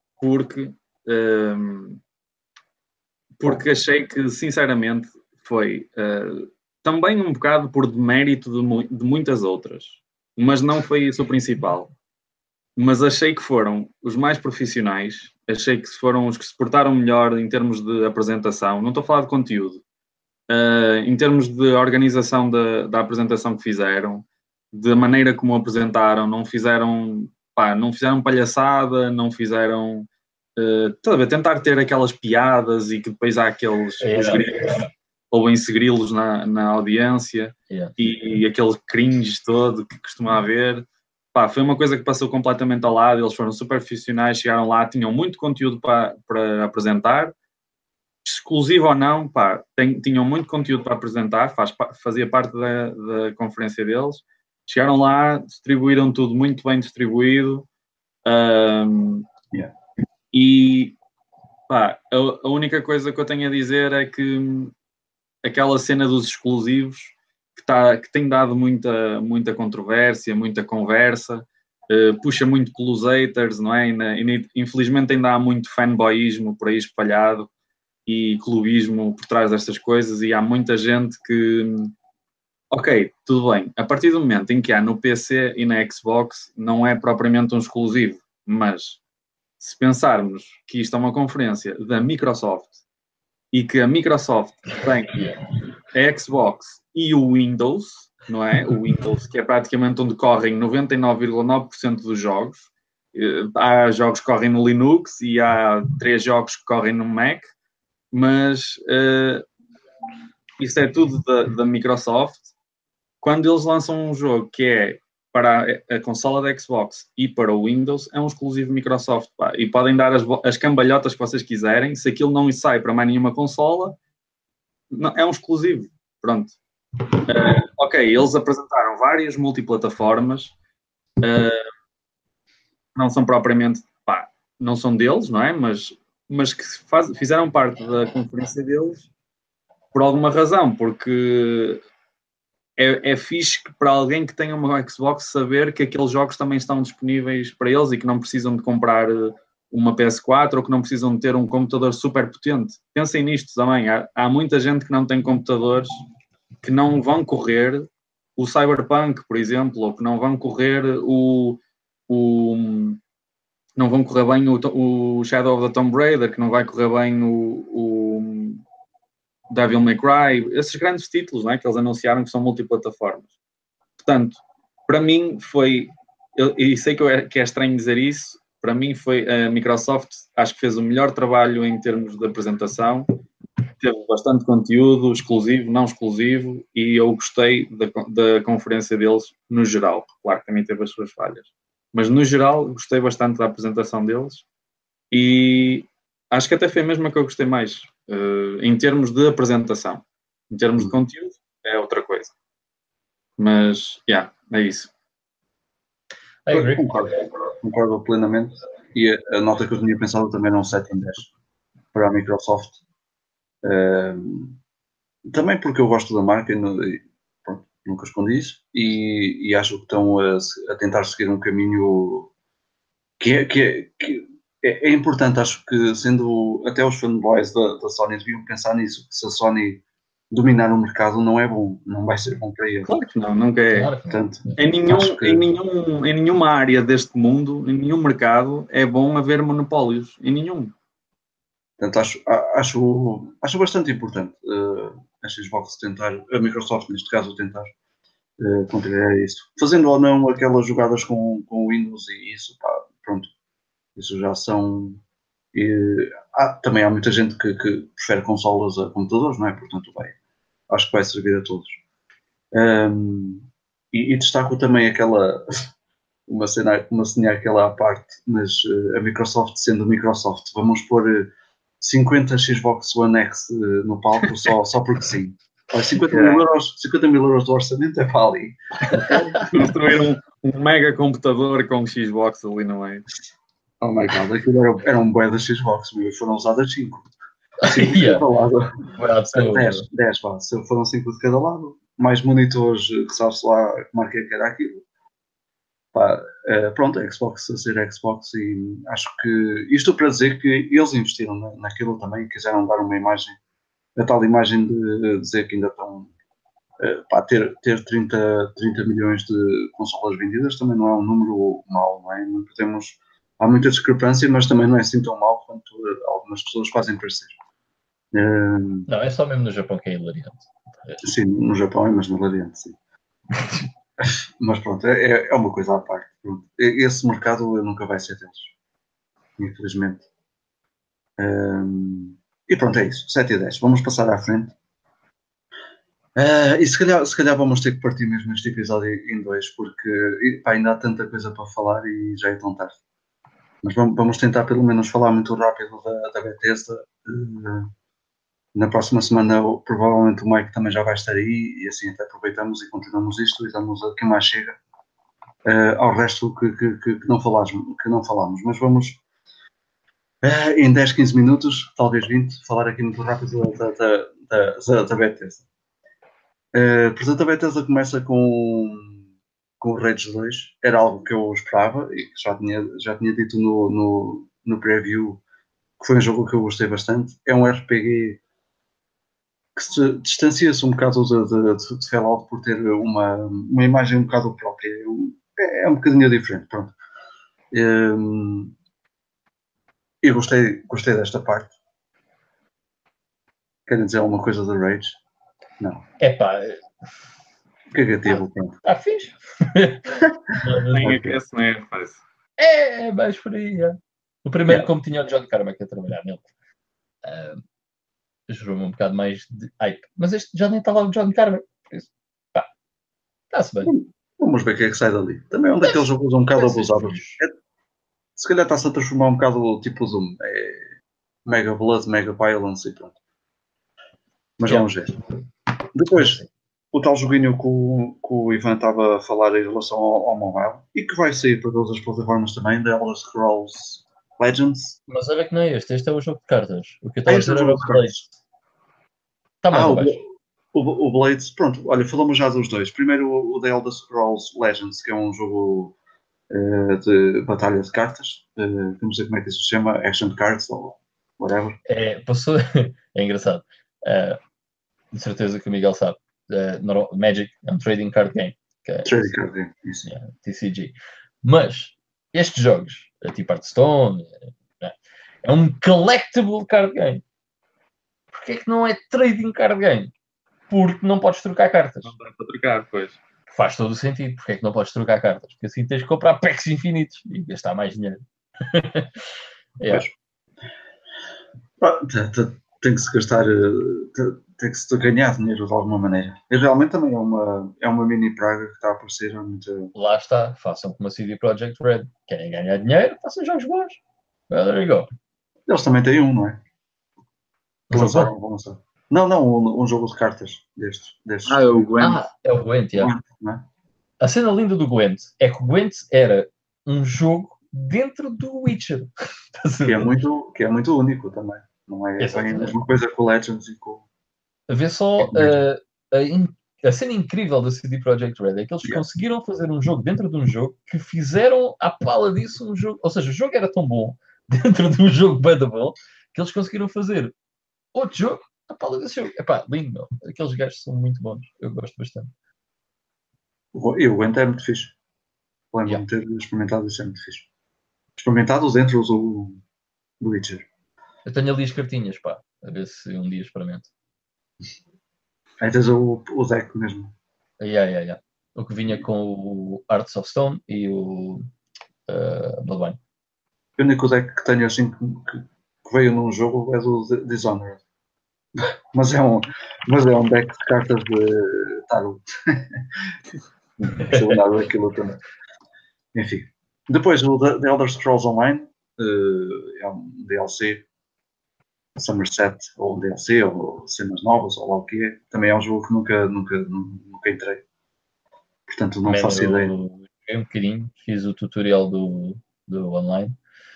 porque achei que, sinceramente, foi também um bocado por demérito de muitas outras, mas não foi isso o principal. Mas achei que foram os mais profissionais, achei que foram os que se portaram melhor em termos de apresentação, não estou a falar de conteúdo, em termos de organização da apresentação que fizeram, da maneira como apresentaram, não fizeram palhaçada, não fizeram tentar ter aquelas piadas e que depois há aqueles os grilos, ouvem-se grilos na audiência e aquele cringe todo que costuma haver. Foi uma coisa que passou completamente ao lado, eles foram super profissionais, chegaram lá, tinham muito conteúdo para apresentar, exclusivo ou não, tinham muito conteúdo para apresentar, fazia parte da conferência deles. Chegaram lá, distribuíram tudo muito bem distribuído. E a única coisa que eu tenho a dizer é que aquela cena dos exclusivos que tem dado muita controvérsia, muita conversa, puxa muito pelos haters, não é? E infelizmente ainda há muito fanboyismo por aí espalhado e clubismo por trás destas coisas, e há muita gente que, ok, tudo bem, a partir do momento em que há no PC e na Xbox não é propriamente um exclusivo, mas se pensarmos que isto é uma conferência da Microsoft e que a Microsoft tem a Xbox e o Windows, não é? O Windows, que é praticamente onde correm 99,9% dos jogos. Há jogos que correm no Linux e há 3 jogos que correm no Mac, mas isso é tudo da Microsoft. Quando eles lançam um jogo que é para a consola da Xbox e para o Windows, é um exclusivo Microsoft, pá. E podem dar as cambalhotas que vocês quiserem. Se aquilo não sai para mais nenhuma consola, não, é um exclusivo. Pronto. Ok, eles apresentaram várias multiplataformas. Não são propriamente, pá, não são deles, não é? Mas que fizeram parte da conferência deles por alguma razão, porque é fixe para alguém que tenha uma Xbox saber que aqueles jogos também estão disponíveis para eles e que não precisam de comprar uma PS4 ou que não precisam de ter um computador super potente. Pensem nisto também. Há muita gente que não tem computadores que não vão correr o Cyberpunk, por exemplo, ou que não vão correr não vão correr bem o Shadow of the Tomb Raider, que não vai correr bem o Devil May Cry, esses grandes títulos, não é, que eles anunciaram que são multiplataformas. Portanto, para mim foi, e sei que é estranho dizer isso, para mim foi a Microsoft, acho que fez o melhor trabalho em termos de apresentação, teve bastante conteúdo, exclusivo, não exclusivo, e eu gostei da conferência deles no geral. Claro que também teve as suas falhas. Mas no geral gostei bastante da apresentação deles e acho que até foi mesmo a que eu gostei mais em termos de apresentação. Em termos de conteúdo é outra coisa. Mas, é isso. Concordo plenamente. E a nota que eu tinha pensado também era um 7 em 10 para a Microsoft. Também porque eu gosto da marca e pronto, nunca escondi isso. E acho que estão a tentar seguir um caminho que é importante. Acho que, sendo até os fanboys da Sony deviam pensar nisso, que se a Sony dominar o mercado não é bom, não vai ser bom para eles. Claro que não, nunca é. Claro que não. Portanto, em nenhuma área deste mundo, em nenhum mercado, é bom haver monopólios. Em nenhum. Portanto, acho bastante importante a Xbox tentar, a Microsoft neste caso, tentar contrariar isso. Fazendo ou não aquelas jogadas com o Windows e isso, pá, pronto. Isso já são... também há muita gente que prefere consolas a computadores, não é? Portanto, acho que vai servir a todos. E destaco também aquela... uma cena aquela à parte, mas a Microsoft sendo Microsoft, vamos pôr 50 Xbox One X no palco só porque sim. 50 mil euros do orçamento é para ali. Construir um mega computador com Xbox ali, não é? Oh my god, aquilo era um bué da Xbox, foram usadas 5. 5 de cada lado. 10, vá. Foram 5 de cada lado. Mais monitores, que sabe-se lá que marca que era aquilo. Pronto, a Xbox a ser Xbox, e acho que isto para dizer que eles investiram naquilo também, quiseram dar uma imagem, a tal imagem de dizer que ainda estão ter 30 milhões de consolas vendidas também não é um número mau, não é? Não podemos, há muita discrepância, mas também não é assim tão mau quanto algumas pessoas fazem parecer. Não, é só mesmo no Japão que é hilariante. Sim, no Japão é mesmo hilariante, sim. Mas pronto, é uma coisa à parte. Pronto. Esse mercado nunca vai ser deles, infelizmente. E pronto, é isso. 7 e 10. Vamos passar à frente. E se calhar vamos ter que partir mesmo este episódio em 2, porque ainda há tanta coisa para falar e já é tão tarde. Mas vamos tentar pelo menos falar muito rápido da Bethesda. Na próxima semana provavelmente o Mike também já vai estar aí e assim até aproveitamos e continuamos isto e damos a quem mais chega ao resto que não falamos. Mas vamos em 10, 15 minutos, talvez 20, falar aqui muito rápido da Bethesda. Portanto, a Bethesda começa com o Rage 2. Era algo que eu esperava e que já tinha dito no preview, que foi um jogo que eu gostei bastante. É um RPG que se distancia-se um bocado de Fallout por ter uma imagem um bocado própria. É um bocadinho diferente, pronto. Eu gostei desta parte. Querem dizer alguma coisa do Rage? Não. Cagativo, pronto. Fixe. Nem aquece, nem faz. É mais fria. O primeiro, como tinha o John Carmack a trabalhar nele. gerou-me um bocado mais de hype. Mas este já nem está lá o John Carver. Por isso, pá, está-se bem. Vamos ver o que é que sai dali. Também é um daqueles jogos um bocado abusados. Se calhar está-se a transformar um bocado tipo Doom. É Mega Blood, Mega Violence e pronto. Mas vamos ver. Depois, o tal joguinho que o Ivan estava a falar em relação ao mobile e que vai sair para todas as plataformas também, The Elder Scrolls Legends. Mas olha que não é este. Este é o jogo de cartas. O que eu estava a dizer era o Blades. Está mais abaixo. O Blades, pronto, olha, falamos já dos dois. Primeiro o The Elder Scrolls Legends, que é um jogo de batalha de cartas. Não sei como é que isso se chama, Action Cards ou whatever. Passou... é engraçado. De certeza que o Miguel sabe. Magic é um trading card game. Trading card game, isso. TCG. Mas estes jogos, tipo Hearthstone, é um collectible card game. Porquê é que não é trading card game? Porque não podes trocar cartas. Não dá para trocar, pois. Faz todo o sentido. Porquê é que não podes trocar cartas? Porque assim tens que comprar packs infinitos e gastar mais dinheiro. Tem que se gastar, tem que se ganhar dinheiro de alguma maneira. E realmente também é uma mini praga que está a aparecer. Muito... Lá está, façam como a CD Projekt Red. Querem ganhar dinheiro, façam jogos bons. Well, there you go. Eles também têm um, não é? Vão lançar. Não, um jogo de cartas destes. É o Gwent. É o Gwent, yeah. A cena linda do Gwent é que o Gwent era um jogo dentro do Witcher. que é muito único também. Não é a mesma coisa com o Legends e com... Vê só a cena incrível da CD Projekt Red é que eles conseguiram fazer um jogo dentro de um jogo que fizeram à pala disso um jogo. Ou seja, o jogo era tão bom dentro de um jogo bem da bom que eles conseguiram fazer outro jogo à pala desse jogo. Epá, lindo, meu. Aqueles gajos são muito bons. Eu gosto bastante. E o Gwent é muito fixe. Lembro-me de ter experimentado isso, é muito fixe. Experimentado dentro do Witcher. Eu tenho ali as cartinhas, pá. A ver se um dia experimento. Aí tens o deck mesmo. Yeah. O que vinha com o Hearts of Stone e o Bloodwine. O único deck que tenho assim que veio num jogo é do Dishonored. Mas é um deck de cartas de tarot. Não percebo nada daquilo também. Enfim. Depois o The Elder Scrolls Online é um DLC. Somerset, ou DLC, ou cenas novas, ou lá o que é. Também é um jogo que nunca entrei. Portanto, não faço ideia. Joguei um bocadinho, fiz o tutorial do online.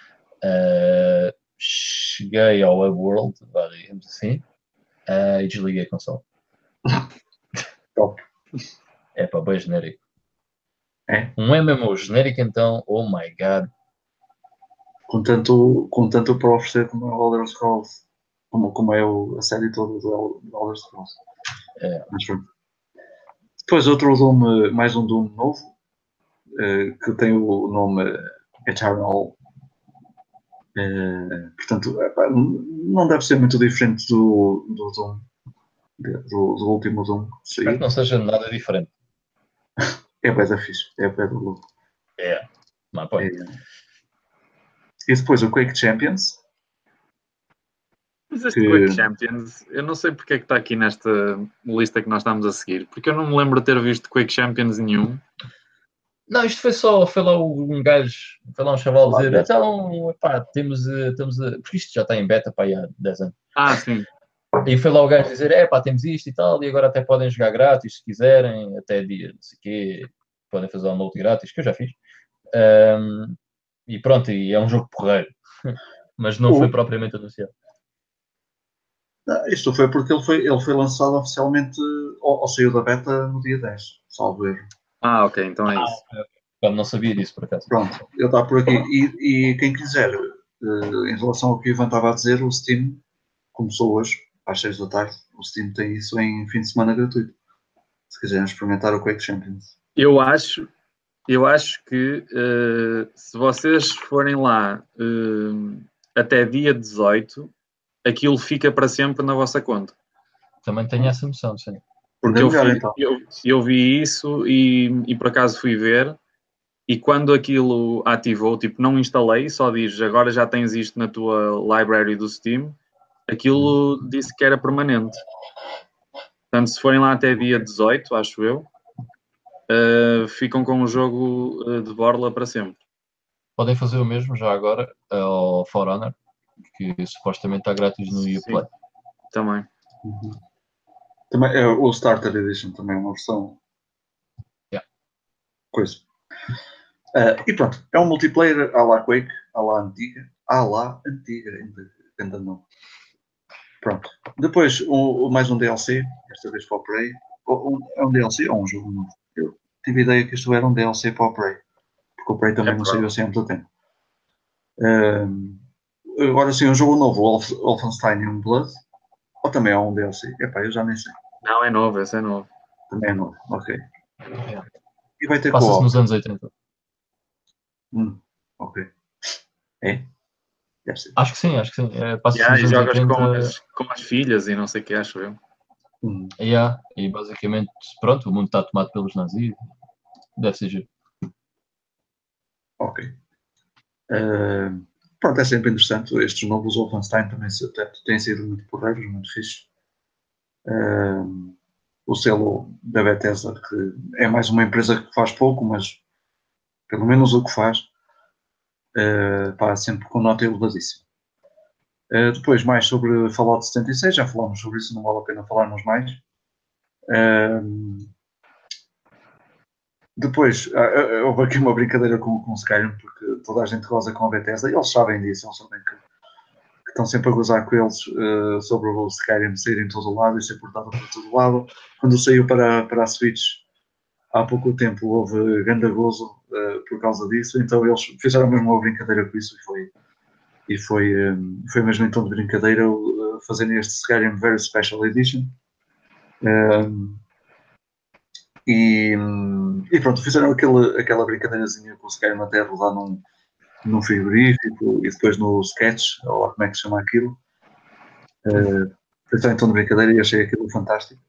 Cheguei ao Web World, digamos assim, e desliguei a console. Top. É para bem genérico. É? Um MMO genérico, então, oh my god. Com tanto para oferecer como é o Elder Scrolls, como é a série toda do Elder Scrolls. Mas pronto. Depois outro Doom, mais um Doom novo, que tem o nome Eternal. Portanto, não deve ser muito diferente do Doom, do último Doom. Espero que não seja nada diferente. É bem da fixe, é bem do louco. Mas pode. E depois o Quake Champions. Mas este Quake Champions, eu não sei porque é que está aqui nesta lista que nós estamos a seguir, porque eu não me lembro de ter visto Quake Champions nenhum. Não, isto foi lá um gajo, foi lá um chaval dizer, então, pá, porque isto já está em beta, pá, há 10 anos. Sim. E foi lá o gajo dizer, pá, temos isto e tal, e agora até podem jogar grátis se quiserem, até dia, não sei o quê, podem fazer download grátis, que eu já fiz. E pronto, e é um jogo porreiro, mas não foi propriamente anunciado. Isto foi porque ele foi lançado oficialmente, ou saiu da beta no dia 10, salvo erro. Ok, então é isso. Eu não sabia disso, por acaso. Pronto, ele está por aqui. E quem quiser, em relação ao que o Ivan estava a dizer, o Steam começou hoje, às 6 da tarde. O Steam tem isso em fim de semana gratuito. Se quiserem experimentar o Quake Champions. Eu acho que se vocês forem lá até dia 18, aquilo fica para sempre na vossa conta. Também tenho essa noção, sim. Porque eu vi isso e por acaso fui ver, e quando aquilo ativou, tipo, não instalei, só diz agora já tens isto na tua library do Steam, aquilo disse que era permanente. Portanto, se forem lá até dia 18, acho eu, ficam com o jogo de borla para sempre. Podem fazer o mesmo já agora ao For Honor, que supostamente está grátis no Uplay. Também. Também o Starter Edition também é uma versão. Coisa. E pronto, é um multiplayer à la Quake, à la antiga, ainda não. Pronto. Depois, mais um DLC, esta vez para o Prey. É um DLC ou um jogo novo? Eu tive a ideia que isto era um DLC para o Prey, porque o Prey também não saiu assim há muito tempo. Agora sim, um jogo novo, Wolfenstein Youngblood, ou também é um DLC? Epá, eu já nem sei. Não, é novo, esse é novo. Também é novo, ok. E vai ter Passa-se nos anos 80. Ok. É? Deve ser. Acho que sim. Passa-se nos e anos jogas 80. com as filhas e não sei o que, acho eu. E basicamente, pronto, o mundo está tomado pelos nazis. Deve ser giro. Ok. Pronto, é sempre interessante. Estes novos Wolfenstein também têm sido muito porreiros, muito fixe. O selo da Bethesda, que é mais uma empresa que faz pouco, mas pelo menos o que faz, está sempre com nota elevadíssima. Depois, mais sobre Fallout 76, já falámos sobre isso, não vale a pena falarmos mais. Depois, houve aqui uma brincadeira com o Skyrim, porque toda a gente goza com a Bethesda, e eles sabem disso, eles sabem que estão sempre a gozar com eles sobre o Skyrim sair em todo o lado e ser portado para todo o lado. Quando saiu para a Switch, há pouco tempo, houve grande gozo por causa disso, então eles fizeram mesmo uma brincadeira com isso, e foi mesmo em tom de brincadeira fazerem este Skyrim Very Special Edition. E pronto, fizeram aquela brincadeirazinha com o Skyrim até rodar num frigorífico e depois no sketch, ou lá como é que se chama aquilo. Fizeram então de brincadeira e achei aquilo fantástico.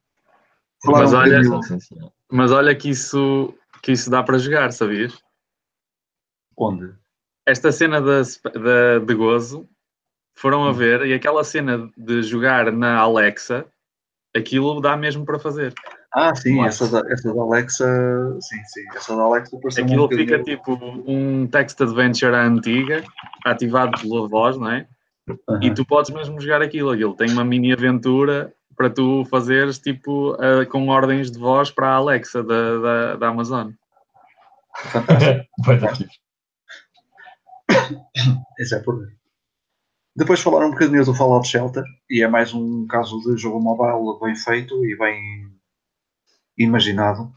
Mas olha que isso dá para jogar, sabias? Onde? Esta cena de gozo foram a ver, e aquela cena de jogar na Alexa, aquilo dá mesmo para fazer. Sim, essa da Alexa, sim, essa da Alexa aquilo fica tipo um text adventure à antiga, ativado pela voz, não é? E tu podes mesmo jogar aquilo tem uma mini aventura para tu fazeres tipo com ordens de voz para a Alexa da Amazon. Fantástico. Isso é por ver. Depois falaram um bocadinho do Fallout Shelter, e é mais um caso de jogo mobile bem feito e bem imaginado.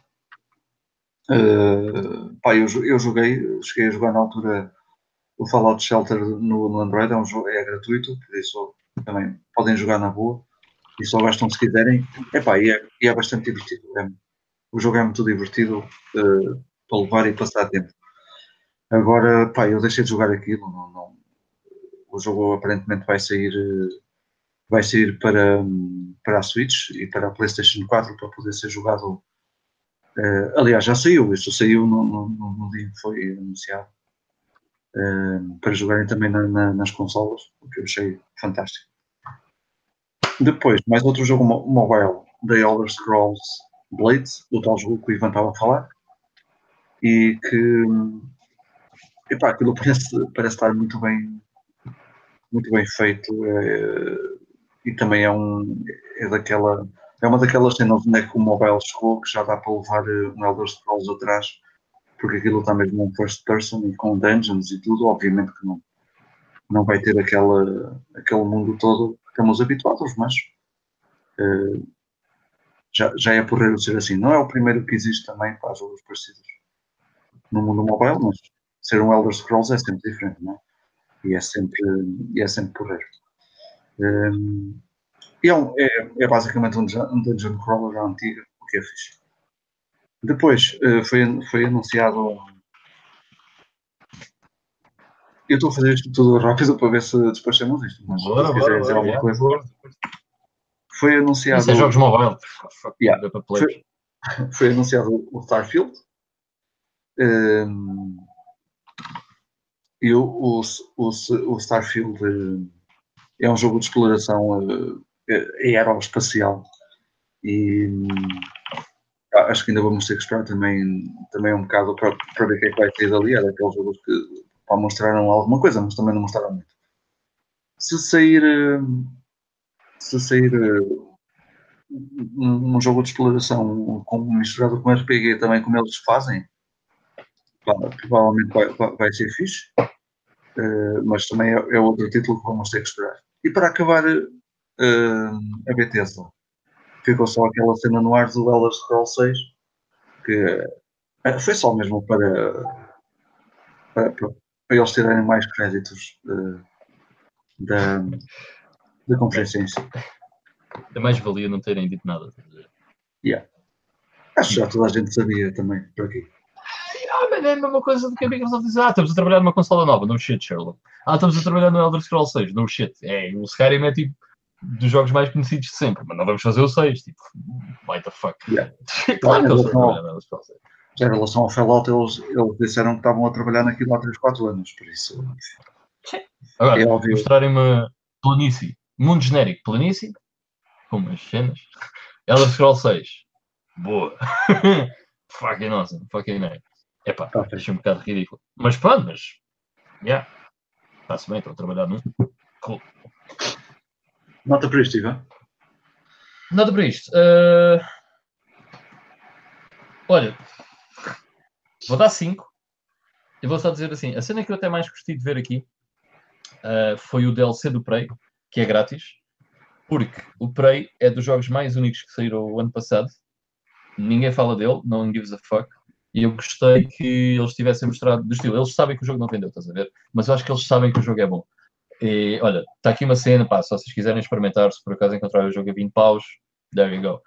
Eu cheguei a jogar na altura o Fallout Shelter no Android, é gratuito, por isso também podem jogar na boa, e só gastam se quiserem. E é bastante divertido. O jogo é muito divertido para levar e passar tempo. Agora, eu deixei de jogar aquilo, o jogo aparentemente vai sair para a Switch e para a PlayStation 4 para poder ser jogado. Aliás, já saiu, isto saiu no dia que foi anunciado, para jogarem também nas consolas, o que eu achei fantástico. Depois, mais outro jogo mobile, The Elder Scrolls Blades, o tal jogo que o Ivan estava a falar, e que aquilo parece estar muito bem feito, e também é uma daquelas cenas onde é que o mobile chegou, que já dá para levar um Elder Scrolls atrás, porque aquilo está mesmo um first person e com dungeons e tudo. Obviamente que não vai ter aquele mundo todo que estamos habituados, mas já é porreiro ser assim. Não é o primeiro que existe também para jogos parecidos no mundo mobile, mas ser um Elder Scrolls é sempre diferente, não é? E é sempre porreiro. É basicamente um dungeon crawler à antiga, o que é fixe. Depois foi anunciado. Eu estou a fazer isto tudo rápido para ver se despachamos isto, mas se quiser dizer alguma coisa. Foi anunciado. Isso é jogos mobile. Foi anunciado o Starfield. E o Starfield é um jogo de exploração aeroespacial e acho que ainda vamos ter que esperar também um bocado para ver o que é que vai sair dali. Era aqueles jogos que mostraram alguma coisa, mas também não mostraram muito. Se sair um jogo de exploração misturado com RPG também, como eles fazem, provavelmente vai ser fixe, mas também é outro título que vamos ter que esperar. E para acabar a Bethesda, ficou só aquela cena no ar do Elder Scrolls 6, que foi só mesmo para eles tirarem mais créditos da conferência em si. É mais valia não terem dito nada. Yeah. Acho que já toda a gente sabia também, por aqui. Mas é a mesma coisa do que a Microsoft diz. Estamos a trabalhar numa consola nova. No shit, Sherlock. Estamos a trabalhar no Elder Scrolls 6. No shit. O Skyrim é tipo dos jogos mais conhecidos de sempre. Mas não vamos fazer o 6. Tipo, why the fuck? Yeah. Claro que eles estão a trabalhar no Elder Scrolls 6. Já em relação ao Fallout, eles disseram que estavam a trabalhar naquilo há 3-4 anos. Por isso... Agora, mostrarem-me planície. Mundo genérico. Planície. Com umas cenas. Elder Scrolls 6. Boa. Fucking awesome. Fucking nice. Epá, achei um bocado ridículo. Mas pronto, está-se bem, estou a trabalhar num. Cool. Nota para isto, Ivan? Nota para isto. Olha, vou dar 5. E vou só dizer assim, a cena que eu até mais gostei de ver aqui foi o DLC do Prey, que é grátis, porque o Prey é dos jogos mais únicos que saíram o ano passado. Ninguém fala dele, no one gives a fuck. E eu gostei que eles tivessem mostrado do estilo. Eles sabem que o jogo não vendeu, estás a ver? Mas eu acho que eles sabem que o jogo é bom. E olha, está aqui uma cena, pá, se vocês quiserem experimentar, se por acaso encontrarem o jogo a 20 paus, there you go.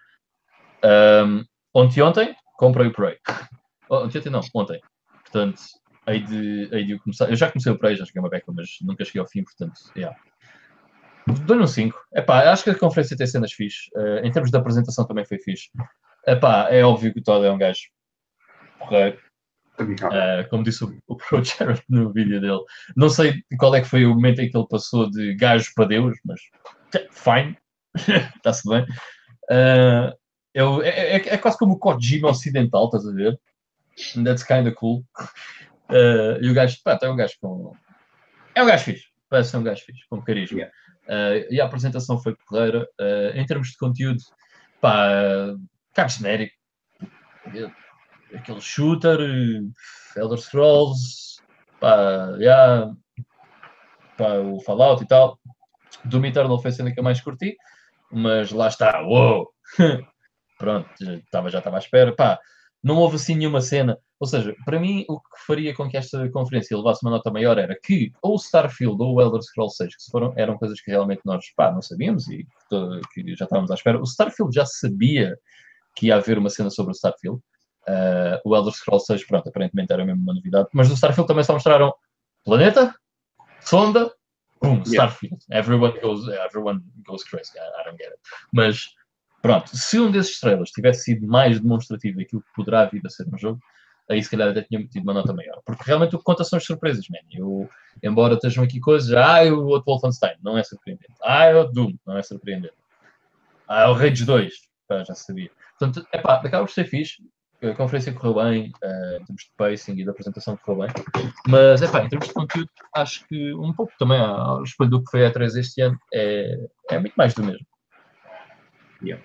Ontem, comprei o Prey. Ontem não, ontem. Portanto, hei de começar. Eu já comecei o Prey, já cheguei uma beca, mas nunca cheguei ao fim, portanto, yeah. Dou-lhe um 5. Epá, acho que a conferência tem cenas fixe. Em termos de apresentação também foi fixe. Epá, é óbvio que o Todd é um gajo porreiro. Como disse o Pro Jared no vídeo dele. Não sei qual é que foi o momento em que ele passou de gajo para Deus, mas fine. Está-se bem. É quase como o Kojima ocidental, estás a ver? That's kind of cool. E o gajo, pá, é um gajo com... É um gajo fixe. Parece ser um gajo fixe, com carisma. Yeah. E a apresentação foi porreira. Em termos de conteúdo, pá, cara genérico. Aquele shooter, Elder Scrolls, pá, o Fallout e tal. Doom Eternal foi a cena que eu mais curti, mas lá está, uou! Pronto, já estava à espera. Pá, não houve assim nenhuma cena. Ou seja, para mim, o que faria com que esta conferência levasse uma nota maior era que ou o Starfield ou o Elder Scrolls 6, que eram coisas que realmente nós não sabíamos e que já estávamos à espera. O Starfield já sabia que ia haver uma cena sobre o Starfield. O Elder Scrolls 6, pronto, aparentemente era mesmo uma novidade. Mas no Starfield também só mostraram planeta, sonda, Starfield. Everyone goes crazy. I don't get it. Mas, pronto, se um desses trailers tivesse sido mais demonstrativo daquilo que poderá vir a ser um jogo, aí se calhar até tinha metido uma nota maior. Porque realmente o que conta são as surpresas, man. Embora estejam aqui coisas, o outro Wolfenstein, não é surpreendente. O Doom, não é surpreendente. O Rage 2, já sabia. Portanto, acaba por ser fixe. A conferência correu bem, em termos de pacing e de apresentação correu bem, mas em termos de conteúdo, acho que um pouco também ao espelho do que foi a E3 este ano, é muito mais do mesmo. Yeah.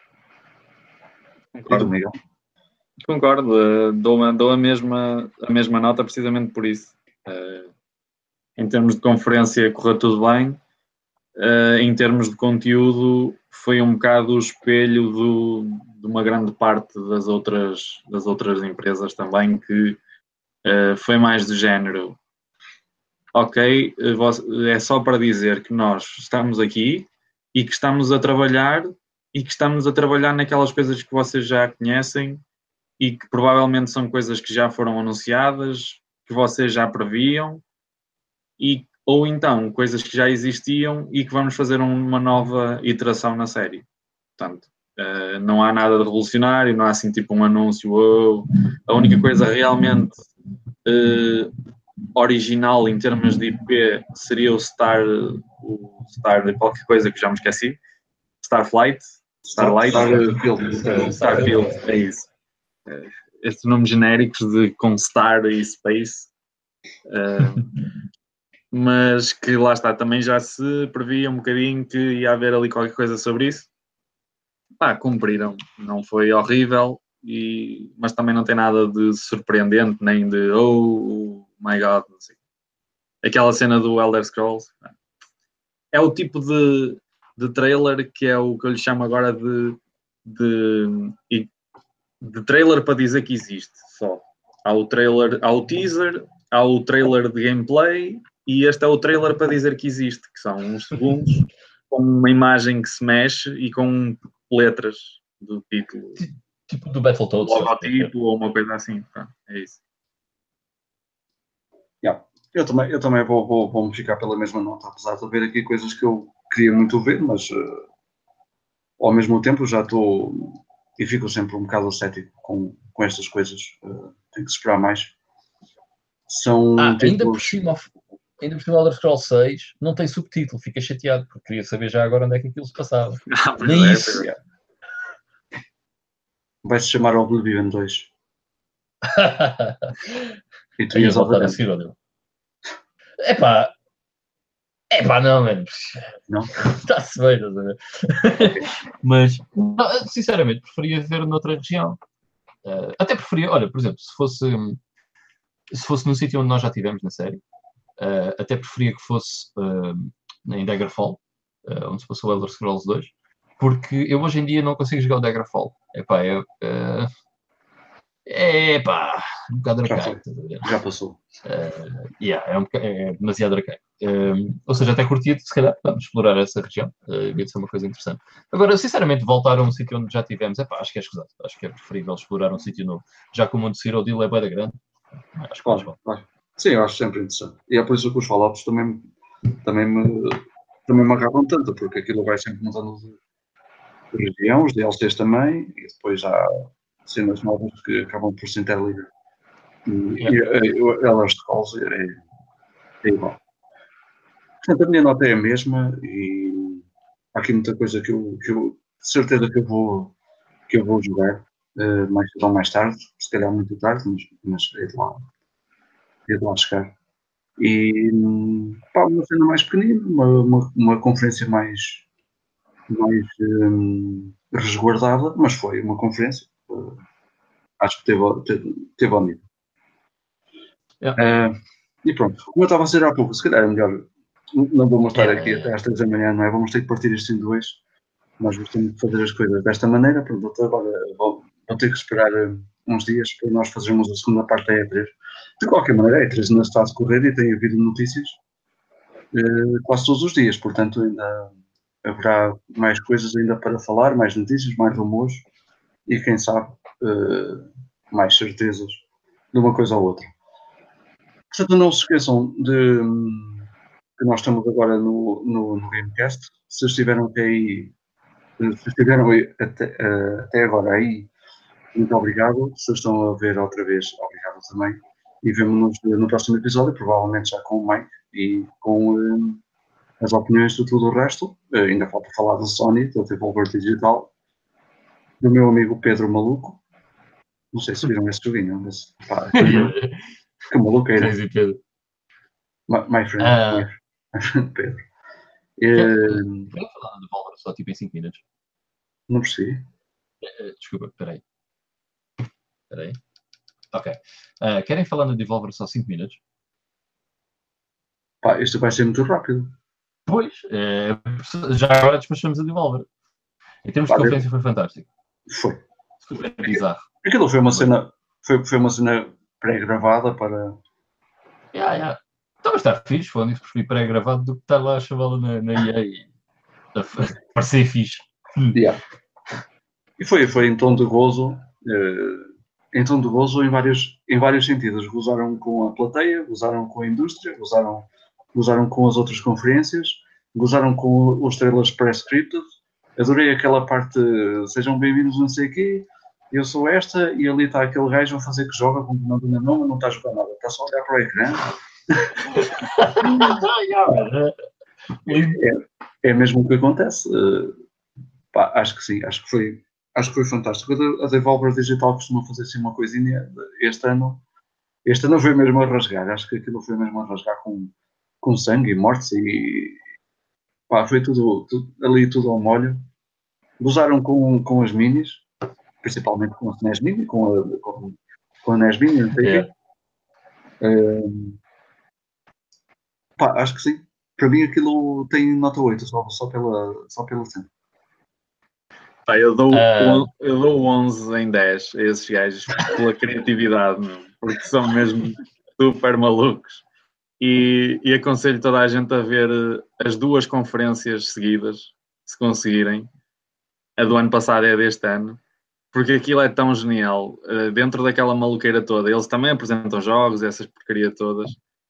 Concordo, dou a mesma nota precisamente por isso. Em termos de conferência correu tudo bem, em termos de conteúdo foi um bocado o espelho de uma grande parte das outras empresas também, que foi mais do género. Ok, é só para dizer que nós estamos aqui e que estamos a trabalhar naquelas coisas que vocês já conhecem e que provavelmente são coisas que já foram anunciadas, que vocês já previam, ou então coisas que já existiam e que vamos fazer uma nova iteração na série. Portanto, não há nada de revolucionário, não há assim tipo um anúncio. A única coisa realmente original em termos de IP seria o Star de qualquer coisa que já me esqueci. Starlight, Starfield, é isso. Estes nomes genéricos com Star e Space. Mas que lá está, também já se previa um bocadinho que ia haver ali qualquer coisa sobre isso. Cumpriram. Não foi horrível, mas também não tem nada de surpreendente, nem de oh my god, não sei. Aquela cena do Elder Scrolls. É o tipo de trailer que é o que eu lhe chamo agora de trailer para dizer que existe, só. Há o teaser, há o trailer de gameplay e este é o trailer para dizer que existe, que são uns segundos com uma imagem que se mexe e com letras do título. Tipo do Battletoads. Logotipo ou uma coisa assim. É isso. Yeah. Eu também vou ficar pela mesma nota, apesar de haver aqui coisas que eu queria muito ver, mas ao mesmo tempo já estou e fico sempre um bocado cético com estas coisas. Tenho que esperar mais. São ainda por cima o Elder Scrolls 6 não tem subtítulo, fica chateado, porque queria saber já agora onde é que aquilo se passava. Nem isso. Vai-se chamar Oblivion 2. E tu ias voltar a seguir ou não? Epá, não, mano. Não? Está-se bem, estás a ver? Mas, sinceramente, preferia ver noutra região. Até preferia, olha, por exemplo, se fosse num sítio onde nós já estivemos na série, até preferia que fosse em Daggerfall, onde se passou o Elder Scrolls 2, porque eu hoje em dia não consigo jogar o Daggerfall. Um bocado arcaico. Já passou. É demasiado arcaico. Ou seja, até curtia, se calhar, explorar essa região. Devia ser uma coisa interessante. Agora, sinceramente, voltar a um sítio onde já estivemos, acho que é escusado. Acho que é preferível explorar um sítio novo. Já que o mundo de Cyrodiil é bem grande. Acho que claro. Sim, eu acho sempre interessante. E é por isso que os Fallouts também me agarram tanto, porque aquilo vai sempre mudando de região, os DLCs também, e depois há cenas novas que acabam por se interligar. E Elder Scrolls é igual. Portanto, a minha nota é a mesma e há aqui muita coisa que eu de certeza que eu vou jogar mais cedo ou mais tarde, se calhar muito tarde, mas é de lá chegar. E uma cena mais pequenina, uma conferência mais resguardada, mas foi uma conferência. Acho que teve ao nível. E pronto, como eu estava a dizer há pouco, se calhar é melhor, não vamos estar aqui até às 3 da manhã, não é? Vamos ter que partir isto em dois. Nós gostamos de fazer as coisas desta maneira, portanto agora vou ter que esperar uns dias para nós fazermos a segunda parte da E3. De qualquer maneira, a E3 ainda está a decorrer e tem havido notícias quase todos os dias, portanto ainda haverá mais coisas ainda para falar, mais notícias, mais rumores e quem sabe mais certezas de uma coisa ou outra. Portanto, não se esqueçam de que nós estamos agora no Gamecast. Se estiveram até até agora aí, muito obrigado. Se estão a ver outra vez, obrigado também. E vemo-nos no próximo episódio, provavelmente já com o Mike e com as opiniões de tudo o resto. Ainda falta falar da Sony, da Devolver Digital, do meu amigo Pedro Maluco. Não sei se viram esse joguinho, mas que maluqueira. My friend Pedro. Quero falar de Devolver só tipo em 5 minutos. Não percebi. Desculpa, espera aí. Ok. Querem falar no Devolver só 5 minutos? Isto vai ser muito rápido. Pois, já agora despachamos a Devolver. Em termos de conferência foi fantástico. Foi. É bizarro. Aquilo foi uma cena pré-gravada para... Então, mas está fixe, foi onde preferi pré-gravado do que estar lá a chavala na EA e parecer fixe. E foi em tom de gozo, em vários sentidos. Gozaram com a plateia, gozaram com a indústria, gozaram com as outras conferências, gozaram com os trailers pré-scripted. Adorei aquela parte, sejam bem-vindos não sei o quê, eu sou esta, e ali está aquele gajo a fazer que joga com o comando na mão, mas não está a jogar nada, está só a olhar para o ecrã, É mesmo o que acontece. Pá, acho que sim, acho que foi fantástico. A Devolver Digital costuma fazer assim uma coisinha. Este ano foi mesmo a rasgar. Acho que aquilo foi mesmo a rasgar com sangue e mortes e pá, foi ali tudo ao molho. Usaram com as minis, principalmente com a SNES Mini, com a NES Mini, não sei o quê. Pá, acho que sim. Para mim aquilo tem nota 8, só pela cena. Pá, eu dou 11 em 10 a esses gajos pela criatividade, meu, porque são mesmo super malucos. E aconselho toda a gente a ver as duas conferências seguidas, se conseguirem. A do ano passado é deste ano, porque aquilo é tão genial. Dentro daquela maluqueira toda, eles também apresentam jogos, essas porcaria todas,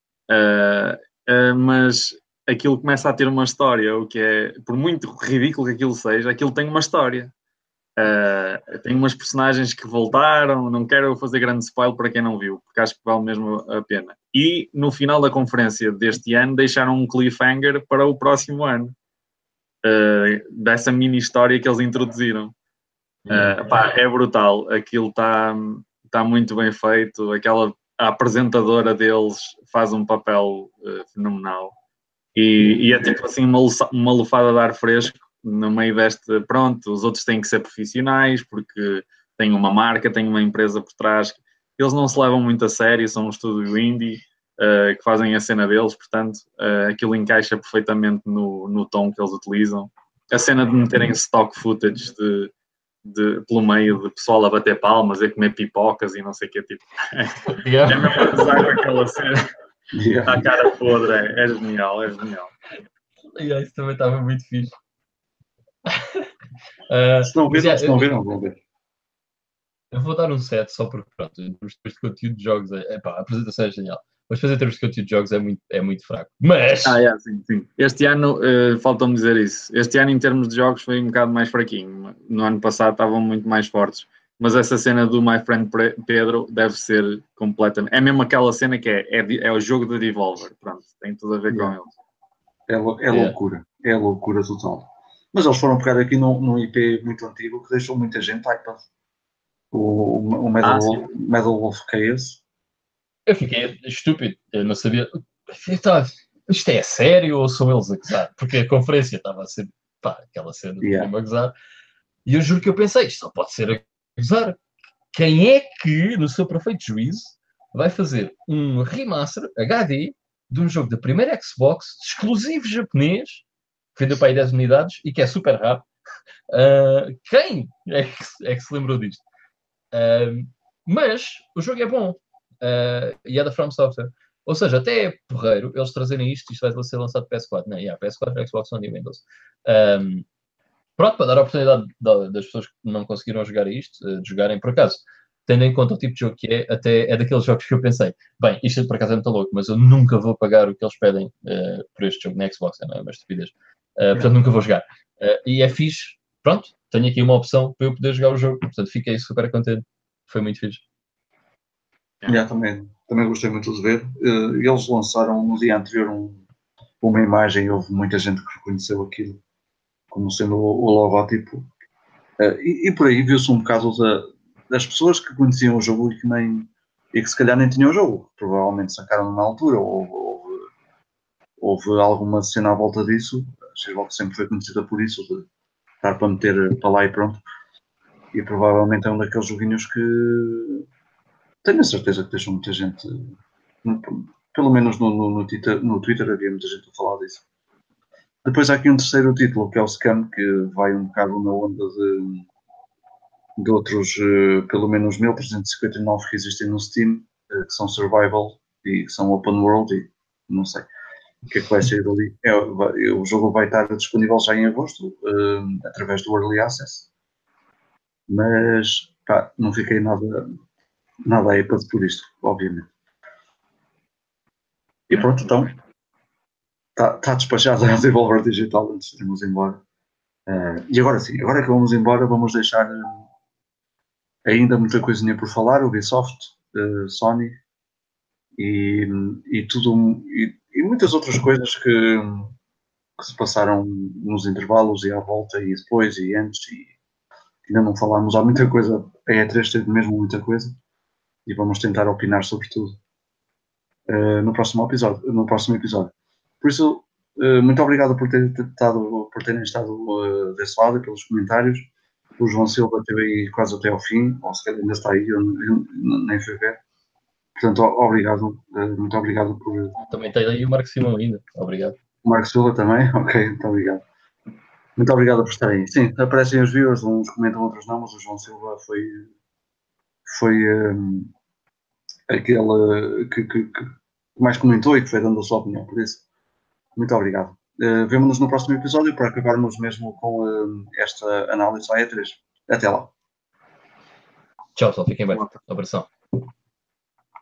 mas aquilo começa a ter uma história, o que é, por muito ridículo que aquilo seja, aquilo tem uma história. Tem umas personagens que voltaram, não quero fazer grande spoiler para quem não viu, porque acho que vale mesmo a pena. E no final da conferência deste ano deixaram um cliffhanger para o próximo ano, dessa mini história que eles introduziram. Pá, é brutal, aquilo está muito bem feito, a apresentadora deles faz um papel fenomenal e é tipo assim uma lufada de ar fresco no meio deste, pronto, os outros têm que ser profissionais porque têm uma marca, têm uma empresa por trás, eles não se levam muito a sério, são um estúdio indie que fazem a cena deles, portanto aquilo encaixa perfeitamente no tom que eles utilizam. A cena de meterem stock footage pelo meio de pessoal a bater palmas, a comer pipocas e não sei o que, tipo, é mesmo a gozar com aquela cena. A cara podre, é genial. Isso também estava muito fixe. Se não viram, vão ver. Eu vou dar um 7 só porque, pronto, em termos de conteúdo de jogos, a apresentação é genial. Mas fazer em termos de conteúdo de jogos é muito fraco. Mas... sim. Este ano, falta-me dizer isso. Este ano, em termos de jogos, foi um bocado mais fraquinho. No ano passado estavam muito mais fortes. Mas essa cena do My Friend Pedro deve ser completamente... É mesmo aquela cena que é o jogo da Devolver. Pronto, tem tudo a ver com eles. É loucura. É loucura total. Mas eles foram pegar aqui num IP muito antigo que deixou muita gente iPad. O Medal Wolf Chaos. Eu fiquei estúpido. Eu não sabia... Isto é sério ou são eles a gozar? Porque a conferência estava a ser... Pá, aquela cena de a gozar. E eu juro que eu pensei, isto só pode ser a gozar. Quem é que, no seu perfeito juízo, vai fazer um remaster HD de um jogo da primeira Xbox, exclusivo japonês, que vendeu para aí 10 unidades e que é super rápido? Quem é que se lembrou disto? Mas o jogo é bom e é da From Software. Ou seja, até é porreiro eles trazerem isto vai ser lançado PS4. Não, PS4, Xbox One e Windows. Pronto, para dar a oportunidade das pessoas que não conseguiram jogar isto, de jogarem por acaso. Tendo em conta o tipo de jogo que até é daqueles jogos que eu pensei, bem, isto por acaso é muito louco, mas eu nunca vou pagar o que eles pedem por este jogo na Xbox, é uma estupidez. Portanto, nunca vou jogar. E é fixe, pronto, tenho aqui uma opção para eu poder jogar o jogo, portanto, fiquei super contente. Foi muito fixe. Também gostei muito de ver. Eles lançaram no dia anterior uma imagem e houve muita gente que reconheceu aquilo como sendo o logótipo. E por aí viu-se um bocado das pessoas que conheciam o jogo e que se calhar nem tinham o jogo. Provavelmente sacaram na altura ou houve alguma cena à volta disso. A Xbox sempre foi conhecida por isso, de estar para meter para lá e pronto. E provavelmente é um daqueles joguinhos que tenho a certeza que deixou muita gente, pelo menos no Twitter havia muita gente a falar disso. Depois há aqui um terceiro título, que é o Scam, que vai um bocado na onda de outros, pelo menos 1359 que existem no Steam, que são Survival e que são Open World e não sei o que é que vai sair dali. O jogo vai estar disponível já em agosto, através do Early Access, mas pá, não fiquei nada aí para por isto, obviamente. E pronto, então está despachada a Devolver Digital antes de irmos embora. E agora sim, agora que vamos embora, vamos deixar ainda muita coisinha por falar. Ubisoft, Sony, e tudo, e muitas outras coisas que se passaram nos intervalos e à volta e depois e antes, e ainda não falámos. Há muita coisa, a E3 teve mesmo muita coisa, e vamos tentar opinar sobre tudo no próximo episódio. Por isso, muito obrigado por terem estado desse lado e pelos comentários. O João Silva esteve aí quase até ao fim, ou se calhar ainda está aí, eu nem fui ver. Portanto, obrigado, muito obrigado por... Também tem aí o Marco Simão ainda, obrigado. O Marco Silva também, ok, muito obrigado. Muito obrigado por estarem aí. Sim, aparecem os viewers, uns comentam, outros não, mas o João Silva foi aquele que mais comentou e que foi dando a sua opinião, por isso, muito obrigado. Vemo-nos no próximo episódio para acabarmos mesmo com esta análise à E3. Até lá. Tchau, pessoal, fiquem bem. Abração.